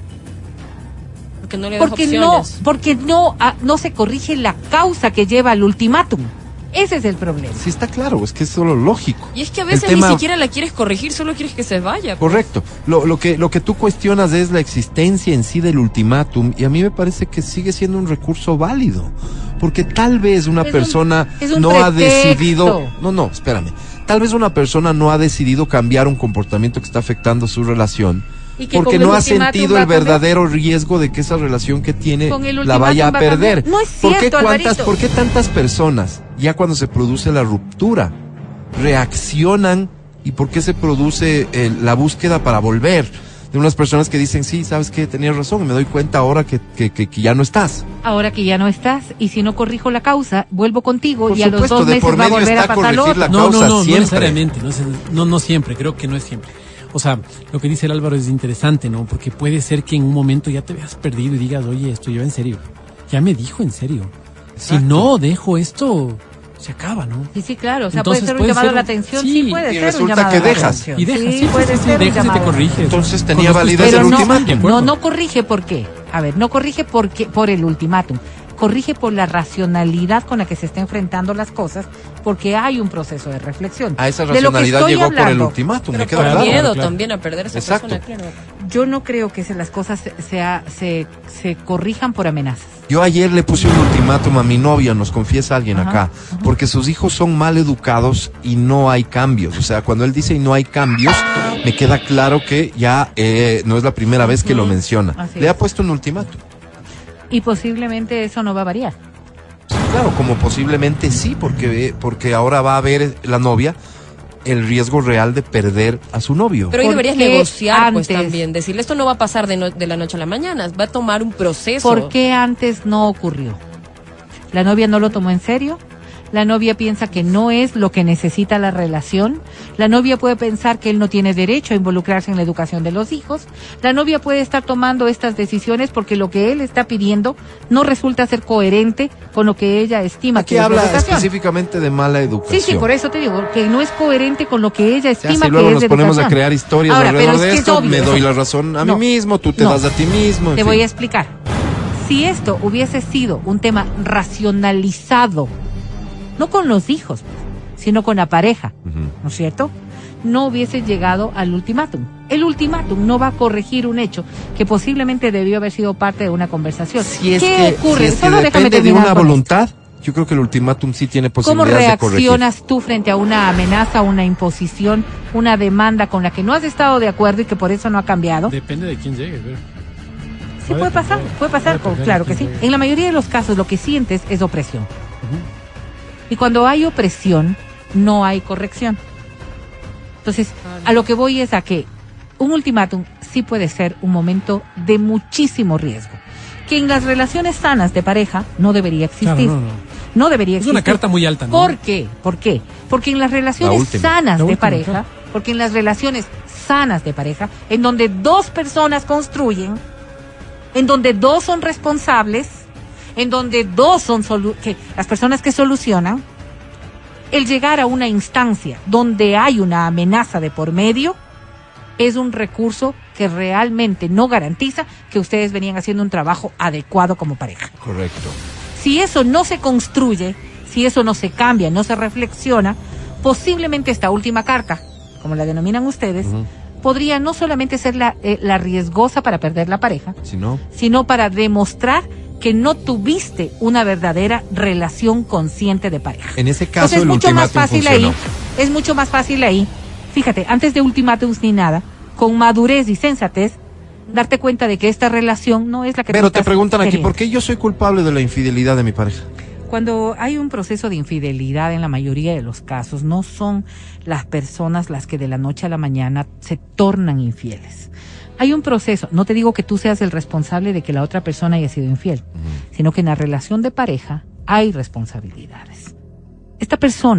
Speaker 3: Porque no le das
Speaker 5: Porque
Speaker 3: opciones.
Speaker 5: no, porque no, ah, no se corrige la causa que lleva al ultimátum. Ese es el problema.
Speaker 2: Sí, está claro, es que es solo lógico.
Speaker 3: Y es que a
Speaker 2: El
Speaker 3: veces
Speaker 2: tema-
Speaker 3: ni siquiera la quieres corregir, solo quieres que se vaya.
Speaker 2: Correcto. Lo, lo, que, lo que tú cuestionas es la existencia en sí del ultimátum y a mí me parece que sigue siendo un recurso válido. Porque tal vez una
Speaker 5: Es un-
Speaker 2: persona
Speaker 5: es un
Speaker 2: no ha
Speaker 5: pretexto.
Speaker 2: decidido... No, no, espérame. Tal vez una persona no ha decidido cambiar un comportamiento que está afectando su relación
Speaker 5: Y que
Speaker 2: porque
Speaker 5: con el
Speaker 2: no ha
Speaker 5: ultimátum
Speaker 2: sentido
Speaker 5: va a
Speaker 2: el
Speaker 5: cambiar.
Speaker 2: verdadero riesgo de que esa relación que tiene
Speaker 5: Con el
Speaker 2: la vaya a
Speaker 5: ultimátum va a cambiar.
Speaker 2: perder.
Speaker 5: No es
Speaker 2: ¿Por qué
Speaker 5: cierto,
Speaker 2: cuántas,
Speaker 5: Alvarito.
Speaker 2: ¿Por qué tantas personas, ya cuando se produce la ruptura, reaccionan y por qué se produce eh, la búsqueda para volver? De unas personas que dicen, sí, sabes que tenías razón, y me doy cuenta ahora que, que, que, que ya no estás.
Speaker 5: Ahora que ya no estás, y si no corrijo la causa, vuelvo contigo
Speaker 2: Por
Speaker 5: y a los
Speaker 2: supuesto,
Speaker 5: dos
Speaker 2: de
Speaker 5: meses
Speaker 2: por
Speaker 5: va a
Speaker 2: medio
Speaker 5: volver a
Speaker 2: está
Speaker 5: pasar lo
Speaker 2: corregir la
Speaker 5: otro.
Speaker 4: No, no,
Speaker 2: causa
Speaker 4: no, no
Speaker 2: siempre.
Speaker 4: necesariamente, no, es- no, no siempre, creo que no es siempre. O sea, lo que dice el Álvaro es interesante, ¿no? Porque puede ser que en un momento ya te veas perdido y digas, oye, esto yo en serio. Ya me dijo en serio. Si
Speaker 2: Exacto.
Speaker 4: no dejo esto, se acaba, ¿no?
Speaker 5: Sí, sí, claro, o sea,
Speaker 4: Entonces,
Speaker 5: puede ser un
Speaker 4: puede
Speaker 5: llamado
Speaker 4: ser
Speaker 5: a la
Speaker 4: un-
Speaker 5: atención,
Speaker 4: sí,
Speaker 5: sí, puede
Speaker 2: y
Speaker 5: ser un
Speaker 2: resulta
Speaker 5: llamado
Speaker 2: que
Speaker 5: a la
Speaker 2: dejas.
Speaker 5: atención.
Speaker 4: Y dejas, sí,
Speaker 5: sí,
Speaker 4: sí,
Speaker 5: puede
Speaker 4: sí, sí,
Speaker 5: ser un
Speaker 4: dejas y te
Speaker 5: llamado.
Speaker 4: corriges.
Speaker 2: Entonces
Speaker 4: Con
Speaker 2: tenía
Speaker 4: los
Speaker 2: validez
Speaker 4: tus-
Speaker 2: el
Speaker 5: Pero no,
Speaker 2: ultimátum.
Speaker 4: De acuerdo.
Speaker 5: no, no corrige por qué. A ver, no corrige porque, por el ultimátum. Corrige por la racionalidad con la que se está enfrentando las cosas, porque hay un proceso de reflexión.
Speaker 2: A esa
Speaker 5: De lo que
Speaker 2: racionalidad
Speaker 5: estoy
Speaker 2: llegó por el
Speaker 5: hablando,
Speaker 2: ultimátum,
Speaker 3: Pero
Speaker 2: me
Speaker 3: por
Speaker 2: queda
Speaker 4: claro,
Speaker 2: claro.
Speaker 3: miedo
Speaker 4: claro.
Speaker 3: también a perder a esa
Speaker 2: Exacto.
Speaker 3: persona, claro.
Speaker 5: Yo no creo que se, las cosas se, sea- se, se corrijan por amenazas.
Speaker 2: Yo ayer le puse un ultimátum a mi novia, nos confiesa alguien
Speaker 5: Ajá,
Speaker 2: acá,
Speaker 5: ajá.
Speaker 2: porque sus hijos son mal educados y no hay cambios. O sea, cuando él dice y no hay cambios, me queda claro que ya eh, no es la primera vez que lo menciona.
Speaker 5: Así
Speaker 2: Le
Speaker 5: es.
Speaker 2: ha puesto un ultimátum.
Speaker 5: Y posiblemente eso no va a variar.
Speaker 2: Sí, claro, como posiblemente sí, porque, porque ahora va a ver la novia el riesgo real de perder a su novio.
Speaker 3: Pero ahí
Speaker 5: ¿Por
Speaker 3: deberías
Speaker 5: qué
Speaker 3: negociar, pues
Speaker 5: antes?
Speaker 3: también. Decirle, esto no va a pasar de, no- de la noche a la mañana, va a tomar un proceso.
Speaker 5: ¿Por qué antes no ocurrió? ¿La novia no lo tomó en serio? La novia piensa que no es lo que necesita la relación. La novia puede pensar que él no tiene derecho a involucrarse en la educación de los hijos. La novia puede estar tomando estas decisiones porque lo que él está pidiendo no resulta ser coherente con lo que ella estima
Speaker 2: Aquí
Speaker 5: que es
Speaker 2: habla
Speaker 5: la educación.
Speaker 2: específicamente de mala educación.
Speaker 5: Sí, sí, por eso te digo, que no es coherente con lo que ella
Speaker 2: Ya,
Speaker 5: estima
Speaker 2: si luego
Speaker 5: que
Speaker 2: nos
Speaker 5: es de
Speaker 2: ponemos a
Speaker 5: educación.
Speaker 2: crear historias
Speaker 5: Ahora,
Speaker 2: alrededor
Speaker 5: pero es
Speaker 2: de
Speaker 5: que es
Speaker 2: esto,
Speaker 5: obvio
Speaker 2: me
Speaker 5: eso.
Speaker 2: doy la razón a
Speaker 5: No,
Speaker 2: mí mismo, tú te
Speaker 5: no.
Speaker 2: das a ti mismo. en
Speaker 5: Te
Speaker 2: fin.
Speaker 5: voy a explicar. Si esto hubiese sido un tema racionalizado, no con los hijos, sino con la pareja,
Speaker 2: Ujú.
Speaker 5: ¿no es cierto? No hubiese llegado al ultimátum. El ultimátum no va a corregir un hecho que posiblemente debió haber sido parte de una conversación.
Speaker 2: Si es
Speaker 5: ¿Qué
Speaker 2: que,
Speaker 5: ocurre?
Speaker 2: si es que
Speaker 5: Solo déjame
Speaker 2: depende de
Speaker 5: terminar
Speaker 2: una
Speaker 5: con
Speaker 2: voluntad, yo creo que el ultimátum sí tiene
Speaker 5: ¿Cómo
Speaker 2: posibilidades de corregir.
Speaker 5: reaccionas tú frente a una amenaza, una imposición, una demanda con la que no has estado de acuerdo y que por eso no ha cambiado?
Speaker 4: Depende de quién llegue, pero.
Speaker 5: Sí, puede pasar, puede pasar,
Speaker 4: Puede pasar,
Speaker 5: claro que sí.
Speaker 4: puede.
Speaker 5: En la mayoría de los casos lo que sientes es opresión. Y cuando hay opresión, no hay corrección. Entonces, a lo que voy es a que un ultimátum sí puede ser un momento de muchísimo riesgo, que en las relaciones sanas de pareja no debería existir.
Speaker 4: Claro, no, no.
Speaker 5: No debería
Speaker 4: Es
Speaker 5: existir.
Speaker 4: una carta muy alta, ¿no?
Speaker 5: ¿Por qué? ¿Por qué? Porque en las
Speaker 2: La
Speaker 5: relaciones
Speaker 2: última.
Speaker 5: sanas
Speaker 4: La
Speaker 5: de
Speaker 4: última,
Speaker 5: pareja,
Speaker 4: claro.
Speaker 5: porque en las relaciones sanas de pareja, en donde dos personas construyen, en donde dos son responsables, en donde dos son solu- que las personas que solucionan, el llegar a una instancia donde hay una amenaza de por medio es un recurso que realmente no garantiza que ustedes venían haciendo un trabajo adecuado como pareja.
Speaker 2: Correcto.
Speaker 5: Si eso no se construye, si eso no se cambia, no se reflexiona, posiblemente esta última carta, como la denominan ustedes,
Speaker 2: Ujú.
Speaker 5: podría no solamente ser la, eh, la riesgosa para perder la pareja,
Speaker 2: Si no,
Speaker 5: sino para demostrar que no tuviste una verdadera relación consciente de pareja.
Speaker 2: en ese caso
Speaker 5: Entonces es
Speaker 2: el
Speaker 5: mucho más
Speaker 2: ultimátum
Speaker 5: fácil
Speaker 2: funcionó.
Speaker 5: ahí, es mucho más fácil ahí, fíjate, antes de ultimátums ni nada, con madurez y sensatez, darte cuenta de que esta relación no es la que
Speaker 2: Pero
Speaker 5: tú
Speaker 2: te
Speaker 5: estás
Speaker 2: preguntan aquí,
Speaker 5: queriendo.
Speaker 2: ¿por qué yo soy culpable de la infidelidad de mi pareja?
Speaker 5: Cuando hay un proceso de infidelidad, en la mayoría de los casos, no son las personas las que de la noche a la mañana se tornan infieles. Hay un proceso, no te digo que tú seas el responsable de que la otra persona haya sido infiel, sino que en la relación de pareja hay responsabilidades. Esta persona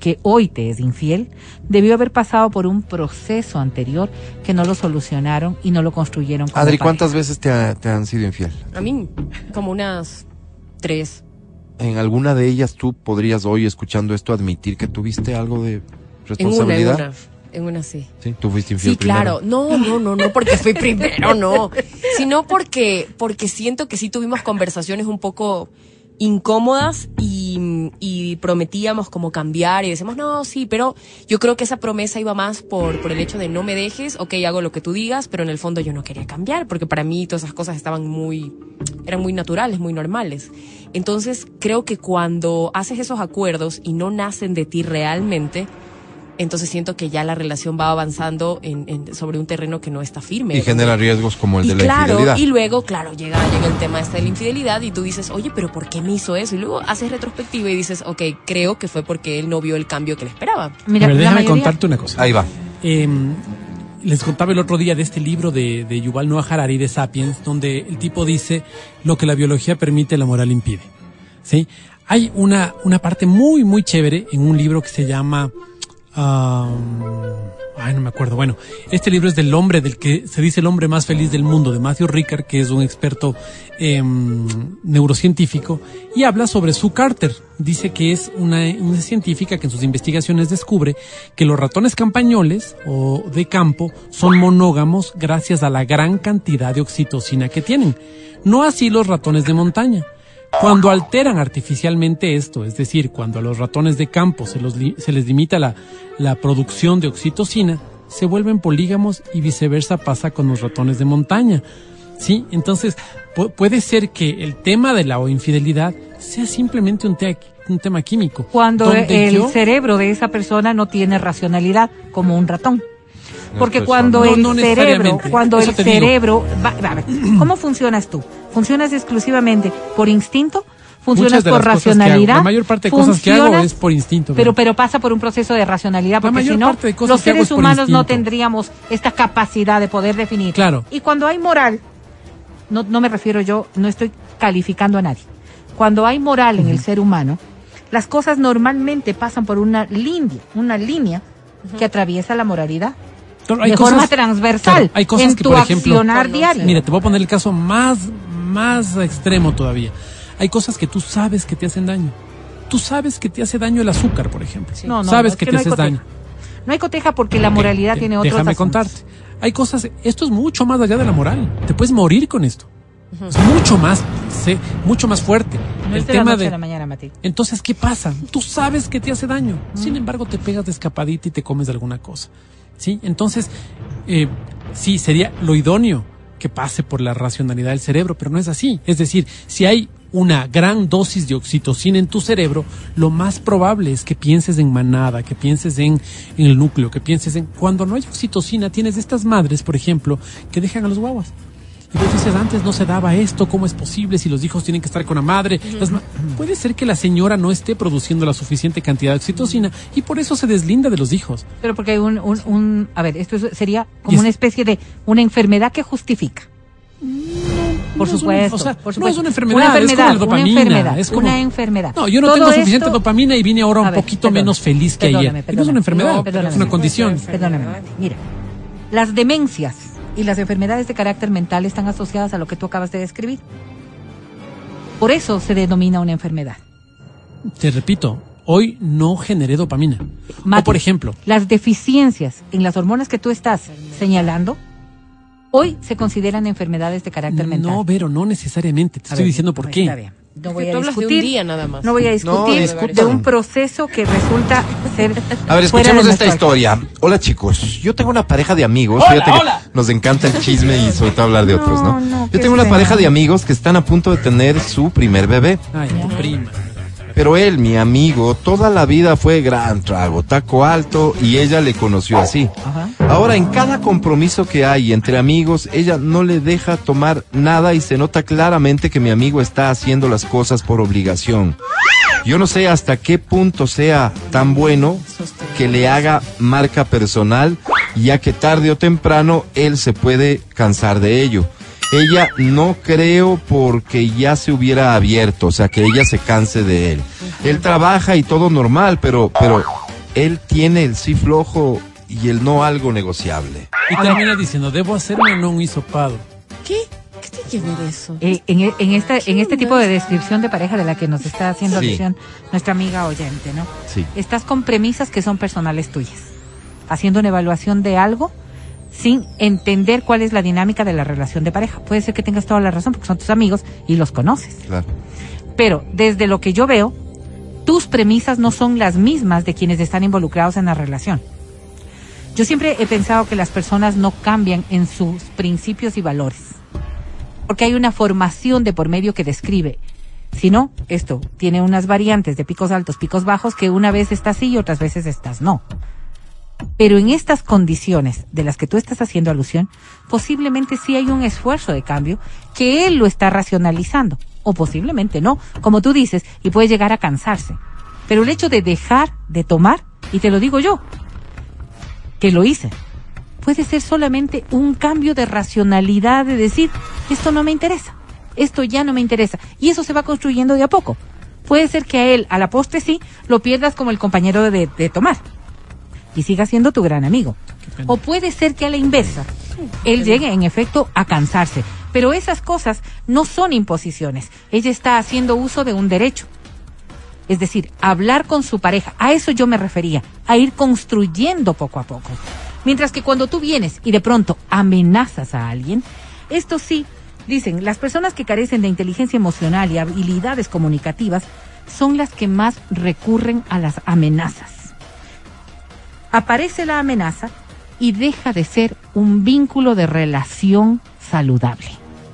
Speaker 5: que hoy te es infiel, debió haber pasado por un proceso anterior que no lo solucionaron y no lo construyeron como
Speaker 2: Adri,
Speaker 5: pareja.
Speaker 2: ¿cuántas veces te, ha- te han sido infiel?
Speaker 3: A mí, como unas tres.
Speaker 2: ¿En alguna de ellas tú podrías hoy, escuchando esto, admitir que tuviste algo de
Speaker 3: En una, en
Speaker 2: responsabilidad?
Speaker 3: una. En una sí.
Speaker 2: Sí, tú fuiste infiel
Speaker 3: Sí,
Speaker 2: primero.
Speaker 3: claro. No, no, no, no porque fui primero, no. Sino porque, porque siento que sí tuvimos conversaciones un poco incómodas y, y prometíamos como cambiar y decimos, no, sí, pero yo creo que esa promesa iba más por, por el hecho de no me dejes, ok, hago lo que tú digas, pero en el fondo yo no quería cambiar, porque para mí todas esas cosas estaban muy, eran muy naturales, muy normales. Entonces, creo que cuando haces esos acuerdos y no nacen de ti realmente, entonces siento que ya la relación va avanzando en, en, sobre un terreno que no está firme.
Speaker 2: Y genera riesgos como el
Speaker 3: Y
Speaker 2: de la
Speaker 3: claro,
Speaker 2: infidelidad.
Speaker 3: y luego, claro, llega, llega el tema este de la infidelidad y tú dices, oye, pero ¿por qué me hizo eso? Y luego haces retrospectiva y dices, ok, creo que fue porque él no vio el cambio que le esperaba.
Speaker 5: Mira,
Speaker 4: a ver,
Speaker 5: la
Speaker 4: déjame
Speaker 5: mayoría-
Speaker 4: contarte una cosa.
Speaker 2: Ahí va.
Speaker 4: Eh, les contaba el otro día de este libro de, de Yuval Noah Harari, de Sapiens, donde el tipo dice lo que la biología permite, la moral impide. ¿Sí? Hay una, una parte muy, muy chévere en un libro que se llama... Um, ay, no me acuerdo. Bueno, este libro es del hombre del que se dice el hombre más feliz del mundo, de Matthew Ricard, que es un experto eh, neurocientífico, y habla sobre Sue Carter. Dice que es una, una científica que en sus investigaciones descubre que los ratones campañoles o de campo son monógamos gracias a la gran cantidad de oxitocina que tienen. No así los ratones de montaña. Cuando alteran artificialmente esto, es decir, cuando a los ratones de campo se, los li- se les limita la, la producción de oxitocina, se vuelven polígamos y viceversa pasa con los ratones de montaña. ¿Sí? Entonces, pu- puede ser que el tema de la infidelidad sea simplemente un, te- un tema químico.
Speaker 5: Cuando
Speaker 4: donde
Speaker 5: el
Speaker 4: yo-
Speaker 5: cerebro de esa persona no tiene racionalidad, como un ratón. Porque
Speaker 2: No,
Speaker 5: cuando
Speaker 4: no,
Speaker 5: el
Speaker 4: no
Speaker 5: cerebro,
Speaker 4: necesariamente.
Speaker 5: cuando
Speaker 4: Eso
Speaker 5: el
Speaker 4: te digo.
Speaker 5: cerebro, va- va- a ver, ¿cómo funcionas tú? ¿Funcionas exclusivamente por instinto? ¿Funcionas
Speaker 4: Muchas de
Speaker 5: por
Speaker 4: las cosas que hago,
Speaker 5: racionalidad?
Speaker 4: la mayor parte de cosas que hago
Speaker 5: ¿Funcionas?
Speaker 4: es por instinto.
Speaker 5: Pero,
Speaker 4: ¿verdad?
Speaker 5: pero pasa por un proceso de racionalidad,
Speaker 4: La
Speaker 5: porque
Speaker 4: mayor
Speaker 5: si no,
Speaker 4: parte de cosas
Speaker 5: los
Speaker 4: que hago
Speaker 5: seres
Speaker 4: es por
Speaker 5: humanos no
Speaker 4: instinto.
Speaker 5: tendríamos esta capacidad de poder definir.
Speaker 4: Claro.
Speaker 5: Y cuando hay moral, no, no me refiero yo, no estoy calificando a nadie. Cuando hay moral en el ser humano, las cosas normalmente pasan por una línea, una línea que atraviesa la moralidad.
Speaker 4: Claro, hay
Speaker 5: de
Speaker 4: cosas-
Speaker 5: forma transversal
Speaker 4: claro, hay cosas
Speaker 5: en
Speaker 4: que,
Speaker 5: tu
Speaker 4: por ejemplo,
Speaker 5: accionar
Speaker 3: Conoce.
Speaker 5: diario.
Speaker 4: Mira, te voy a poner el caso más, más extremo todavía. Hay cosas que tú sabes que te hacen daño. Tú sabes que te hace daño el azúcar, por ejemplo.
Speaker 5: No, no,
Speaker 4: sabes
Speaker 5: no, es
Speaker 4: que,
Speaker 5: que
Speaker 4: te
Speaker 5: no hay
Speaker 4: haces
Speaker 5: coteja.
Speaker 4: daño.
Speaker 5: No hay coteja porque la moralidad
Speaker 4: Ok,
Speaker 5: tiene otros
Speaker 4: Déjame
Speaker 5: asuntos.
Speaker 4: contarte. Hay cosas, esto es mucho más allá de la moral. Te puedes morir con esto. Es mucho más, sé, mucho más fuerte.
Speaker 5: No
Speaker 4: el
Speaker 5: es de la
Speaker 4: tema
Speaker 5: noche
Speaker 4: de
Speaker 5: a la mañana, Mati.
Speaker 4: Entonces, ¿qué pasa? Tú sabes que te hace daño. Sin embargo, te pegas de escapadita y te comes alguna cosa. ¿Sí? Entonces, eh, sí, sería lo idóneo que pase por la racionalidad del cerebro, pero no es así. Es decir, si hay una gran dosis de oxitocina en tu cerebro, lo más probable es que pienses en manada, que pienses en, en el núcleo, que pienses en... Cuando no hay oxitocina, tienes estas madres, por ejemplo, que dejan a los guaguas. Y vos dices, antes no se daba esto, ¿cómo es posible si los hijos tienen que estar con la madre? Las ma- Puede ser que la señora no esté produciendo la suficiente cantidad de oxitocina y por eso se deslinda de los hijos.
Speaker 5: Pero porque hay un, un, un- a ver, esto es- sería
Speaker 4: Y
Speaker 5: como
Speaker 4: es-
Speaker 5: una especie de una enfermedad que justifica. Por
Speaker 4: No es una-
Speaker 5: supuesto,
Speaker 4: o sea,
Speaker 5: por
Speaker 4: no
Speaker 5: supuesto.
Speaker 4: es una enfermedad,
Speaker 5: Una
Speaker 4: es como
Speaker 5: enfermedad,
Speaker 4: la dopamina,
Speaker 5: Una enfermedad,
Speaker 4: es como-
Speaker 5: una enfermedad.
Speaker 4: No, yo no
Speaker 5: Todo
Speaker 4: tengo suficiente
Speaker 5: esto-
Speaker 4: dopamina y vine ahora
Speaker 5: A
Speaker 4: un
Speaker 5: ver,
Speaker 4: poquito
Speaker 5: perdóname,
Speaker 4: menos feliz que
Speaker 5: perdóname,
Speaker 4: ayer. No es
Speaker 5: perdóname.
Speaker 4: una enfermedad,
Speaker 5: No, perdóname.
Speaker 4: es una condición.
Speaker 5: Perdóname, Mati. Mira, las demencias y las enfermedades de carácter mental están asociadas a lo que tú acabas de describir. Por eso se denomina una enfermedad.
Speaker 4: Te repito, hoy no generé dopamina.
Speaker 5: Mati,
Speaker 4: O por ejemplo,
Speaker 5: las deficiencias en las hormonas que tú estás señalando, hoy se consideran enfermedades de carácter mental.
Speaker 4: no, Vero, no necesariamente. Te
Speaker 5: A
Speaker 4: estoy
Speaker 5: ver,
Speaker 4: diciendo por
Speaker 5: pues,
Speaker 4: qué.
Speaker 5: está bien. No voy
Speaker 3: Que
Speaker 5: a
Speaker 3: tú hablas de un
Speaker 5: discutir.
Speaker 3: día nada más.
Speaker 5: No voy a discutir
Speaker 2: discutan.
Speaker 5: de un proceso que resulta ser.
Speaker 2: A ver,
Speaker 5: fuera
Speaker 2: escuchemos
Speaker 5: de
Speaker 2: esta
Speaker 5: nuestro
Speaker 2: historia. Hola, chicos. Yo tengo una pareja de amigos.
Speaker 4: Hola,
Speaker 2: Fíjate que
Speaker 4: hola.
Speaker 2: nos encanta el chisme y sobre todo hablar de otros, ¿no?
Speaker 5: No, no,
Speaker 2: Yo
Speaker 5: qué
Speaker 2: tengo una
Speaker 5: feo.
Speaker 2: pareja de amigos que están a punto de tener su primer bebé.
Speaker 4: Ay, tu prima.
Speaker 2: Pero él, mi amigo, toda la vida fue gran trago, taco alto, y ella le conoció así.
Speaker 5: Ajá.
Speaker 2: Ahora, en cada compromiso que hay entre amigos, ella no le deja tomar nada y se nota claramente que mi amigo está haciendo las cosas por obligación. Yo no sé hasta qué punto sea tan bueno que le haga marca personal, ya que tarde o temprano él se puede cansar de ello. Ella no creo porque ya se hubiera abierto, o sea, que ella se canse de él. Él trabaja y todo normal, pero, pero él tiene el sí flojo y el no algo negociable.
Speaker 4: Y termina diciendo, ¿debo hacerme o no un hisopado?
Speaker 3: ¿Qué? ¿Qué tiene que ver eso?
Speaker 5: Eh, en, en, esta, en este tipo de descripción de pareja de la que nos está haciendo
Speaker 2: Sí.
Speaker 5: alusión nuestra amiga oyente, ¿no?
Speaker 2: Sí.
Speaker 5: Estás con premisas que son personales tuyas, haciendo una evaluación de algo sin entender cuál es la dinámica de la relación de pareja. Puede ser que tengas toda la razón porque son tus amigos y los conoces.
Speaker 2: Claro.
Speaker 5: Pero desde lo que yo veo, tus premisas no son las mismas de quienes están involucrados en la relación. Yo siempre he pensado que las personas no cambian en sus principios y valores, porque hay una formación de por medio que describe. Si no, esto tiene unas variantes de picos altos, picos bajos, que una vez estás sí y otras veces estás no. Pero en estas condiciones de las que tú estás haciendo alusión, posiblemente sí hay un esfuerzo de cambio que él lo está racionalizando, o posiblemente no, como tú dices, y puede llegar a cansarse. Pero el hecho de dejar de tomar, y te lo digo yo, que lo hice, puede ser solamente un cambio de racionalidad, de decir, esto no me interesa, esto ya no me interesa, y eso se va construyendo de a poco. Puede ser que a él, a la postre sí, lo pierdas como el compañero de, de tomar, y siga siendo tu gran amigo. O puede ser que a la inversa, él llegue en efecto a cansarse, pero esas cosas no son imposiciones, ella está haciendo uso de un derecho. Es decir, hablar con su pareja, a eso yo me refería, a ir construyendo poco a poco. Mientras que cuando tú vienes y de pronto amenazas a alguien, esto sí, dicen, las personas que carecen de inteligencia emocional y habilidades comunicativas son las que más recurren a las amenazas. Aparece la amenaza y deja de ser un vínculo de relación saludable.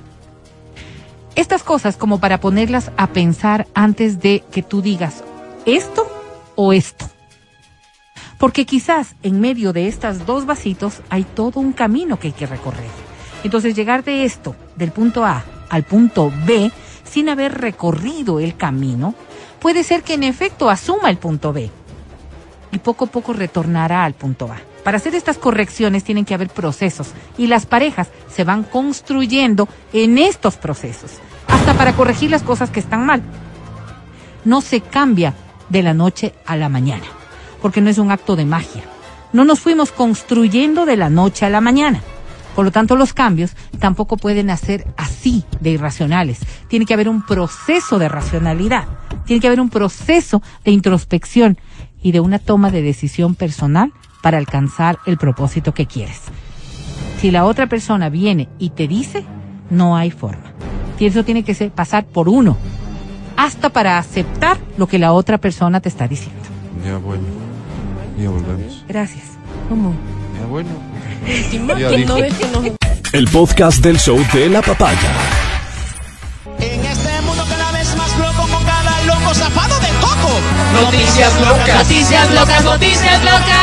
Speaker 5: Estas cosas como para ponerlas a pensar antes de que tú digas esto o esto. Porque quizás en medio de estas dos vasitos hay todo un camino que hay que recorrer. Entonces llegar de esto, del punto A al punto B, sin haber recorrido el camino, puede ser que en efecto asuma el punto B y poco a poco retornará al punto A. Para hacer estas correcciones tienen que haber procesos y las parejas se van construyendo en estos procesos, hasta para corregir las cosas que están mal. No se cambia de la noche a la mañana, porque no es un acto de magia. No nos fuimos construyendo de la noche a la mañana. Por lo tanto, los cambios tampoco pueden hacer así de irracionales. Tiene que haber un proceso de racionalidad, tiene que haber un proceso de introspección y de una toma de decisión personal para alcanzar el propósito que quieres. Si la otra persona viene y te dice, no hay forma. Y eso tiene que ser, pasar por uno, hasta para aceptar lo que la otra persona te está diciendo.
Speaker 2: Ya bueno, ya volvemos.
Speaker 5: Gracias.
Speaker 3: ¿Cómo?
Speaker 2: Ya bueno.
Speaker 3: Ya que no deje, no.
Speaker 1: El podcast del show de la papaya.
Speaker 7: En este mundo cada vez más loco con cada loco zafado de coco.
Speaker 8: Noticias locas.
Speaker 3: Noticias locas, noticias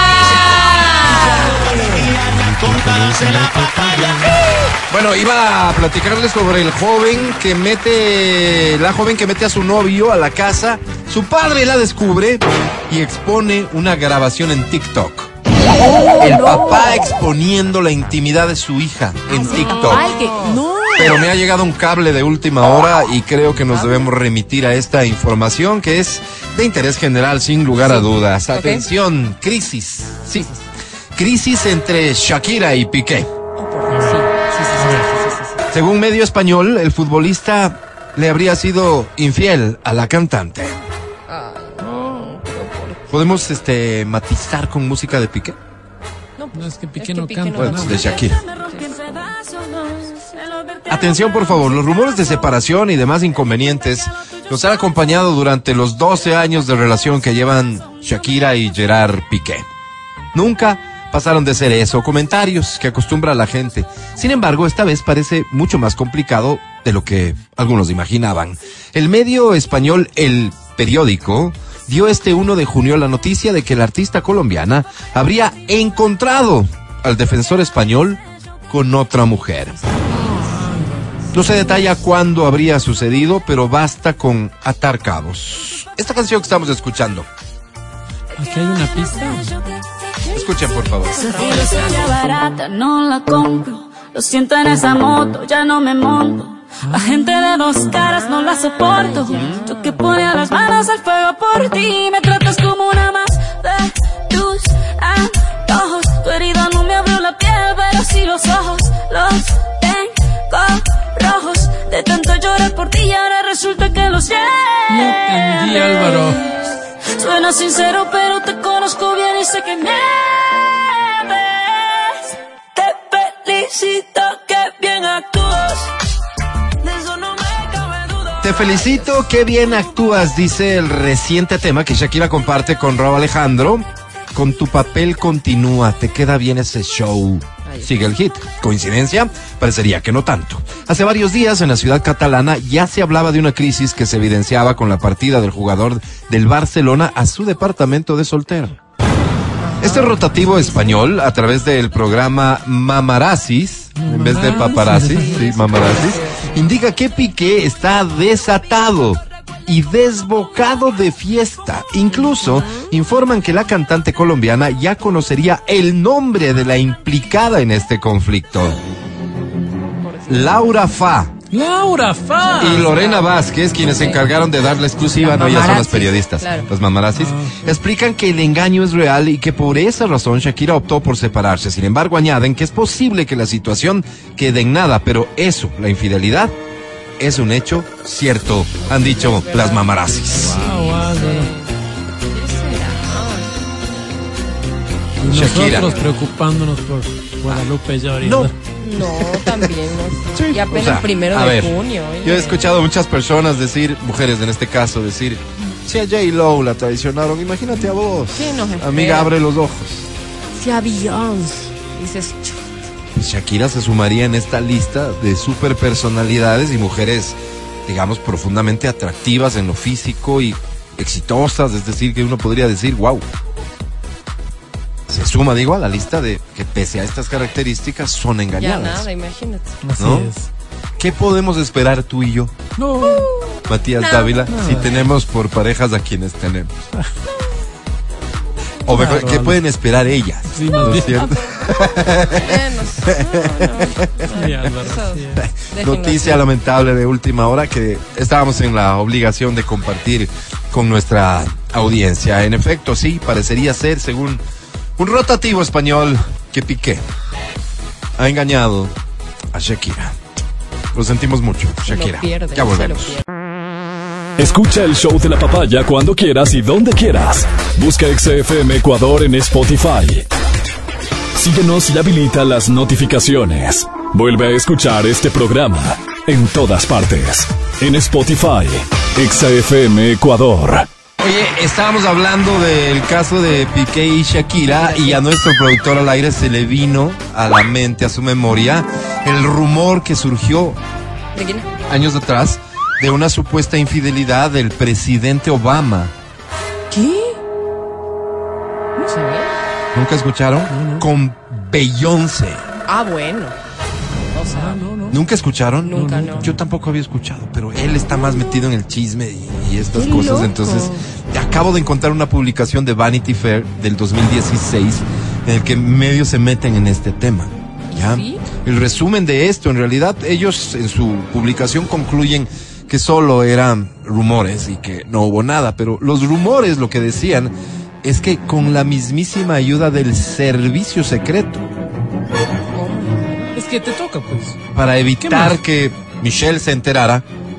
Speaker 3: locas.
Speaker 2: Bueno, iba a platicarles sobre el joven que mete, la joven que mete a su novio a la casa. Su padre la descubre y expone una grabación en TikTok. El papá exponiendo la intimidad de su hija en TikTok.
Speaker 3: Ay, que no.
Speaker 2: Pero me ha llegado un cable de última hora y creo que nos debemos remitir a esta información que es de interés general sin lugar a dudas. Atención, crisis. Sí. Crisis entre Shakira y Piqué. Según medio español, el futbolista le habría sido infiel a la cantante. ¿Podemos este matizar con música de Piqué?
Speaker 4: No, es que Piqué
Speaker 3: Es que
Speaker 4: no
Speaker 3: Piqué
Speaker 4: canta.
Speaker 3: no
Speaker 2: Bueno,
Speaker 4: nada.
Speaker 2: de Shakira. Atención, por favor, los rumores de separación y demás inconvenientes los han acompañado durante los doce años de relación que llevan Shakira y Gerard Piqué. Nunca pasaron de ser eso, comentarios que acostumbra la gente. Sin embargo, esta vez parece mucho más complicado de lo que algunos imaginaban. El medio español El Periódico dio este primero de junio la noticia de que la artista colombiana habría encontrado al defensor español con otra mujer. No se detalla cuándo habría sucedido, pero basta con atar cabos. Esta canción que estamos escuchando.
Speaker 4: Aquí hay una pista.
Speaker 2: Escuchen, por favor.
Speaker 9: Filosofía barata, no la compro. Lo siento en esa moto, ya no me monto. La gente de dos caras no la soporto. Yo que ponía las manos al fuego por ti. Me tratas como una más de tus antojos. Tu herida no me abrió la piel, pero sí los ojos. Los tengo rojos. De tanto llorar por ti y ahora resulta que los llevo.
Speaker 4: Entendí, Álvaro.
Speaker 9: Suena sincero, pero te conozco bien y sé que me ves. Te felicito, que bien actúas. De eso no me cabe duda.
Speaker 2: Te felicito, qué bien actúas, dice el reciente tema que Shakira comparte con Rauw Alejandro. Con tu papel continúa, te queda bien ese show. Sigue el hit. ¿Coincidencia? Parecería que no tanto. Hace varios días en la ciudad catalana ya se hablaba de una crisis que se evidenciaba con la partida del jugador del Barcelona a su departamento de soltero. Este rotativo español, a través del programa Mamarazzis, en vez de Paparazzi, sí, Mamarazzis, indica que Piqué está desatado y desbocado de fiesta. Incluso informan que la cantante colombiana ya conocería el nombre de la implicada en este conflicto. Laura Fa.
Speaker 4: Laura Fa.
Speaker 2: Y Lorena Vázquez, quienes se encargaron de dar la exclusiva, no, ya son las periodistas, claro. Los mamarazzis, ah. explican que el engaño es real y que por esa razón Shakira optó por separarse. Sin embargo, añaden que es posible que la situación quede en nada, pero eso, la infidelidad, es un hecho cierto, han dicho las mamarazzis.
Speaker 4: Wow, wow, wow.
Speaker 2: Shakira.
Speaker 4: Nosotros preocupándonos por Guadalupe Llori.
Speaker 2: No.
Speaker 3: No, también. No. Sí, y apenas
Speaker 2: o sea,
Speaker 3: primero de
Speaker 2: ver,
Speaker 3: junio. Oye.
Speaker 2: Yo he escuchado a muchas personas decir, mujeres en este caso, decir, si a J-Lo la traicionaron, imagínate a vos.
Speaker 3: ¿Qué nos espera?
Speaker 2: Amiga, abre los ojos.
Speaker 3: Si a Beyoncé dices...
Speaker 2: Shakira se sumaría en esta lista de super personalidades y mujeres, digamos, profundamente atractivas en lo físico y exitosas, es decir, que uno podría decir, wow. Se suma, digo, a la lista de que pese a estas características son engañadas.
Speaker 3: Ya nada, imagínate.
Speaker 2: ¿No?
Speaker 4: Así es.
Speaker 2: ¿Qué podemos esperar tú y yo?
Speaker 4: No.
Speaker 2: Matías
Speaker 3: no,
Speaker 2: Dávila,
Speaker 4: no.
Speaker 2: si tenemos por parejas a quienes tenemos. O mejor,
Speaker 4: Claro,
Speaker 2: ¿qué
Speaker 4: vale.
Speaker 2: pueden esperar ellas?
Speaker 4: Sí,
Speaker 2: ¿No
Speaker 4: más
Speaker 2: es
Speaker 4: bien.
Speaker 2: cierto?
Speaker 3: Eh, no sé. No, no.
Speaker 4: Sí, Álvaro,
Speaker 3: Eso,
Speaker 4: sí es.
Speaker 3: déjenlo
Speaker 2: Noticia
Speaker 3: así.
Speaker 2: lamentable de última hora que estábamos en la obligación de compartir con nuestra audiencia. En efecto, sí, parecería ser, según un rotativo español, que Piqué ha engañado a Shakira. Lo sentimos mucho, Shakira.
Speaker 3: Lo pierde,
Speaker 2: Ya
Speaker 3: se
Speaker 2: volvemos.
Speaker 3: lo pierde.
Speaker 1: Escucha el show de la papaya cuando quieras y donde quieras. Busca X F M Ecuador en Spotify. Síguenos y habilita las notificaciones. Vuelve a escuchar este programa en todas partes. En Spotify, X F M Ecuador.
Speaker 2: Oye, estábamos hablando del caso de Piqué y Shakira y a nuestro productor al aire se le vino a la mente, a su memoria, el rumor que surgió
Speaker 3: ¿De quién?
Speaker 2: años atrás de una supuesta infidelidad del presidente Obama.
Speaker 3: ¿Qué? No sabía.
Speaker 2: ¿Nunca escucharon?
Speaker 4: No, no.
Speaker 2: Con Beyoncé.
Speaker 3: Ah, bueno. O sea,
Speaker 4: Ah, no, no.
Speaker 2: ¿Nunca escucharon?
Speaker 3: Nunca, no.
Speaker 2: Yo tampoco había escuchado, pero él está más metido en el chisme y, y estas
Speaker 3: ¡Qué
Speaker 2: cosas.
Speaker 3: loco!
Speaker 2: Entonces, acabo de encontrar una publicación de Vanity Fair del dos mil dieciséis en el que medios se meten en este tema. ¿Ya?
Speaker 3: ¿Sí?
Speaker 2: El resumen de esto, en realidad, ellos en su publicación concluyen que solo eran rumores y que no hubo nada, pero los rumores lo que decían es que con la mismísima ayuda del servicio secreto,
Speaker 4: Es que te toca, pues.
Speaker 2: para
Speaker 4: ¿Qué
Speaker 2: evitar
Speaker 4: más?
Speaker 2: que Michelle se enterara,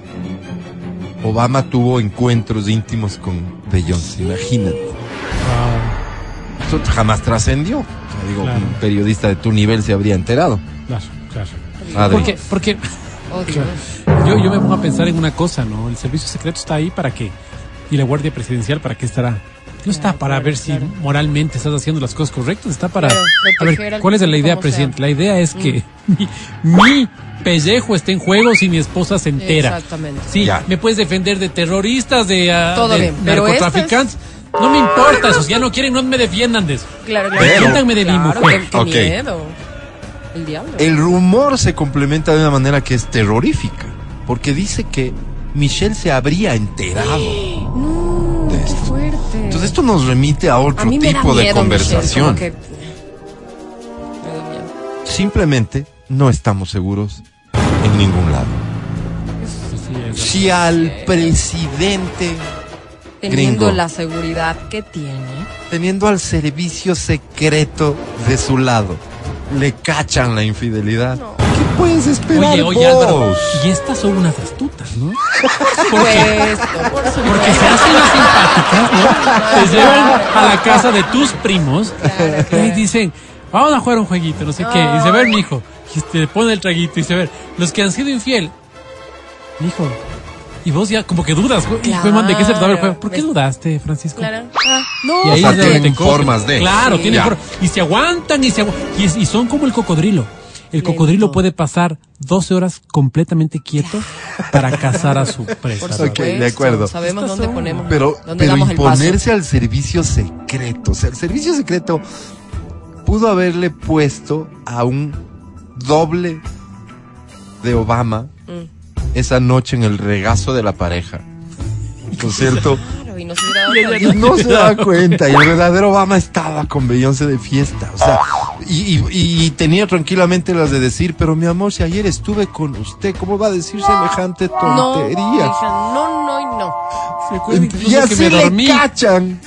Speaker 2: Obama tuvo encuentros íntimos con Beyoncé, imagínate.
Speaker 4: Wow.
Speaker 2: Eso jamás trascendió. O sea, digo,
Speaker 4: Claro.
Speaker 2: un periodista de tu nivel se habría enterado.
Speaker 4: Claro, claro.
Speaker 2: Adri.
Speaker 4: Porque, porque
Speaker 3: oh, Dios.
Speaker 4: yo, yo me pongo a pensar en una cosa, ¿no? El servicio secreto está ahí para qué. Y la Guardia Presidencial, ¿para qué estará? No está
Speaker 3: Claro,
Speaker 4: para
Speaker 3: claro,
Speaker 4: ver si
Speaker 3: claro.
Speaker 4: moralmente estás haciendo las cosas correctas, está para...
Speaker 3: Claro,
Speaker 4: A
Speaker 3: proteger
Speaker 4: ver,
Speaker 3: al
Speaker 4: ¿cuál es la idea,
Speaker 3: como
Speaker 4: presidente?
Speaker 3: sea.
Speaker 4: La idea es que mi, mi pellejo esté en juego si mi esposa se entera.
Speaker 3: Exactamente.
Speaker 4: Sí,
Speaker 2: Ya.
Speaker 4: me puedes defender de terroristas, de, ah,
Speaker 3: Todo
Speaker 4: de
Speaker 3: bien, pero
Speaker 4: narcotraficantes. No me importa eso, si ya no quieren, no me defiendan de eso.
Speaker 3: Claro, claro.
Speaker 2: Pero-
Speaker 4: Defiéndanme de mi
Speaker 3: Claro,
Speaker 4: mujer.
Speaker 3: qué, qué
Speaker 2: Ok.
Speaker 3: miedo. El diablo.
Speaker 2: El rumor se complementa de una manera que es terrorífica, porque dice que Michelle se habría enterado
Speaker 3: No,
Speaker 2: de
Speaker 3: qué
Speaker 2: esto.
Speaker 3: fuerte.
Speaker 2: Entonces esto nos remite a
Speaker 3: A
Speaker 2: otro
Speaker 3: mí me da
Speaker 2: tipo de
Speaker 3: miedo,
Speaker 2: conversación.
Speaker 3: Michelle, como que- Me da miedo.
Speaker 2: Simplemente no estamos seguros en ningún lado.
Speaker 4: Así es.
Speaker 2: Si al presidente
Speaker 3: Teniendo
Speaker 2: Gringo.
Speaker 3: la seguridad que tiene.
Speaker 2: Teniendo al servicio secreto de su lado, le cachan la infidelidad.
Speaker 3: No.
Speaker 2: ¿Qué puedes esperar
Speaker 4: Oye, oye,
Speaker 2: vos?
Speaker 4: Álvaro, y estas son unas astutas, ¿no?
Speaker 3: Por supuesto, por supuesto.
Speaker 4: Porque se hacen las simpáticas, ¿no? Te llevan a la casa de tus primos y dicen, vamos a jugar un jueguito, no sé qué. Y dice, a ver, mijo, y te pone el traguito y dice, a ver, los que han sido infiel, mijo, y vos ya como que dudas, güey,
Speaker 3: Claro.
Speaker 4: fue, man, ¿de qué se trataba el juego? ¿Por qué dudaste, Francisco?
Speaker 3: Claro. Ah, no.
Speaker 4: Y ahí
Speaker 2: O sea,
Speaker 4: es donde
Speaker 2: tienen
Speaker 4: te cogen.
Speaker 2: formas de.
Speaker 4: Claro,
Speaker 3: Sí.
Speaker 4: tienen
Speaker 2: Ya.
Speaker 4: formas. Y se aguantan y se agu- y, es- y son como el cocodrilo. El
Speaker 3: Lento.
Speaker 4: cocodrilo puede pasar doce horas completamente quieto para cazar a su presa.
Speaker 3: Por
Speaker 4: ¿no?
Speaker 2: Ok, de acuerdo.
Speaker 3: Sabemos
Speaker 4: Estas
Speaker 3: dónde
Speaker 4: son-
Speaker 3: ponemos.
Speaker 2: Pero,
Speaker 3: dónde
Speaker 2: pero
Speaker 3: damos el paso.
Speaker 2: imponerse al servicio secreto. O sea, el servicio secreto pudo haberle puesto a un doble de Obama
Speaker 3: Mm.
Speaker 2: esa noche en el regazo de la pareja. ¿No es cierto?
Speaker 3: Claro, y no se hubiera dado
Speaker 2: Y
Speaker 3: cuenta.
Speaker 2: no se da cuenta. Y el verdadero Obama estaba con Beyoncé de fiesta. O sea, y, y, y tenía tranquilamente las de decir, pero mi amor, si ayer estuve con usted, ¿cómo va a decir semejante
Speaker 3: No,
Speaker 2: tontería?
Speaker 3: hija, no, no y no.
Speaker 4: Se acuerda incluso
Speaker 2: Y
Speaker 4: que
Speaker 2: así
Speaker 4: me
Speaker 2: le
Speaker 4: dormí.
Speaker 2: cachan.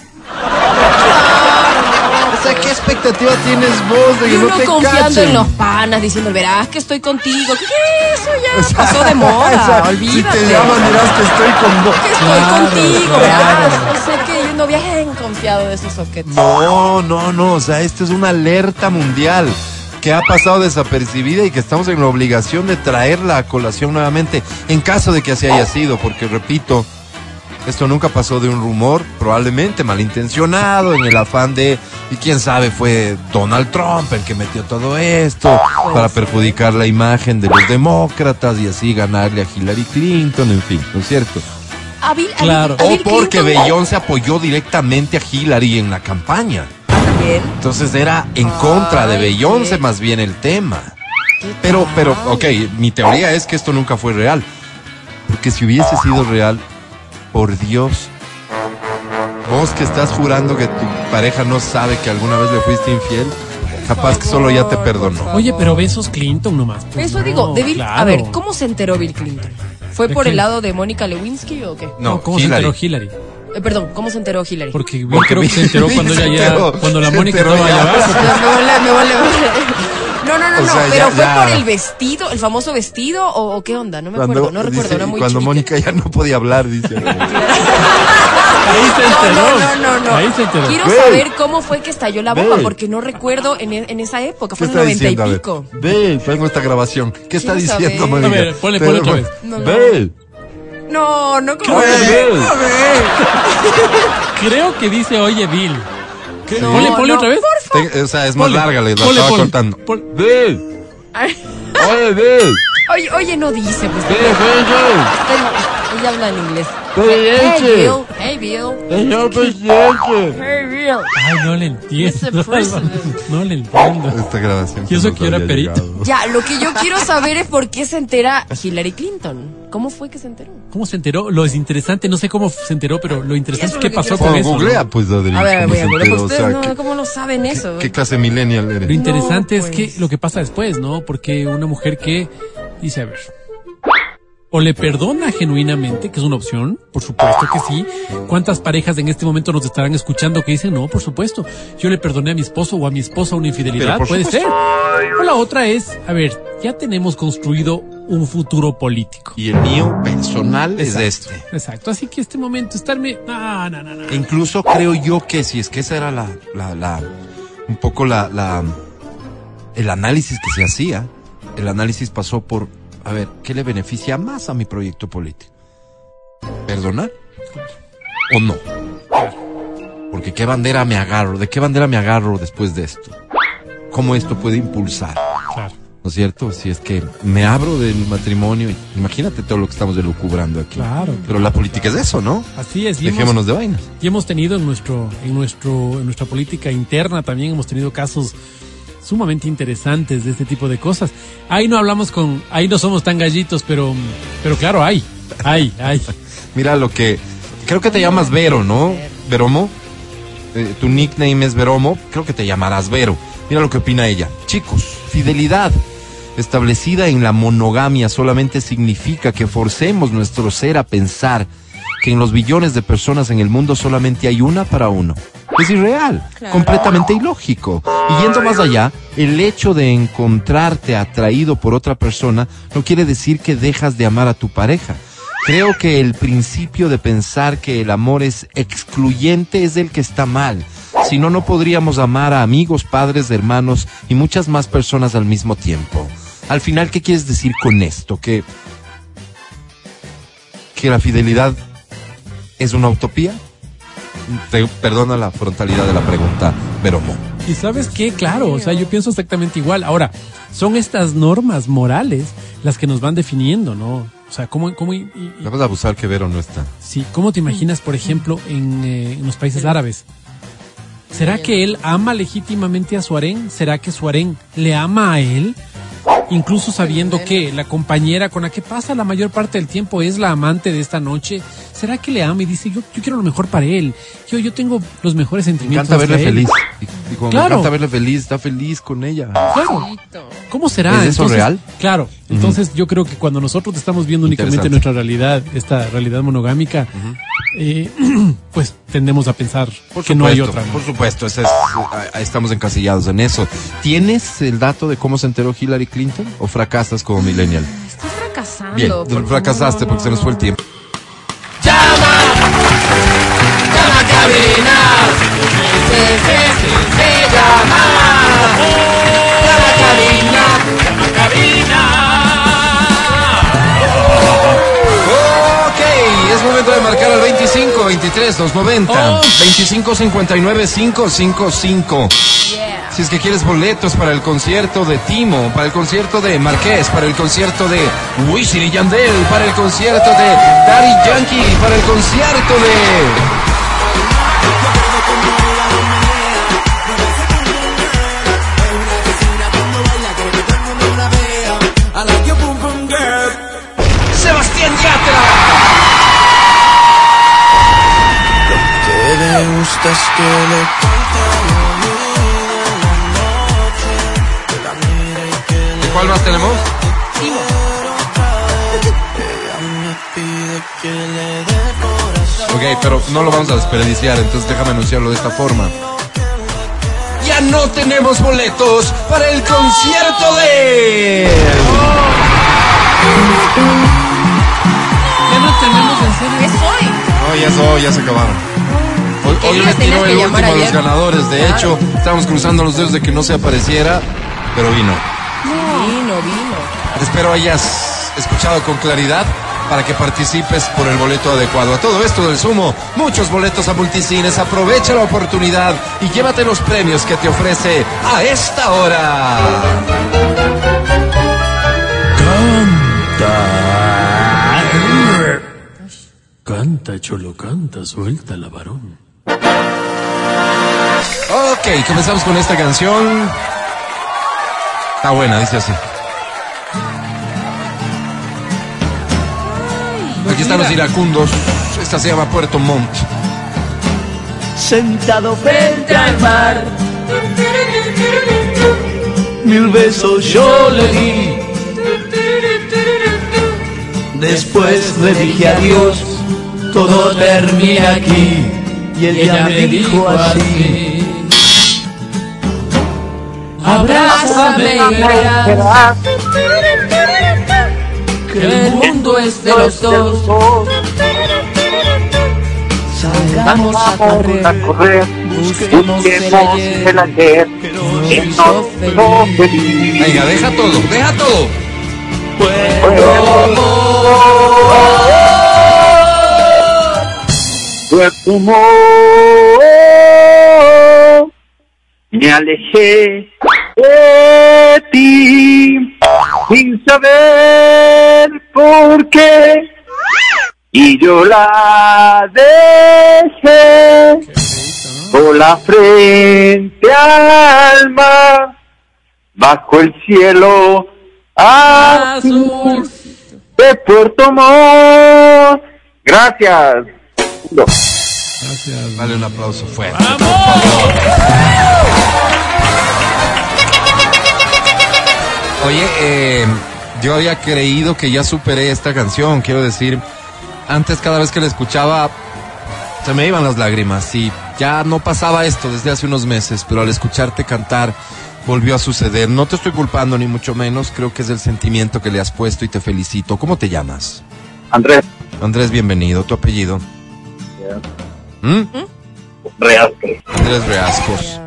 Speaker 2: O sea, ¿qué expectativa tienes vos de
Speaker 3: Y
Speaker 2: que no
Speaker 3: uno
Speaker 2: te
Speaker 3: confiando
Speaker 2: cachen?
Speaker 3: en los panas, diciendo, verás que estoy contigo. ¿Qué es eso? Ya
Speaker 2: O sea,
Speaker 3: pasó de moda,
Speaker 2: o sea,
Speaker 3: olvídate.
Speaker 2: Si te llaman dirás que estoy con vos.
Speaker 3: Que estoy
Speaker 4: Claro,
Speaker 3: contigo,
Speaker 4: claro.
Speaker 3: verás. O sea que yo no bien confiado de esos soquetes.
Speaker 2: No, no, no. O sea, esto es una alerta mundial que ha pasado desapercibida y que estamos en la obligación de traerla a colación nuevamente en caso de que así haya sido, porque repito, esto nunca pasó de un rumor, probablemente malintencionado, en el afán de, y quién sabe, fue Donald Trump el que metió todo esto para perjudicar la imagen de los demócratas y así ganarle a Hillary Clinton, en fin, ¿no es cierto?
Speaker 3: A Bill- a
Speaker 4: Claro.
Speaker 3: Bill- a
Speaker 2: O
Speaker 3: Bill
Speaker 2: porque
Speaker 3: Clinton
Speaker 2: Beyoncé apoyó directamente a Hillary en la campaña.
Speaker 3: también.
Speaker 2: Entonces era en contra de
Speaker 3: Ay,
Speaker 2: Beyoncé
Speaker 3: qué-
Speaker 2: más bien el tema.
Speaker 3: ¿Qué
Speaker 2: Pero,
Speaker 3: tal?
Speaker 2: pero, ok, mi teoría es que esto nunca fue real. Porque si hubiese sido real, por Dios, vos que estás jurando que tu pareja no sabe que alguna vez le fuiste infiel, capaz que solo ya te
Speaker 3: Por
Speaker 2: perdonó.
Speaker 3: favor.
Speaker 4: Oye, pero besos Clinton nomás. pues,
Speaker 3: Eso
Speaker 4: no,
Speaker 3: digo, de Bill,
Speaker 4: claro.
Speaker 3: a ver, ¿cómo se enteró Bill Clinton? ¿Fue
Speaker 4: ¿De
Speaker 3: por
Speaker 4: quién?
Speaker 3: el lado de Mónica Lewinsky o qué?
Speaker 2: No,
Speaker 4: ¿Cómo
Speaker 2: Hillary.
Speaker 4: se enteró Hillary?
Speaker 3: Eh, perdón, ¿cómo se enteró Hillary?
Speaker 4: Porque Bill
Speaker 2: Porque
Speaker 4: creo que se enteró cuando
Speaker 2: se
Speaker 4: ella ya,
Speaker 2: enteró,
Speaker 4: cuando la
Speaker 2: se
Speaker 4: Mónica
Speaker 2: enteró
Speaker 4: estaba
Speaker 2: ya.
Speaker 4: allá abajo.
Speaker 3: me vale, me vale, me vale. No, no, no,
Speaker 2: O
Speaker 3: no,
Speaker 2: sea,
Speaker 3: pero
Speaker 2: ya-
Speaker 3: fue
Speaker 2: ya.
Speaker 3: por el vestido, el famoso vestido o, o qué onda, no me acuerdo, no recuerdo,
Speaker 2: dice,
Speaker 3: era muy
Speaker 2: cuando
Speaker 3: chiquita.
Speaker 2: Mónica ya no podía hablar, dice.
Speaker 4: Ahí se
Speaker 3: No,
Speaker 4: enteró.
Speaker 3: no, no, no, no.
Speaker 4: Ahí se enteró.
Speaker 3: Quiero
Speaker 2: Ve.
Speaker 3: saber cómo fue que estalló la bomba,
Speaker 2: Ve.
Speaker 3: porque no recuerdo en, e- en esa época,
Speaker 2: ¿Qué
Speaker 3: fue en el
Speaker 2: está
Speaker 3: noventa y
Speaker 2: diciendo? A ver,
Speaker 3: pico.
Speaker 2: ve, tengo esta grabación. ¿Qué está
Speaker 3: Quiero
Speaker 2: diciendo,
Speaker 3: saber.
Speaker 2: Mónica?
Speaker 4: A ver, ponle, ponle otra vez.
Speaker 3: No, no.
Speaker 2: Ve,
Speaker 3: No, no como
Speaker 2: ve, ve.
Speaker 4: Creo que dice, oye, Bill.
Speaker 3: No,
Speaker 4: Ponle, ponle
Speaker 3: no,
Speaker 4: otra vez.
Speaker 3: por favor.
Speaker 2: Te- o sea, es más
Speaker 4: Ponle,
Speaker 2: larga, le la
Speaker 4: ponle,
Speaker 2: estaba
Speaker 4: ponle.
Speaker 2: contando.
Speaker 4: Pon-
Speaker 2: Ve,
Speaker 3: Ay,
Speaker 2: oye, ve,
Speaker 3: Oye, oye, no dice, pues.
Speaker 2: ve, ve,
Speaker 3: Ella, ella habla en inglés.
Speaker 2: Presidente.
Speaker 3: Hey, Bill. Hey, Bill.
Speaker 2: ve. Señor presidente.
Speaker 3: Hey, Bill.
Speaker 4: Ay, no le entiendo.
Speaker 3: Mister President.
Speaker 4: No le entiendo.
Speaker 2: Esta grabación.
Speaker 4: Y eso
Speaker 2: nos
Speaker 4: que yo era
Speaker 2: había
Speaker 4: perito.
Speaker 2: llegado.
Speaker 3: Ya, lo que yo quiero saber es por qué se entera Hillary Clinton. ¿Cómo fue que se enteró?
Speaker 4: ¿Cómo se enteró? Lo es interesante, no sé cómo se enteró, pero lo interesante
Speaker 3: Eso
Speaker 4: es
Speaker 3: es
Speaker 4: qué
Speaker 3: lo que
Speaker 4: pasó
Speaker 3: quiero
Speaker 4: con
Speaker 2: Oh,
Speaker 4: eso.
Speaker 2: googlea,
Speaker 4: ¿no?
Speaker 2: pues, Adri.
Speaker 3: A ver,
Speaker 2: ¿cómo
Speaker 3: voy
Speaker 2: se
Speaker 3: a ver,
Speaker 2: enteró?
Speaker 3: pues
Speaker 2: O
Speaker 3: ustedes
Speaker 2: sea,
Speaker 3: no,
Speaker 2: ¿qué-
Speaker 3: ¿cómo no saben eso?
Speaker 2: ¿Qué clase millennial eres?
Speaker 4: Lo interesante
Speaker 3: No,
Speaker 4: es
Speaker 3: pues.
Speaker 4: que lo que pasa después, ¿no? Porque una mujer que dice, a ver, o le perdona genuinamente, que es una opción, por supuesto que sí. ¿Cuántas parejas en este momento nos estarán escuchando que dicen, no, por supuesto, yo le perdoné a mi esposo o a mi esposa una
Speaker 2: Pero
Speaker 4: infidelidad?
Speaker 2: por
Speaker 4: Puede
Speaker 2: supuesto.
Speaker 4: ser. O la otra es, a ver, ya tenemos construido un futuro político.
Speaker 2: Y el mío personal es
Speaker 4: Exacto.
Speaker 2: este.
Speaker 4: Exacto, así que este momento estarme... No, no, no, no.
Speaker 2: Incluso creo yo que si es que esa era la, la, la un poco la, la, el análisis que se hacía, el análisis pasó por, a ver, ¿qué le beneficia más a mi proyecto político? ¿Perdonar? ¿O no? Porque ¿qué bandera me agarro? ¿De qué bandera me agarro después de esto? ¿Cómo esto puede impulsar?
Speaker 4: Claro.
Speaker 2: ¿No es cierto? Si es que me abro del matrimonio, imagínate todo lo que estamos delucubrando aquí.
Speaker 4: Claro.
Speaker 2: Pero la política es eso, ¿no?
Speaker 4: Así es. y hemos-
Speaker 2: Dejémonos de vainas.
Speaker 4: Y hemos tenido en nuestro, en nuestro, en nuestra política interna también hemos tenido casos sumamente interesantes de este tipo de cosas. Ahí no hablamos con, ahí no somos tan gallitos, pero, pero claro, hay, hay, hay.
Speaker 2: Mira lo que... Creo que te llamas Vero, ¿no? Veromo. Eh, tu nickname es Veromo. Creo que te llamarás Vero. Mira lo que opina ella. Chicos, fidelidad establecida en la monogamia solamente significa que forcemos nuestro ser a pensar que en los billones de personas en el mundo solamente hay una para uno. Es irreal, claro. Completamente ilógico. Y yendo más allá, el hecho de encontrarte atraído por otra persona no quiere decir que dejas de amar a tu pareja. Creo que el principio de pensar que el amor es excluyente es el que está mal. Si no, no podríamos amar a amigos, padres, hermanos y muchas más personas al mismo tiempo. Al final, ¿qué quieres decir con esto? Que, que la fidelidad es una utopía. Te perdona la frontalidad de la pregunta, pero no.
Speaker 4: Y ¿sabes qué? Claro, o sea, yo pienso exactamente igual. Ahora, son estas normas morales las que nos van definiendo, ¿no? O sea, ¿cómo...? cómo y, y,
Speaker 2: Vamos a abusar que Vero no está.
Speaker 4: Sí, ¿cómo te imaginas, por ejemplo, en, eh, en los países árabes? ¿Será que él ama legítimamente a su harén? ¿Será que su harén le ama a él? Incluso sabiendo que la compañera con la que pasa la mayor parte del tiempo es la amante de esta noche, ¿será que le ama y dice, yo, yo quiero lo mejor para él? Yo, yo tengo los mejores sentimientos.
Speaker 2: Me encanta verle
Speaker 4: hacia él.
Speaker 2: feliz. Y, y como
Speaker 4: Claro.
Speaker 2: me encanta verle feliz, está feliz con ella.
Speaker 4: Claro. ¿Cómo será?
Speaker 2: ¿Es eso
Speaker 4: Entonces,
Speaker 2: real?
Speaker 4: Claro. Entonces, uh-huh. yo creo que cuando nosotros estamos viendo únicamente nuestra realidad, esta realidad monogámica, uh-huh. eh, pues tendemos a pensar
Speaker 2: por
Speaker 4: que
Speaker 2: supuesto,
Speaker 4: no hay otra, ¿no?
Speaker 2: Por supuesto, ese es, estamos encasillados en eso. ¿Tienes el dato de cómo se enteró Hillary Clinton o fracasas como millennial?
Speaker 3: Estoy fracasando.
Speaker 2: Bien,
Speaker 3: por
Speaker 2: fracasaste
Speaker 3: favor,
Speaker 2: porque se nos fue el tiempo.
Speaker 8: Llama, llama a cabina. Se, se, se, se llama. Llama a cabina, llama a cabina.
Speaker 2: Ok, es momento de marcar al veinticinco, veintitrés, doscientos noventa, oh. veinticinco, cincuenta y nueve, quinientos cincuenta y cinco. Yeah. Si es que quieres boletos para el concierto de Timo, para el concierto de Marqués, para el concierto de Wisin y Yandel, para el concierto de Daddy Yankee, para el concierto de... Sebastián Yatra.
Speaker 10: Lo que me gusta es que le cante la noche.
Speaker 2: ¿Y cuál más tenemos?
Speaker 3: Timo.
Speaker 2: Ok, pero no lo vamos a desperdiciar, entonces déjame anunciarlo de esta forma. Ya no tenemos boletos para el concierto de...
Speaker 4: Ya no tenemos en serio.
Speaker 3: Es hoy.
Speaker 2: No, ya es hoy, ya se acabaron. Hoy, hoy le tiró el último a los ganadores. De hecho, estábamos cruzando los dedos de que no se apareciera, pero vino.
Speaker 3: No. Vino, vino.
Speaker 2: Espero hayas escuchado con claridad para que participes por el boleto adecuado. A todo esto del sumo, muchos boletos a Multicines. Aprovecha la oportunidad y llévate los premios que te ofrece a esta hora.
Speaker 4: Canta, cholo, canta, suelta la varón.
Speaker 2: Ok, comenzamos con esta canción. Está buena, dice así. Aquí están los iracundos. Esta se llama Puerto Montt.
Speaker 11: Sentado frente al mar, mil besos yo le di. Después le dije adiós, todo termina aquí. Y ella, ella me dijo así: abrázame y verás que el mundo es de los dos. Salgamos a correr, a correr. Busquemos el ayer que nos hizo feliz.
Speaker 2: Venga, deja todo, deja todo.
Speaker 11: Puerto Montt, me alejé de ti sin saber por qué y yo la dejé con la frente al mar bajo el cielo azul de Puerto Montt. Gracias.
Speaker 2: Gracias. Dale un aplauso fuerte.
Speaker 4: ¡Vamos!
Speaker 2: Oye, eh, yo había creído que ya superé esta canción. Quiero decir, Antes, cada vez que la escuchaba, se me iban las lágrimas y ya no pasaba esto desde hace unos meses, pero al escucharte cantar volvió a suceder. No te estoy culpando ni mucho menos, creo que es el sentimiento que le has puesto y te felicito. ¿Cómo te llamas?
Speaker 12: Andrés.
Speaker 2: Andrés, bienvenido. ¿Tu apellido?
Speaker 12: Yeah.
Speaker 2: ¿Mm?
Speaker 12: Reascos.
Speaker 2: Andrés Reascos.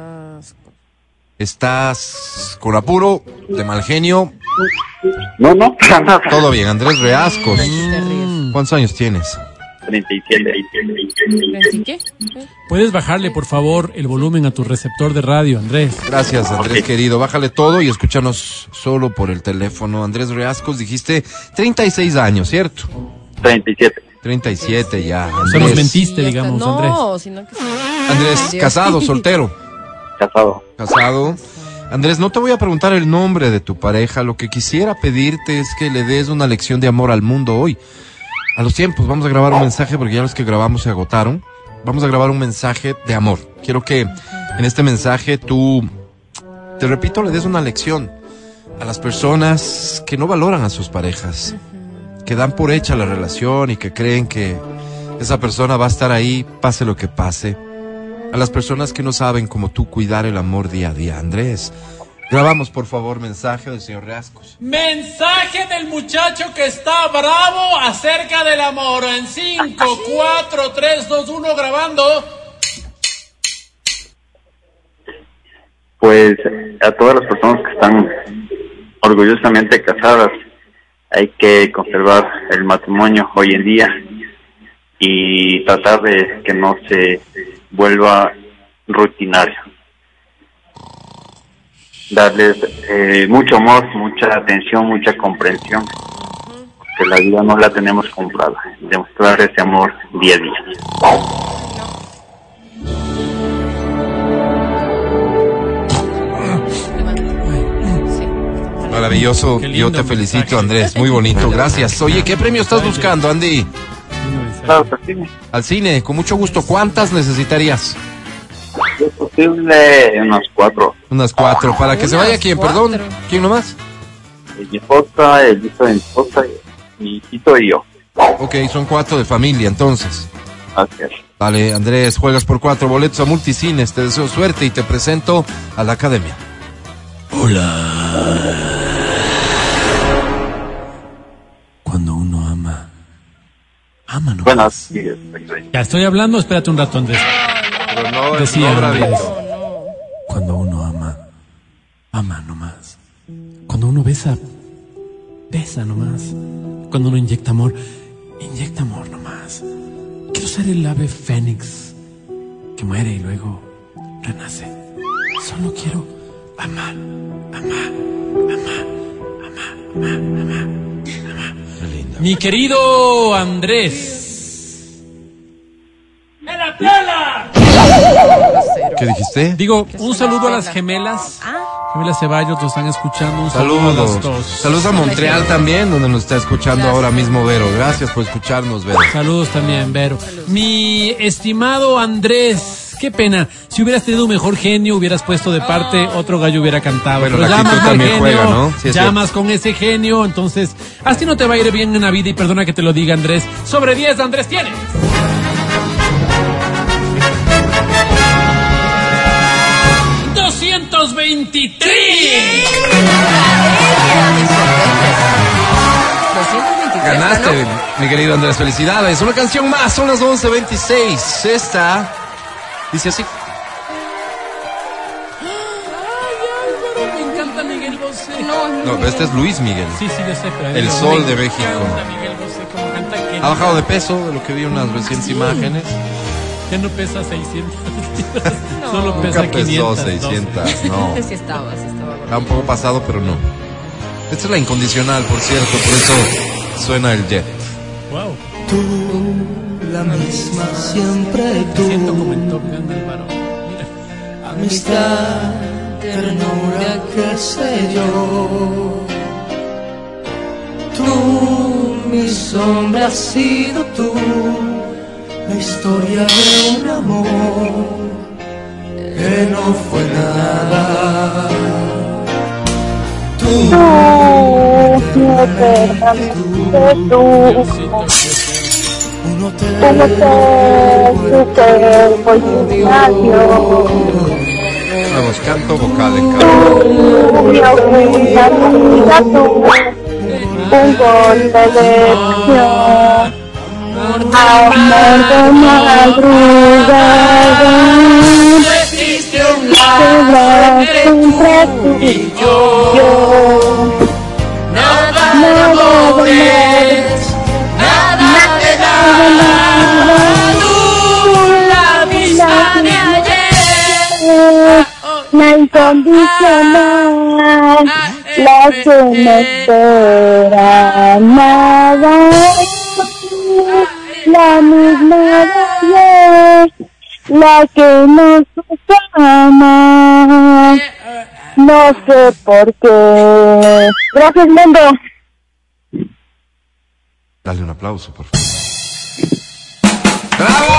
Speaker 2: ¿Estás con apuro, de mal genio?
Speaker 12: No, no, nada.
Speaker 2: Todo bien, Andrés Reascos. Mm. ¿Cuántos años tienes?
Speaker 12: treinta y siete.
Speaker 3: ¿Qué?
Speaker 4: ¿Puedes bajarle, por favor, el volumen a tu receptor de radio, Andrés?
Speaker 2: Gracias, Andrés, okay. Querido. Bájale todo y escúchanos solo por el teléfono. Andrés Reascos, dijiste treinta y seis años, ¿cierto?
Speaker 12: treinta y siete.
Speaker 2: treinta y siete ya, Andrés.
Speaker 4: Solo mentiste, digamos,
Speaker 3: no,
Speaker 4: Andrés.
Speaker 3: No, sino que...
Speaker 2: Andrés,
Speaker 3: Dios.
Speaker 2: ¿casado, soltero?
Speaker 12: Casado.
Speaker 2: Casado. Andrés, no te voy a preguntar el nombre de tu pareja. Lo que quisiera pedirte es que le des una lección de amor al mundo hoy. A los tiempos, vamos a grabar un mensaje porque ya los que grabamos se agotaron. Vamos a grabar un mensaje de amor. Quiero que en este mensaje tú, te repito, le des una lección a las personas que no valoran a sus parejas, que dan por hecha la relación y que creen que esa persona va a estar ahí, pase lo que pase. A las personas que no saben como tú cuidar el amor día a día. Andrés, grabamos por favor mensaje del señor Reascos.
Speaker 13: Mensaje del muchacho que está bravo acerca del amor. En cinco, cuatro, tres, dos, uno, grabando.
Speaker 12: Pues a todas las personas que están orgullosamente casadas, hay que conservar el matrimonio hoy en día y tratar de que no se vuelva rutinario. Darles eh, mucho amor, mucha atención, mucha comprensión, porque la vida no la tenemos comprada. Demostrar ese amor día a día.
Speaker 2: Maravilloso, yo te felicito, Andrés, muy bonito, gracias. Oye, ¿qué premio estás buscando, Andy?
Speaker 12: Claro, al cine.
Speaker 2: Al cine, con mucho gusto. ¿Cuántas necesitarías?
Speaker 12: Si es posible, unas cuatro.
Speaker 2: Unas cuatro. ¿Para que se vaya quién? Perdón, ¿quién nomás?
Speaker 12: Mi esposa, el hijo de mi esposa, mi hijito y yo.
Speaker 2: Ok, son cuatro de familia, entonces.
Speaker 12: Así es.
Speaker 2: Vale, Andrés, juegas por cuatro boletos a Multicines. Te deseo suerte y te presento a la academia.
Speaker 11: Hola. Cuando uno ama, ama no.
Speaker 12: Bueno, sí,
Speaker 4: ya estoy hablando, espérate un rato, Andrés.
Speaker 2: Pero no,
Speaker 4: Decía,
Speaker 2: no,
Speaker 4: Andrés.
Speaker 11: Cuando uno ama, ama nomás.
Speaker 4: Cuando uno besa, besa nomás. Cuando uno inyecta amor, inyecta amor nomás. Quiero ser el ave fénix que muere y luego renace. Solo quiero amar, amar, amar, amar, amar, amar, amar. Mi querido Andrés.
Speaker 13: ¡En la tela!
Speaker 2: ¿Qué dijiste?
Speaker 4: Digo, un saludo a las gemelas. Gemelas Ceballos, nos están escuchando. Un saludo a
Speaker 2: Saludos.
Speaker 4: las dos.
Speaker 2: Saludos a Montreal también, donde nos está escuchando ahora mismo Vero. Gracias por escucharnos, Vero.
Speaker 4: Saludos también, Vero. Mi estimado Andrés, qué pena. Si hubieras tenido un mejor genio, hubieras puesto de parte, otro gallo hubiera cantado.
Speaker 2: Bueno,
Speaker 4: Pero
Speaker 2: la actitud
Speaker 4: llamas al
Speaker 2: también
Speaker 4: genio,
Speaker 2: juega, ¿no? Sí, es
Speaker 4: llamas con ese genio, entonces, así no te va a ir bien en la vida y perdona que te lo diga, Andrés. Sobre diez, Andrés, tienes. doscientos veintitrés.
Speaker 2: Ganaste, mi querido Andrés, felicidades. Una canción más, son las once veintiséis. Esta dice así.
Speaker 4: Me encanta Miguel Bosé.
Speaker 2: No, pero este es Luis Miguel.
Speaker 4: Sí, sí, yo sé. Pero
Speaker 2: El
Speaker 4: no,
Speaker 2: sol
Speaker 4: me
Speaker 2: de México.
Speaker 4: encanta Miguel Bosé, cómo canta, que
Speaker 2: Ha bajado de peso, de lo que vi en unas recientes imágenes.
Speaker 4: ya no pesa seiscientos.
Speaker 3: No.
Speaker 4: Solo
Speaker 2: Nunca
Speaker 4: pesa
Speaker 2: pesó
Speaker 4: quinientos.
Speaker 2: seiscientos, no.
Speaker 3: Sí estaba, sí estaba.
Speaker 2: Está un poco pasado, pero no. Esta es la incondicional, por cierto, por eso suena el jet.
Speaker 4: Wow.
Speaker 10: Tú, la misma siempre tú.
Speaker 4: Me siento como en Top Gun del varón.
Speaker 10: Amistad, ternura, qué sé yo. Tú, mi sombra, has sido tú. La historia de un amor que no fue nada. Tú, tú, tú, tú. un hotel,
Speaker 14: un hotel super multimillonario.
Speaker 2: Vamos, canto vocal en cada uno.
Speaker 14: Un gol de elección, amor de madrugada,
Speaker 8: existe un
Speaker 14: lar entre tú y yo,
Speaker 8: nada de amores, nada de nada, la misma de ayer,
Speaker 14: la incondicional, la que no espera nada, la misma de ayer, la que nos ama, no sé por qué. Gracias, mundo.
Speaker 2: Dale un aplauso, por favor. ¡Bravo!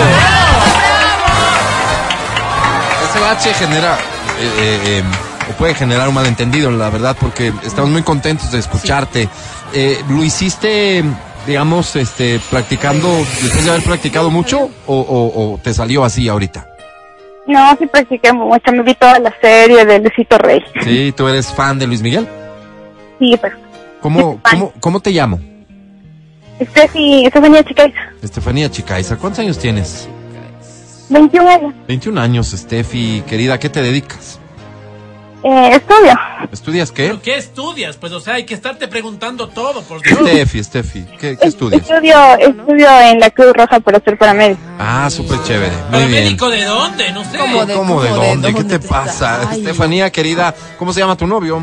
Speaker 2: Ese bache genera, eh, eh, eh, o puede generar un malentendido, la verdad, porque estamos muy contentos de escucharte. Sí. Eh, ¿Lo hiciste, digamos, este, practicando, después de haber practicado mucho, o, o, o te salió así ahorita?
Speaker 14: No, sí practiqué mucho, me vi toda la serie de Luisito Rey.
Speaker 2: Sí, ¿tú eres fan de Luis Miguel?
Speaker 14: Sí, pero...
Speaker 2: ¿Cómo, cómo, cómo te llamo?
Speaker 14: Estefi, Estefanía Chicaiza.
Speaker 2: Estefanía Chicaiza, ¿cuántos años tienes?
Speaker 14: veintiún años.
Speaker 2: veintiún años, Estefi, querida, ¿a qué te dedicas?
Speaker 14: Eh, estudio.
Speaker 2: ¿Estudias qué?
Speaker 13: ¿Pero qué estudias? Pues, o sea, hay que estarte preguntando todo, por Dios.
Speaker 2: Estefi, Estefi, ¿qué, qué estudias?
Speaker 14: Estudio, estudio en la Cruz Roja para ser paramédico.
Speaker 2: Ah, súper chévere, muy bien.
Speaker 13: ¿Paramédico de dónde? No sé.
Speaker 2: ¿Cómo de, ¿Cómo de, dónde? ¿Qué te pasa?
Speaker 3: Ay.
Speaker 2: Estefanía, querida, ¿cómo se llama tu novio?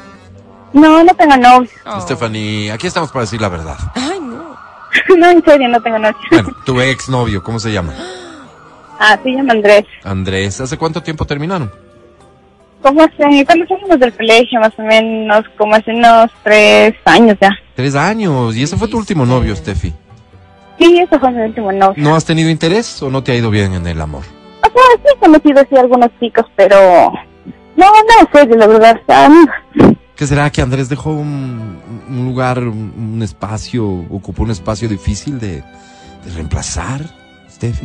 Speaker 14: No, no tengo novio.
Speaker 2: Oh. Estefanía, aquí estamos para decir la verdad.
Speaker 3: Ay, no.
Speaker 14: No, en serio, no tengo novio.
Speaker 2: Bueno, tu ex novio, ¿cómo se llama?
Speaker 14: Ah, se llama Andrés.
Speaker 2: Andrés, ¿hace cuánto tiempo terminaron?
Speaker 14: ¿Cómo hace? Cuando salimos del colegio, más o menos, como hace unos tres años ya.
Speaker 2: Tres años, ¿y ese fue tu último novio, Steffi?
Speaker 14: Sí, ese fue mi último novio.
Speaker 2: ¿No has tenido interés o no te ha ido bien en el amor?
Speaker 14: O sea, sí he conocido así algunos chicos, pero... No, no sé, la verdad, amigos.
Speaker 2: ¿Qué será que Andrés dejó un, un lugar, un, un espacio, ocupó un espacio difícil de, de reemplazar, Steffi?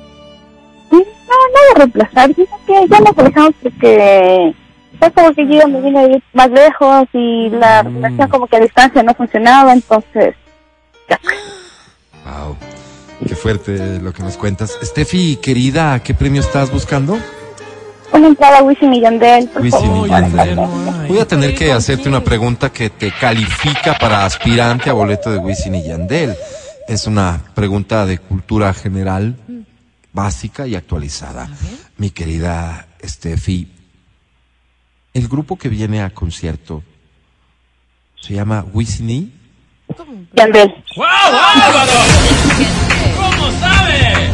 Speaker 14: No, no de reemplazar, sino que ya nos alejamos porque es como que yo me vine a ir más lejos y la mm. relación como que a distancia no funcionaba, entonces ya.
Speaker 2: Wow, qué fuerte lo que nos cuentas. Steffi, querida, ¿qué premio estás buscando?
Speaker 14: Una entrada a Wisin y Yandel.
Speaker 2: Wisin y Yandel. Voy a tener que hacerte una pregunta que te califica para aspirante a boleto de Wisin y Yandel. Es una pregunta de cultura general, básica y actualizada. Mi querida Steffi, el grupo que viene a concierto se llama Wisin y
Speaker 14: Yandel.
Speaker 13: ¡Wow, bárbaro! ¿Cómo sabe?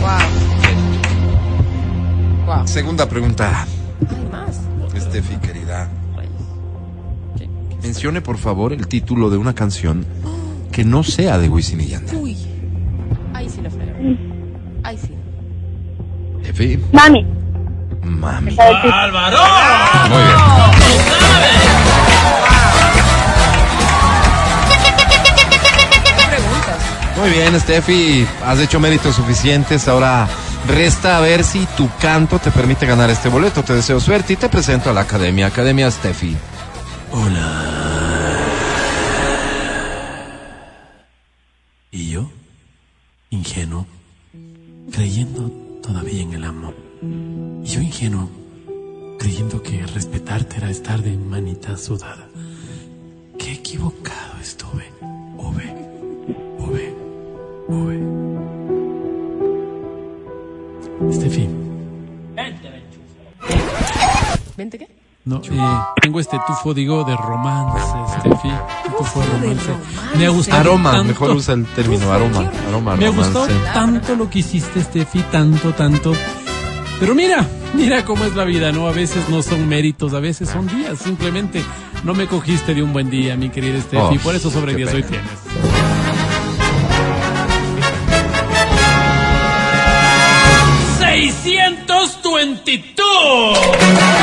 Speaker 2: Wow. Segunda pregunta. Steffi, querida, mencione por favor el título de una canción que no sea de Wisin y Yandel.
Speaker 3: Uy, ahí sí lo frego. Ahí sí.
Speaker 2: Steffi.
Speaker 14: Mami.
Speaker 2: Mami.
Speaker 13: ¡Álvaro!
Speaker 2: Muy bien. Muy bien, Steffi, has hecho méritos suficientes. Ahora resta ver si tu canto te permite ganar este boleto. Te deseo suerte y te presento a la Academia. Academia Steffi.
Speaker 15: Hola. Y yo, ingenuo, creyendo todavía en el amor. Y yo ingenuo, creyendo que respetarte era estar de manita sudada. Qué equivocado estuve. Ove, ove, ove. Steffi.
Speaker 13: Vente, vente.
Speaker 3: ¿Vente qué?
Speaker 4: No, eh, tengo este tufo, digo, de romance, Steffi. Tufo de romance. Me ha gustado
Speaker 2: aroma,
Speaker 4: tanto.
Speaker 2: mejor usa el término aroma. Aroma,
Speaker 4: Me ha
Speaker 2: romance.
Speaker 4: gustado tanto lo que hiciste, Steffi, tanto, tanto. Pero mira, mira cómo es la vida, ¿no? A veces no son méritos, a veces son días. Simplemente no me cogiste de un buen día, mi querida Steffi.
Speaker 2: Oh,
Speaker 4: por eso sobre diez hoy
Speaker 2: pena.
Speaker 4: tienes.
Speaker 13: seiscientos veintidós.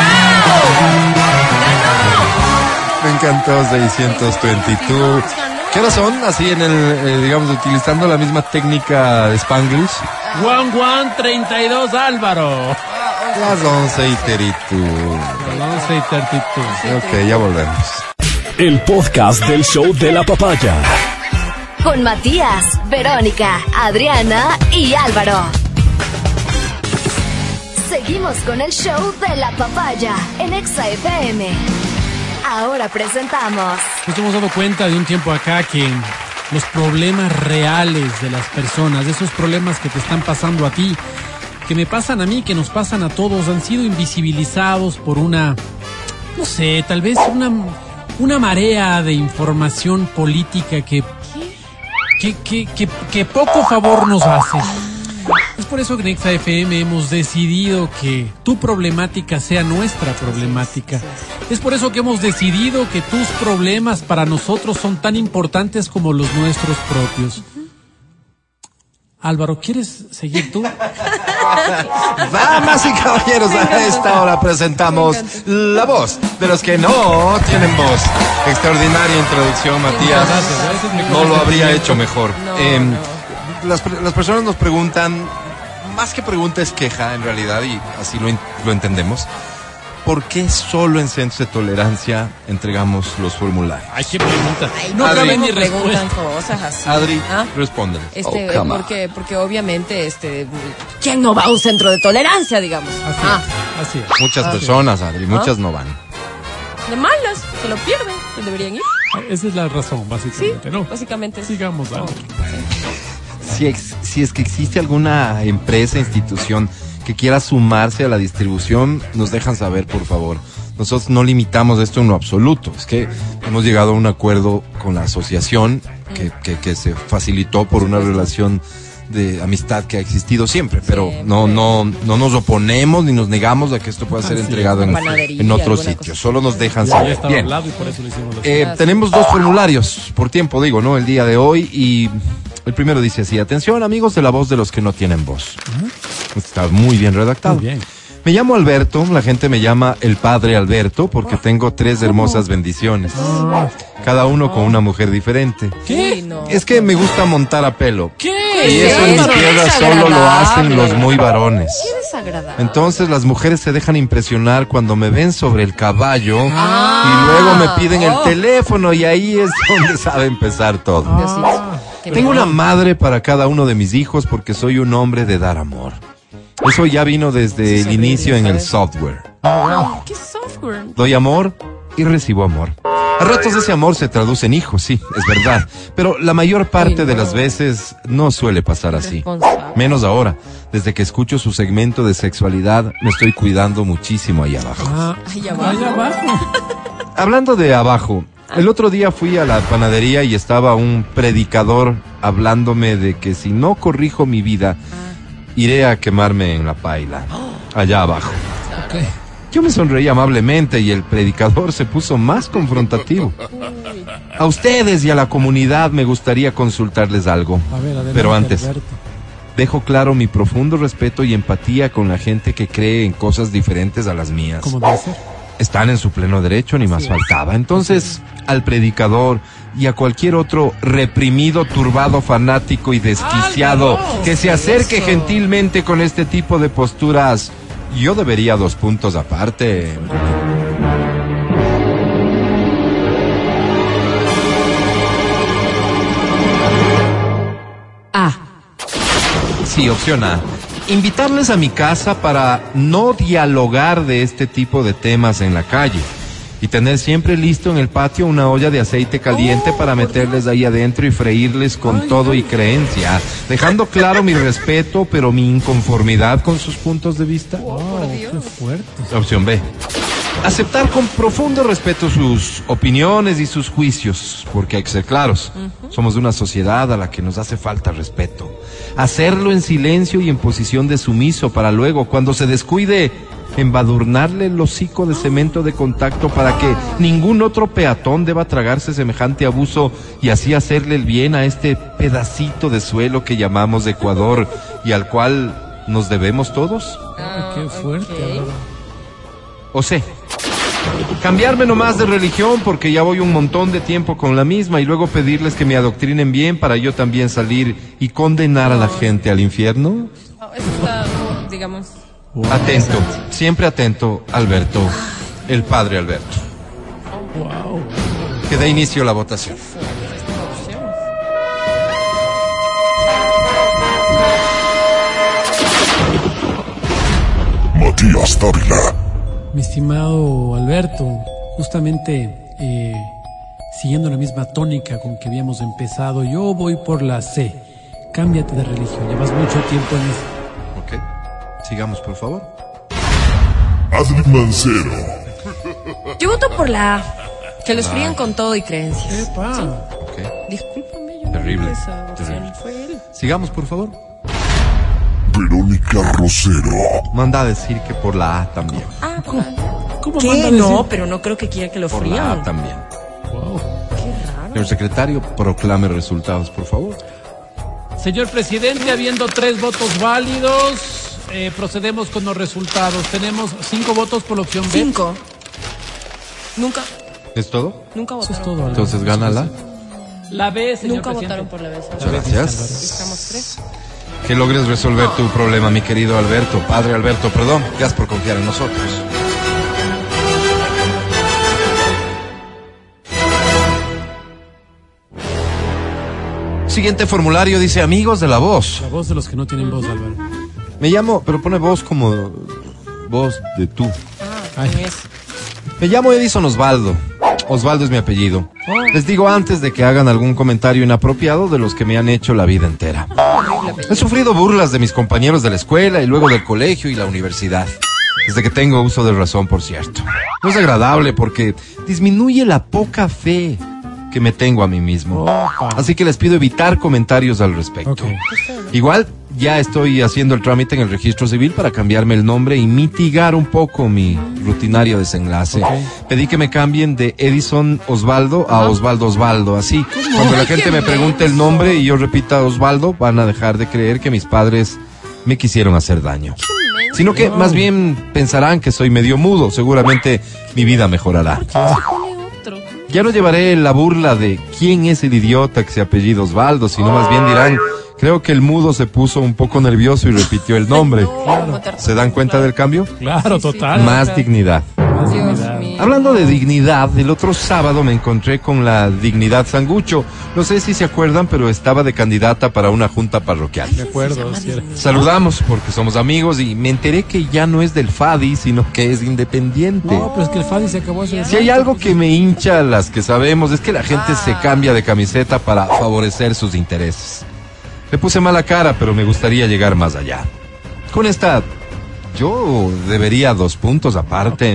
Speaker 2: Me encantó seiscientos veintidós. ¿Qué horas son? Así en el, eh, digamos, utilizando la misma técnica de Spanglish.
Speaker 13: Juan Juan treinta y dos Álvaro.
Speaker 2: Las once y treinta y dos.
Speaker 13: Las once y treinta y dos.
Speaker 2: Ok, ya volvemos.
Speaker 1: El podcast del show de la papaya.
Speaker 6: Con Matías, Verónica, Adriana y Álvaro. Seguimos con el show de la papaya en Exa F M. Ahora presentamos.
Speaker 4: Nos hemos dado cuenta de un tiempo acá que los problemas reales de las personas, esos problemas que te están pasando a ti, que me pasan a mí, que nos pasan a todos, han sido invisibilizados por una, no sé, tal vez una, una marea de información política que, que, que, que, que poco favor nos hace. Es por eso que en Exa F M hemos decidido que tu problemática sea nuestra problemática. Es por eso que hemos decidido que tus problemas para nosotros son tan importantes como los nuestros propios. Álvaro, ¿quieres seguir tú?
Speaker 2: Damas y caballeros, a esta hora presentamos la voz de los que no tienen voz. Extraordinaria introducción, Matías. No lo habría hecho mejor. Eh, las, las personas nos preguntan, más que pregunta es queja en realidad, y así lo, lo entendemos. ¿Por qué solo en centros de tolerancia entregamos los formularios?
Speaker 13: Ay, qué pregunta.
Speaker 3: Ay, no
Speaker 2: Adri,
Speaker 3: me preguntan cosas así.
Speaker 2: Adri,
Speaker 3: ¿Ah?
Speaker 2: respóndele.
Speaker 3: Este,
Speaker 2: Oh, come on.
Speaker 3: porque, porque obviamente, este, ¿quién no va a un centro de tolerancia, digamos?
Speaker 4: Así
Speaker 3: Ah,
Speaker 4: es, así es.
Speaker 2: Muchas
Speaker 4: Así
Speaker 2: personas, Adri, muchas
Speaker 3: ¿Ah?
Speaker 2: no van.
Speaker 3: de malas, se lo pierden, se deberían ir.
Speaker 4: es. Esa es la razón, básicamente,
Speaker 3: Sí,
Speaker 4: ¿no?
Speaker 3: básicamente.
Speaker 4: Sigamos, Álvaro.
Speaker 2: Si, ex- si es que existe alguna empresa, institución que quiera sumarse a la distribución, nos dejan saber, por favor. Nosotros no limitamos esto en lo absoluto. Es que hemos llegado a un acuerdo con la asociación que, que, que se facilitó por una relación de amistad que ha existido siempre, pero no no no nos oponemos ni nos negamos a que esto pueda ser
Speaker 4: Así
Speaker 2: entregado
Speaker 4: es.
Speaker 2: en,
Speaker 3: Panadería,
Speaker 2: en otros
Speaker 3: alguna
Speaker 2: sitios.
Speaker 3: cosa.
Speaker 2: Solo nos dejan
Speaker 4: Ya, ya
Speaker 2: saber.
Speaker 4: estaba
Speaker 2: Bien.
Speaker 4: hablado y por eso lo hicimos los
Speaker 2: Eh, tenemos dos formularios por tiempo, digo, ¿no? El día de hoy, y el primero dice así: atención, amigos de la voz de los que no tienen voz. Está muy bien redactado.
Speaker 4: Muy bien.
Speaker 2: Me llamo Alberto, la gente me llama el padre Alberto porque tengo tres hermosas bendiciones. Cada uno con una mujer diferente.
Speaker 3: ¿Qué? No.
Speaker 2: Es que me gusta montar a pelo.
Speaker 4: ¿Qué?
Speaker 2: Y eso en mi
Speaker 3: Eso,
Speaker 2: tierra
Speaker 3: es
Speaker 2: solo lo hacen
Speaker 3: desagradable.
Speaker 2: los muy varones.
Speaker 3: Qué desagradable.
Speaker 2: Entonces las mujeres se dejan impresionar cuando me ven sobre el caballo
Speaker 3: Ah.
Speaker 2: y luego me piden el
Speaker 3: Oh.
Speaker 2: teléfono, y ahí es donde sabe empezar todo.
Speaker 3: Diosito. Qué
Speaker 2: Tengo
Speaker 3: bien.
Speaker 2: una madre para cada uno de mis hijos porque soy un hombre de dar amor. Eso ya vino desde el
Speaker 3: horrible,
Speaker 2: inicio en el
Speaker 3: ¿sabes?
Speaker 2: software.
Speaker 3: ¿Qué software?
Speaker 2: Doy amor y recibo amor. A ratos ese amor se traduce en hijos, sí, es verdad. Pero la mayor parte
Speaker 3: Ay,
Speaker 2: de
Speaker 3: no.
Speaker 2: las veces no suele pasar así.
Speaker 3: Irresponsable.
Speaker 2: Menos ahora. Desde que escucho su segmento de sexualidad, me estoy cuidando muchísimo ahí abajo.
Speaker 4: Ah,
Speaker 3: Ahí abajo.
Speaker 4: allá abajo.
Speaker 2: Hablando de abajo, el otro día fui a la panadería y estaba un predicador hablándome de que si no corrijo mi vida, iré a quemarme en la paila, allá abajo.
Speaker 4: Ok.
Speaker 2: Yo me sonreí amablemente y el predicador se puso más confrontativo. A ustedes y a la comunidad me gustaría consultarles algo.
Speaker 4: A ver, adelante,
Speaker 2: Pero antes,
Speaker 4: Alberto.
Speaker 2: dejo claro mi profundo respeto y empatía con la gente que cree en cosas diferentes a las mías.
Speaker 4: ¿Cómo debe ser?
Speaker 2: Están en su pleno derecho, ni más faltaba. Entonces, al predicador y a cualquier otro reprimido, turbado, fanático y desquiciado
Speaker 4: Álvaro,
Speaker 2: que se acerque
Speaker 3: eso.
Speaker 2: gentilmente con este tipo de posturas, yo debería dos puntos aparte.
Speaker 3: Ah.
Speaker 2: Sí, opción A. Invitarles a mi casa para no dialogar de este tipo de temas en la calle y tener siempre listo en el patio una olla de aceite caliente
Speaker 3: Oh,
Speaker 2: para
Speaker 3: por
Speaker 2: meterles ahí adentro y freírles con todo y creencia, dejando claro mi respeto pero mi inconformidad con sus puntos de vista.
Speaker 4: Wow, qué fuerte.
Speaker 2: Opción B. Aceptar con profundo respeto sus opiniones y sus juicios, porque hay que ser claros. Somos una sociedad a la que nos hace falta respeto. Hacerlo en silencio y en posición de sumiso para luego, cuando se descuide, embadurnarle el hocico de cemento de contacto para que ningún otro peatón deba tragarse semejante abuso y así hacerle el bien a este pedacito de suelo que llamamos Ecuador y al cual nos debemos todos.
Speaker 4: Ay, qué fuerte,
Speaker 3: ok.
Speaker 4: Álvaro.
Speaker 2: O sé, Cambiarme nomás de religión porque ya voy un montón de tiempo con la misma y luego pedirles que me adoctrinen bien para yo también salir y condenar a la gente al infierno.
Speaker 3: Oh, eso está, digamos...
Speaker 2: Atento, siempre atento, Alberto, el padre Alberto.
Speaker 4: Wow.
Speaker 2: Que dé inicio a la votación.
Speaker 1: Matías Dávila.
Speaker 4: Mi estimado Alberto, justamente eh, siguiendo la misma tónica con que habíamos empezado, yo voy por la C. Cámbiate de religión, llevas mucho tiempo en eso.
Speaker 2: Ok, sigamos por favor.
Speaker 1: Adri Mancero.
Speaker 3: Yo voto por la A. Que los fríen con todo y creencias.
Speaker 4: Epa.
Speaker 3: ¿Sí?
Speaker 2: Okay.
Speaker 3: Discúlpame, yo
Speaker 2: Terrible,
Speaker 3: no esa opción,
Speaker 2: terrible.
Speaker 3: fue él.
Speaker 2: Sigamos por favor.
Speaker 1: Verónica Rosero.
Speaker 2: Manda a decir que por la A también.
Speaker 3: Ah, ¿cómo?
Speaker 4: ¿Cómo
Speaker 3: ¿Qué?
Speaker 4: manda a
Speaker 3: No,
Speaker 4: decir?
Speaker 3: pero no creo que quiera que lo
Speaker 2: Por
Speaker 3: frían.
Speaker 2: la A también.
Speaker 4: Wow.
Speaker 3: Qué raro.
Speaker 2: Señor secretario, proclame resultados, por favor.
Speaker 4: Señor presidente, habiendo tres votos válidos, eh, procedemos con los resultados. Tenemos cinco votos por la opción B.
Speaker 3: Cinco. Nunca,
Speaker 2: ¿Es todo?
Speaker 3: nunca
Speaker 4: Eso
Speaker 3: votaron.
Speaker 4: es todo, Alberto.
Speaker 2: Entonces gana la.
Speaker 4: La B, señor
Speaker 3: Nunca
Speaker 4: presidente.
Speaker 3: votaron por la vez.
Speaker 2: Gracias.
Speaker 3: Estamos tres.
Speaker 2: Que logres resolver tu problema, mi querido Alberto. Padre Alberto, perdón. Gracias por confiar en nosotros. Siguiente formulario dice amigos de la voz.
Speaker 4: La voz de los que no tienen voz, Alberto.
Speaker 2: Me llamo, pero pone voz como voz de tú.
Speaker 3: Ah,
Speaker 4: Ay.
Speaker 3: ¿quién es?
Speaker 2: Me llamo Edison Osvaldo. Osvaldo es mi apellido. Les digo antes de que hagan algún comentario inapropiado de los que me han hecho la vida entera. He sufrido burlas de mis compañeros de la escuela y luego del colegio y la universidad. Desde que tengo uso de razón, por cierto. No es agradable porque disminuye la poca fe que me tengo a mí mismo.
Speaker 4: Opa.
Speaker 2: Así que les pido evitar comentarios al respecto.
Speaker 4: Ok.
Speaker 2: Igual, ya estoy haciendo el trámite en el registro civil para cambiarme el nombre y mitigar un poco mi rutinario desenlace.
Speaker 4: Ok.
Speaker 2: Pedí que me cambien de Edison Osvaldo a Osvaldo Osvaldo. Así, cuando la
Speaker 3: Ay,
Speaker 2: gente
Speaker 3: qué
Speaker 2: me pregunte el
Speaker 3: menso.
Speaker 2: nombre y yo repita Osvaldo, van a dejar de creer que mis padres me quisieron hacer daño. Sino que más bien pensarán que soy medio mudo. Seguramente mi vida mejorará.
Speaker 3: Pone otro.
Speaker 2: Ya no llevaré la burla de quién es el idiota que se apellida Osvaldo, sino más bien dirán, creo que el mudo se puso un poco nervioso y repitió el nombre.
Speaker 3: No,
Speaker 2: ¿Se dan cuenta del cambio?
Speaker 4: Claro,
Speaker 3: Sí, sí.
Speaker 4: total.
Speaker 2: Más dignidad.
Speaker 4: Más
Speaker 3: Dios
Speaker 4: dignidad.
Speaker 3: mío.
Speaker 2: Hablando de dignidad, el otro sábado me encontré con la Dignidad Sangucho. No sé si se acuerdan, pero estaba de candidata para una junta parroquial.
Speaker 4: De acuerdo, sí era.
Speaker 2: Saludamos porque somos amigos y me enteré que ya no es del F A D I, sino que es independiente.
Speaker 4: No, pero es que el Fadi se acabó hace
Speaker 2: Si hay algo que me hincha las que sabemos es que la gente se cambia de camiseta para favorecer sus intereses. Le puse mala cara, pero me gustaría llegar más allá. Con esta, yo debería dos puntos aparte.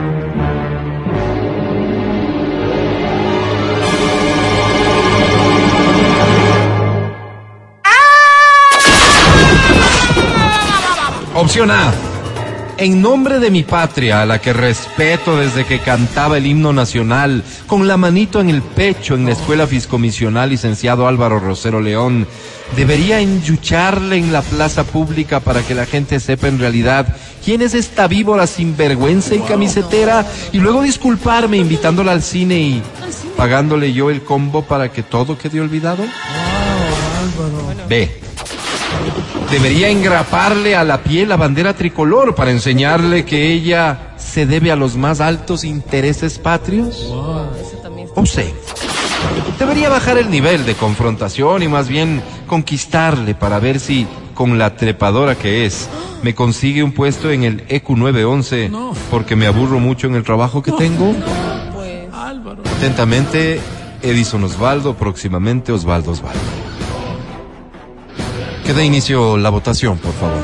Speaker 2: Opción A. En nombre de mi patria, a la que respeto desde que cantaba el himno nacional, con la manito en el pecho en la escuela fiscomisional licenciado Álvaro Rosero León, debería enyucharle en la plaza pública para que la gente sepa en realidad quién es esta víbora sinvergüenza y camisetera, y luego disculparme invitándola al cine y pagándole yo el combo para que todo quede olvidado. B. Debería engraparle a la piel la bandera tricolor para enseñarle que ella se debe a los más altos intereses patrios.
Speaker 3: Eso también está-
Speaker 2: O C. Debería bajar el nivel de confrontación y más bien conquistarle para ver si, con la trepadora que es, me consigue un puesto en el E Q nueve once
Speaker 4: No.
Speaker 2: porque me aburro mucho en el trabajo que tengo.
Speaker 3: Pues,
Speaker 4: Álvaro.
Speaker 2: Atentamente, Edison Osvaldo, próximamente Osvaldo Osvaldo. Que dé inicio la votación, por favor.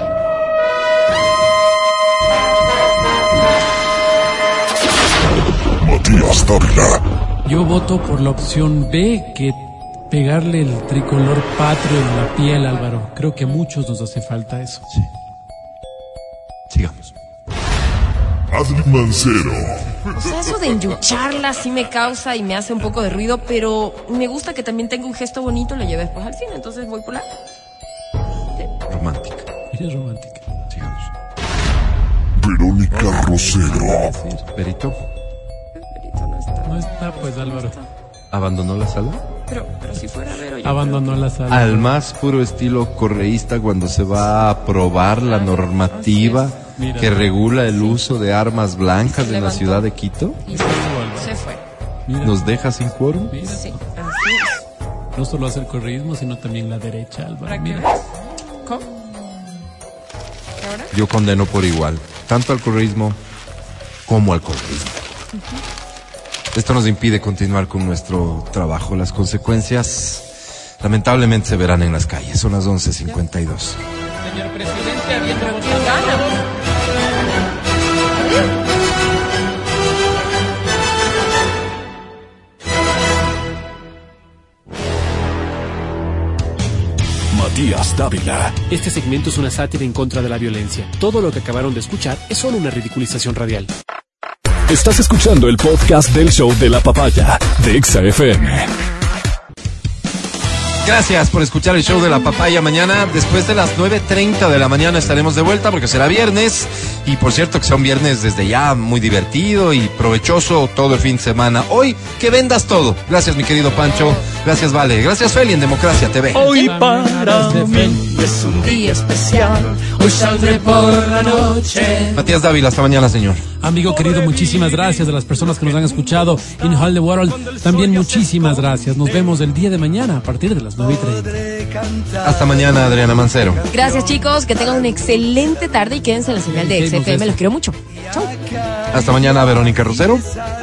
Speaker 1: Matías Dávila.
Speaker 4: Yo voto por la opción B, que pegarle el tricolor patrio en la piel, Álvaro. Creo que a muchos nos hace falta eso.
Speaker 2: Sigamos.
Speaker 1: Adri Mancero.
Speaker 3: o sea, eso de enyucharla sí me causa y me hace un poco de ruido, pero me gusta que también tenga un gesto bonito y lo lleve después al cine, entonces voy por la...
Speaker 2: Romántica.
Speaker 4: Eres romántica.
Speaker 2: Sigamos.
Speaker 16: Verónica Rosero.
Speaker 2: Perito.
Speaker 4: No está, pues, Álvaro.
Speaker 2: ¿Abandonó la sala?
Speaker 3: Pero, pero si fuera Vero, yo
Speaker 4: Abandonó la sala.
Speaker 2: Al más puro estilo correísta cuando se va a aprobar la normativa
Speaker 4: Mira.
Speaker 2: que regula el uso de armas blancas en la ciudad de Quito.
Speaker 3: Y se, se fue.
Speaker 4: Mira.
Speaker 2: ¿Nos deja sin quórum?
Speaker 4: Mira.
Speaker 3: Sí, así es.
Speaker 4: No solo hace el correísmo, sino también la derecha, Álvaro. Mira.
Speaker 3: ¿Cómo? ¿Y ahora?
Speaker 2: Yo condeno por igual, tanto al correísmo como al correísmo. Esto nos impide continuar con nuestro trabajo. Las consecuencias lamentablemente se verán en las calles. Son las once cincuenta y dos.
Speaker 13: Señor presidente, habiendo
Speaker 3: ¿Quién
Speaker 13: votado...
Speaker 3: gana?
Speaker 1: Matías Dávila.
Speaker 17: Este segmento es una sátira en contra de la violencia. Todo lo que acabaron de escuchar es solo una ridiculización radial.
Speaker 1: Estás escuchando el podcast del show de la papaya de Exa F M.
Speaker 2: Gracias por escuchar el show de la papaya. Mañana, después de las nueve treinta de la mañana, estaremos de vuelta porque será viernes. Y por cierto que sea un viernes desde ya muy divertido y provechoso todo el fin de semana. Hoy, que vendas todo. Gracias, mi querido Pancho. Gracias, Vale. Gracias, Feli, en Democracia T V.
Speaker 8: Hoy para mí es un día especial. Hoy saldré por la noche.
Speaker 2: Matías Dávila, hasta mañana, señor.
Speaker 4: Amigo querido, muchísimas gracias a las personas que nos han escuchado in All the World. También muchísimas gracias. Nos vemos el día de mañana a partir de las nueve y treinta.
Speaker 2: Hasta mañana, Adriana Mancero.
Speaker 3: Gracias, chicos. Que tengan una excelente tarde y quédense en la señal de Exa F M. Los quiero mucho. Chau.
Speaker 2: Hasta mañana, Verónica Rosero.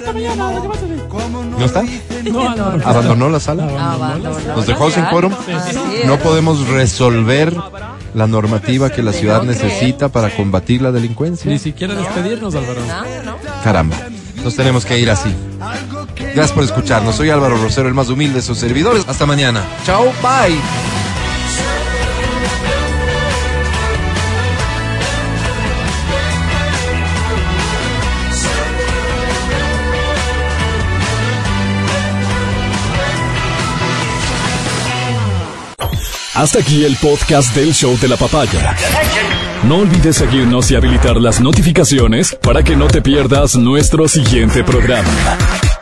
Speaker 2: ¿No está?
Speaker 4: No, no, no.
Speaker 2: ¿Abandonó la sala?
Speaker 3: Abandonó.
Speaker 2: ¿Nos dejó sin quórum? No podemos resolver la normativa que la ciudad necesita para combatir la delincuencia.
Speaker 4: Ni siquiera despedirnos, Álvaro.
Speaker 2: Caramba, nos tenemos que ir así. Gracias por escucharnos. Soy Álvaro Rosero, el más humilde de sus servidores. Hasta mañana. Chao, bye.
Speaker 1: Hasta aquí el podcast del show de la papaya. No olvides seguirnos y habilitar las notificaciones para que no te pierdas nuestro siguiente programa.